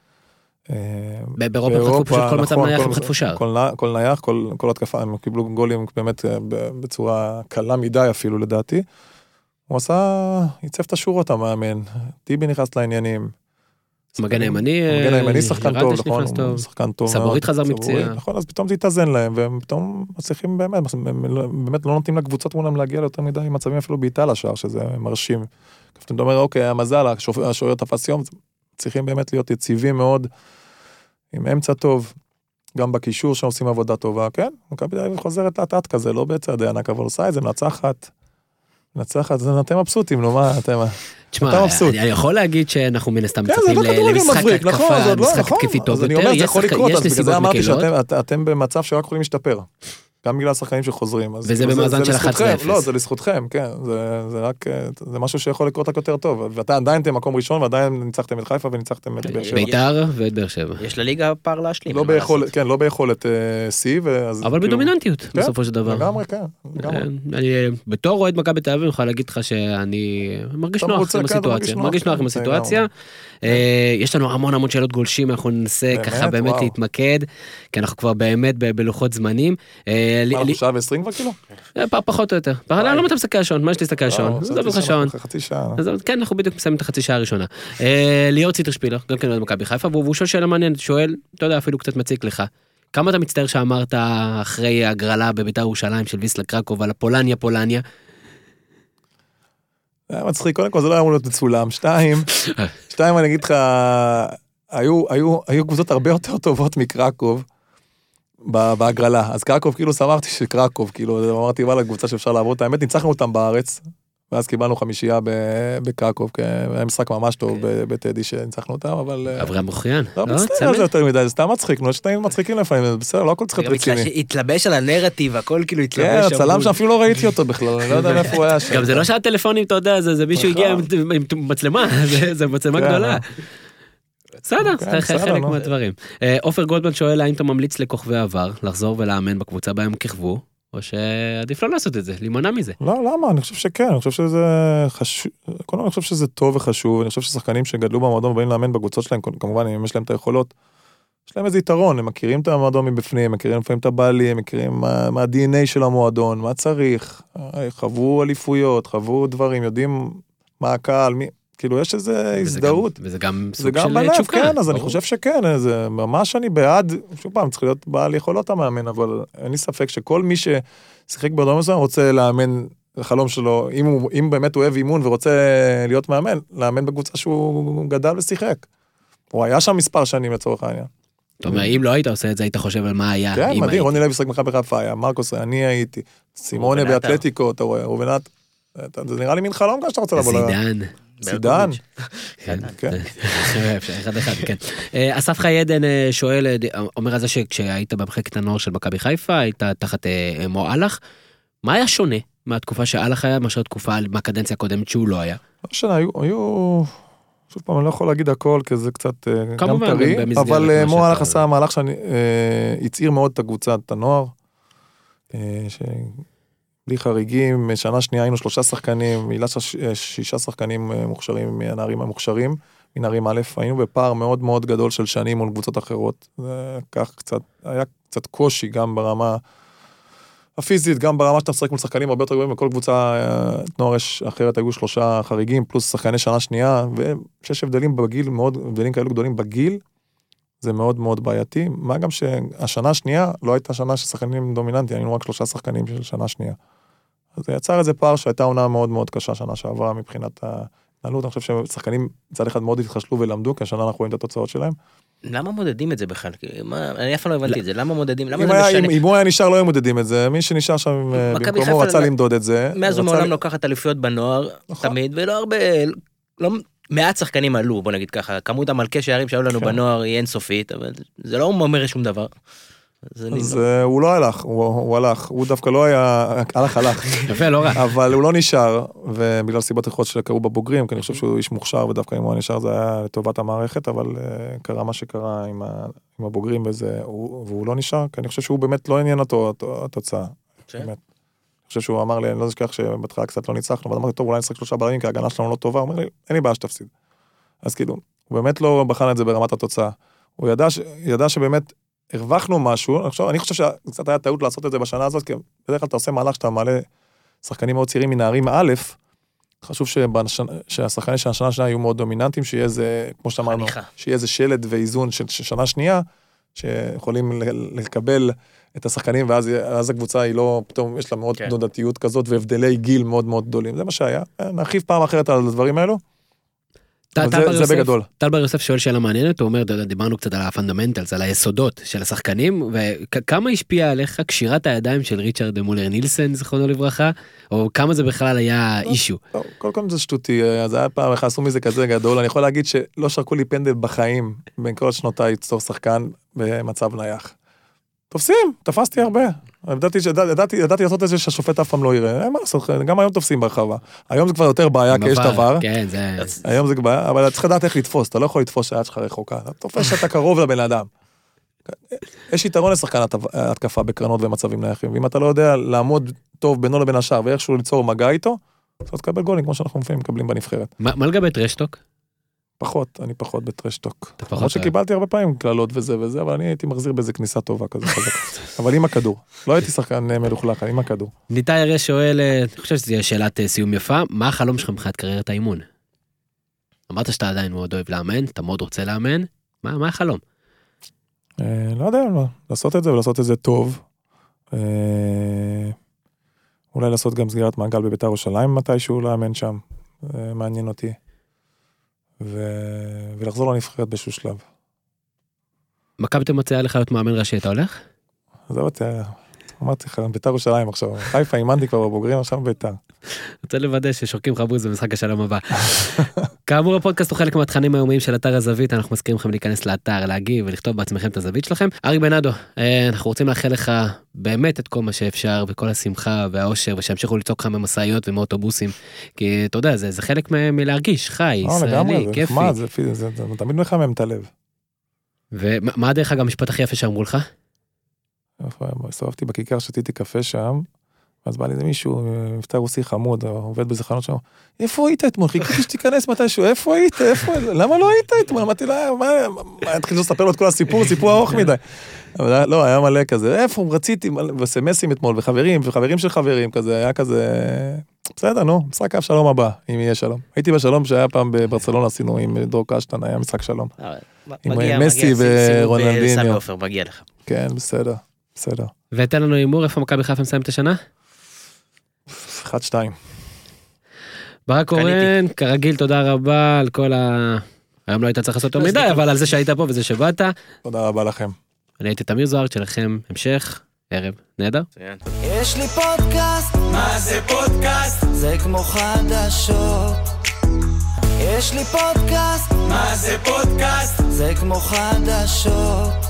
באירופה חטפו פשוט כל מצב נייח הם חטפו שער. כל נייח, כל התקפה, הם קיבלו גולים באמת בצורה קלה מדי אפילו לדעתי. הוא ייצב את השורות המאמן, טיבי נכנס לעניינים. מגן הימני, שחקן טוב, נכון, שחקן טוב. סבורית חזר מפציעה. נכון, אז פתאום זה יתאזן להם, והם פתאום מצליחים באמת לא נותנים לקבוצות מולם להגיע ליותר מדי מצבים אפילו בעיטה לשער, שזה מרשים. אתה אומר, אוקיי, המזל, השוער תפס יום, צריכים באמת להיות יציבים מאוד, עם אמצע טוב, גם בקישור שעושים עבודה טובה, כן? מכבי תל אביב חוזרת לאט כזה, לא בצעדי ענק, אבל עושה את זה, מנצחת, אתם מבסוטים, נו מה, אתם תשמע, אני יכול להגיד שאנחנו מן הסתם מצפים למשחק התקפה, משחק התקפי טוב יותר, יש נסיבות מקלות. אתם במצב שרק יכולים להשתפר. גם בגלל השחקנים שחוזרים. וזה במאזן של 11-0. לא, זה לזכותכם, כן. זה רק, זה משהו שיכול לקרות רק יותר טוב. ואתה עדיין אתם מקום ראשון, ועדיין ניצחתם את חיפה וניצחתם את באר שבע. ביתר ואת באר שבע. יש לליגה פער להשלים. כן, לא ביכולת C. אבל בדומיננטיות, בסופו של דבר. לגמרי, כן. אני בתור אוהד מכבי תל אביב, אני יכול להגיד לך שאני מרגיש נוח עם הסיטואציה. מרגיש נוח עם הסיטואציה. יש לנו המון שאלות גולשים, אנחנו ננסה ככה באמת להתמקד, כי אנחנו כבר באמת בלוחות זמנים. אנחנו שעה ו-20 כבר כאילו? פחות או יותר. למה אתה מסתכל השעון? מה יש להסתכל השעון? זה דבר שעון. חצי שעה. כן, אנחנו בדיוק מסיימים את החצי שעה הראשונה. ליאור ציטרשפילר, גם כן אוהד מכבי חיפה, והוא שואל שאלה מעניינת, שואל, אתה יודע, אפילו קצת מציק לך. כמה אתה מצטער שאמרת אחרי הגרלה בבית"ר ירושלים של ויסלה קרקוב על הפולניה? זה מצחיק, קודם כל זה לא היה אמור להיות מצולם. שתיים, אני אגיד לך, היו קבוצות הרבה יותר טובות מקרקוב, בהגרלה. אז קרקוב, כאילו, סמרתי שקרקוב, כאילו, אמרתי, וואלה, קבוצה שאפשר לעבור אותה. האמת, ניצחנו אותם בארץ, ואז קיבלנו 5 בקרקוב, כי היה משחק ממש טוב בטדי שניצחנו אותם, אבל... אברהם מוכריאן. לא מצטער על זה יותר מדי, זה סתם מצחיק, יש תאים מצחיקים לפעמים, בסדר, לא הכל צריך להיות רציני. התלבש על הנרטיב, הכל כאילו התלבש. כן, הצלם שאפילו לא ראיתי אותו בכלל, אני לא יודע מאיפה הוא היה שם. גם זה לא שעה טלפונים, אתה יודע, זה מישהו הגיע עם מצלמה, זה מצלמה גדולה. בסדר, חלק מהדברים. עופר גולדמן שואל, האם אתה ממליץ לכוכבי עבר לחזור ולאמן בקבוצה בהם כיכבו, או שעדיף לא לעשות את זה, להימנע מזה? לא, למה? אני חושב שכן, אני חושב שזה חשוב, קודם אני חושב שזה טוב וחשוב, אני חושב ששחקנים שגדלו במועדון ובאים לאמן בקבוצות שלהם, כמובן אם יש להם את היכולות, יש להם איזה יתרון, הם מכירים את המועדון מבפנים, מכירים לפעמים את הבעלים, מכירים מה ה-DNA של המועדון, מה צריך, חוו אליפויות, חוו דברים, יודעים מה הקהל, כאילו יש איזה הזדהות. וזה גם סוג של תשוקה. כן, אז אני חושב שכן, זה ממש אני בעד, שוב פעם, צריך להיות בעל יכולות המאמן, אבל אין לי ספק שכל מי ששיחק באדום מסוים רוצה לאמן החלום שלו, אם באמת הוא אוהב אימון ורוצה להיות מאמן, לאמן בקבוצה שהוא גדל ושיחק. הוא היה שם מספר שנים לצורך העניין. זאת אומרת, אם לא היית עושה את זה, היית חושב על מה היה. כן, מדהים, רוני לוי שיחק מכבי חיפה, היה מרקוס, אני הייתי, סימונה באתלטיקו, אתה רואה, רובנט, זה נראה לי מין חלום כאן שאתה רוצה לבוא. סידן. כן. אחד, כן. אסף חי עדן שואל, אומר על זה שכשהיית במחלקת הנוער של מכבי חיפה, היית תחת מועלך, מה היה שונה מהתקופה שהלך היה, מאשר תקופה מהקדנציה הקודמת שהוא לא היה? לא שונה, היו, שוב פעם, אני לא יכול להגיד הכל, כי זה קצת גם טרי, אבל מועלך עשה מהלך שהצעיר מאוד את הקבוצת הנוער, בלי חריגים, שנה שנייה היינו 3 שחקנים, מילה 6 שחקנים מוכשרים מהנערים המוכשרים, מנערים א', היינו בפער מאוד מאוד גדול של שנים מול קבוצות אחרות, כך קצת, היה קצת קושי גם ברמה הפיזית, גם ברמה שאתה משחק מול שחקנים הרבה יותר גדולים, בכל קבוצה נוער אחרת היו 3 חריגים, פלוס שחקני שנה שנייה, ו6 הבדלים בגיל, מאוד הבדלים כאלו גדולים בגיל, זה מאוד מאוד בעייתי, מה גם שהשנה השנייה לא הייתה שנה של שחקנים דומיננטיים, היינו רק 3 שחקנים של שנה שנייה. אז זה יצר איזה פער שהייתה עונה מאוד מאוד קשה שנה שעברה מבחינת התנהלות, אני חושב ששחקנים מצד אחד מאוד התחשלו ולמדו, כי השנה אנחנו רואים את התוצאות שלהם. למה מודדים את זה בכלל? אני אף פעם לא הבנתי את זה, למה מודדים? אם הוא היה נשאר לא היו מודדים את זה, מי שנשאר שם במקומו רצה למדוד את זה. מאז ומעולם לוקחת אליפויות בנוער, תמיד, ולא הרבה, מעט שחקנים עלו, בוא נגיד ככה, כמות המלכי שערים שהיו לנו בנוער היא אינסופית, אבל זה לא אומר שום דבר. אז הוא לא הלך, הוא הלך, הוא דווקא לא היה, הלך. יפה, לא רע. אבל הוא לא נשאר, ובגלל סיבות אחרות שקרו בבוגרים, כי אני חושב שהוא איש מוכשר, ודווקא אם הוא נשאר זה היה לטובת המערכת, אבל קרה מה שקרה עם הבוגרים, והוא לא נשאר, כי אני חושב שהוא באמת לא עניין אותו התוצאה. באמת. אני חושב שהוא אמר לי, אני לא זוכר שבהתחלה קצת לא ניצחנו, ואמרתי, טוב, אולי נשחק 3 בלמים, כי ההגנה שלנו לא טובה, הוא אומר לי, אין לי בעיה שתפסיד. אז כאילו, הוא באמת לא בחן את זה ברמת התוצאה. הוא ידע שבאמת הרווחנו משהו, אני חושב שקצת היה טעות לעשות את זה בשנה הזאת, כי בדרך כלל אתה עושה מהלך שאתה מעלה שחקנים מאוד צעירים מנערים א', חשוב שהשחקנים של השנה השנייה יהיו מאוד דומיננטיים, שיהיה איזה, כמו שאמרנו, שיהיה איזה שלד ואיזון של שנה שנייה, שיכולים לקבל את השחקנים, ואז הקבוצה היא לא, פתאום יש לה מאוד דודתיות כזאת, והבדלי גיל מאוד מאוד גדולים, זה מה שהיה. נרחיב פעם אחרת על הדברים האלו. זה בגדול. טל בר יוסף שואל שאלה מעניינת, הוא אומר, דיברנו קצת על הפונדמנטלס, על היסודות של השחקנים, וכמה השפיע עליך קשירת הידיים של ריצ'רד מולר נילסן, זכרונו לברכה, או כמה זה בכלל היה אישו? כל זה שטותי, אז היה פעם איך עשו מזה כזה גדול, אני יכול להגיד שלא שרקו לי פנדל בחיים, בין כל שנותיי צור שחקן במצב נייח. תופסים, תפסתי הרבה. ידעתי לעשות את זה שהשופט אף פעם לא יראה. אין מה לעשות, גם היום תופסים ברחבה. היום זה כבר יותר בעיה, כי יש דבר. היום זה בעיה, אבל אתה צריך לדעת איך לתפוס. אתה לא יכול לתפוס שהיד שלך רחוקה. אתה תופס שאתה קרוב לבן אדם. יש יתרון לשחקן התקפה בקרנות ומצבים נייחים. ואם אתה לא יודע לעמוד טוב בינו לבין השאר, ואיכשהו ליצור מגע איתו, אתה תקבל גולים, כמו שאנחנו לפעמים מקבלים בנבחרת. מה לגבי טרשטוק? אני פחות בטרשטוק. למרות שקיבלתי הרבה פעמים כללות וזה, אבל אני הייתי מחזיר באיזה כניסה טובה כזה חזקה. אבל עם הכדור. לא הייתי שחקן מלוכלך, עם הכדור. ניתאי הרי שואל, אני חושב שזו שאלת סיום יפה, מה החלום שלך מבחינת קריירת האימון? אמרת שאתה עדיין מאוד אוהב לאמן, אתה מאוד רוצה לאמן, מה החלום? לא יודע, לעשות את זה ולעשות את זה טוב. אולי לעשות גם סגירת מעגל בבית"ר ירושלים מתישהו לאמן שם. מעניין אותי. ולחזור לנבחרת באיזשהו שלב. מכבי תל אביב מציעה לך להיות מאמן ראשי, אתה הולך? זהו, אמרתי לך, בית"ר ירושלים עכשיו, חיפה אימנתי כבר בבוגרים, עכשיו בית"ר. רוצה לוודא ששורקים חבוז במשחק השלום הבא. כאמור, הפודקאסט הוא חלק מהתכנים היומיים של אתר הזווית, אנחנו מזכירים לכם להיכנס לאתר, להגיב ולכתוב בעצמכם את הזווית שלכם. אריק בנאדו, אנחנו רוצים לאחל לך באמת את כל מה שאפשר, וכל השמחה והאושר, ושהמשיכו לצעוק לך ממסעיות ומאוטובוסים, כי אתה יודע, זה חלק מלהרגיש חי, ישראלי, כיפי. זה תמיד מחמם את הלב. ומה הדרך גם המשפט הכי יפה שאמרו לך? סובבתי בכיכר, שתיתי קפה שם, אז בא לי זה מישהו, מבטא רוסי חמוד, עובד בזה חנות שם, איפה היית אתמול? חיכיתי שתיכנס מתישהו, איפה היית? למה לא היית אתמול? אמרתי לה, התחיל לספר לו את כל הסיפור, סיפור ארוך מדי. אבל לא, היה מלא כזה, איפה רציתי, וסמסים אתמול, וחברים של חברים, כזה, היה כזה, בסדר, נו, משחק אף שלום הבא, אם יהיה שלום. הייתי בשלום שהיה פעם בברצלונה, עשינו עם דרור קשטן, היה משחק שלום. עם מסי ורונלדיניו. מגיע לך. כן, בסדר. בסדר. ותן לנו אימור, איפה מכבי חיפה מסיים את השנה? 1-2. ברק קורן, כרגיל תודה רבה על כל היום לא היית צריך לעשות יותר מדי, אבל על זה שהיית פה וזה שבאת. תודה רבה לכם. אני הייתי תמיר זוהר, שלכם המשך, ערב, נהדר. יש לי פודקאסט, מה זה פודקאסט? זה כמו חדשות. יש לי פודקאסט, מה זה פודקאסט? זה כמו חדשות.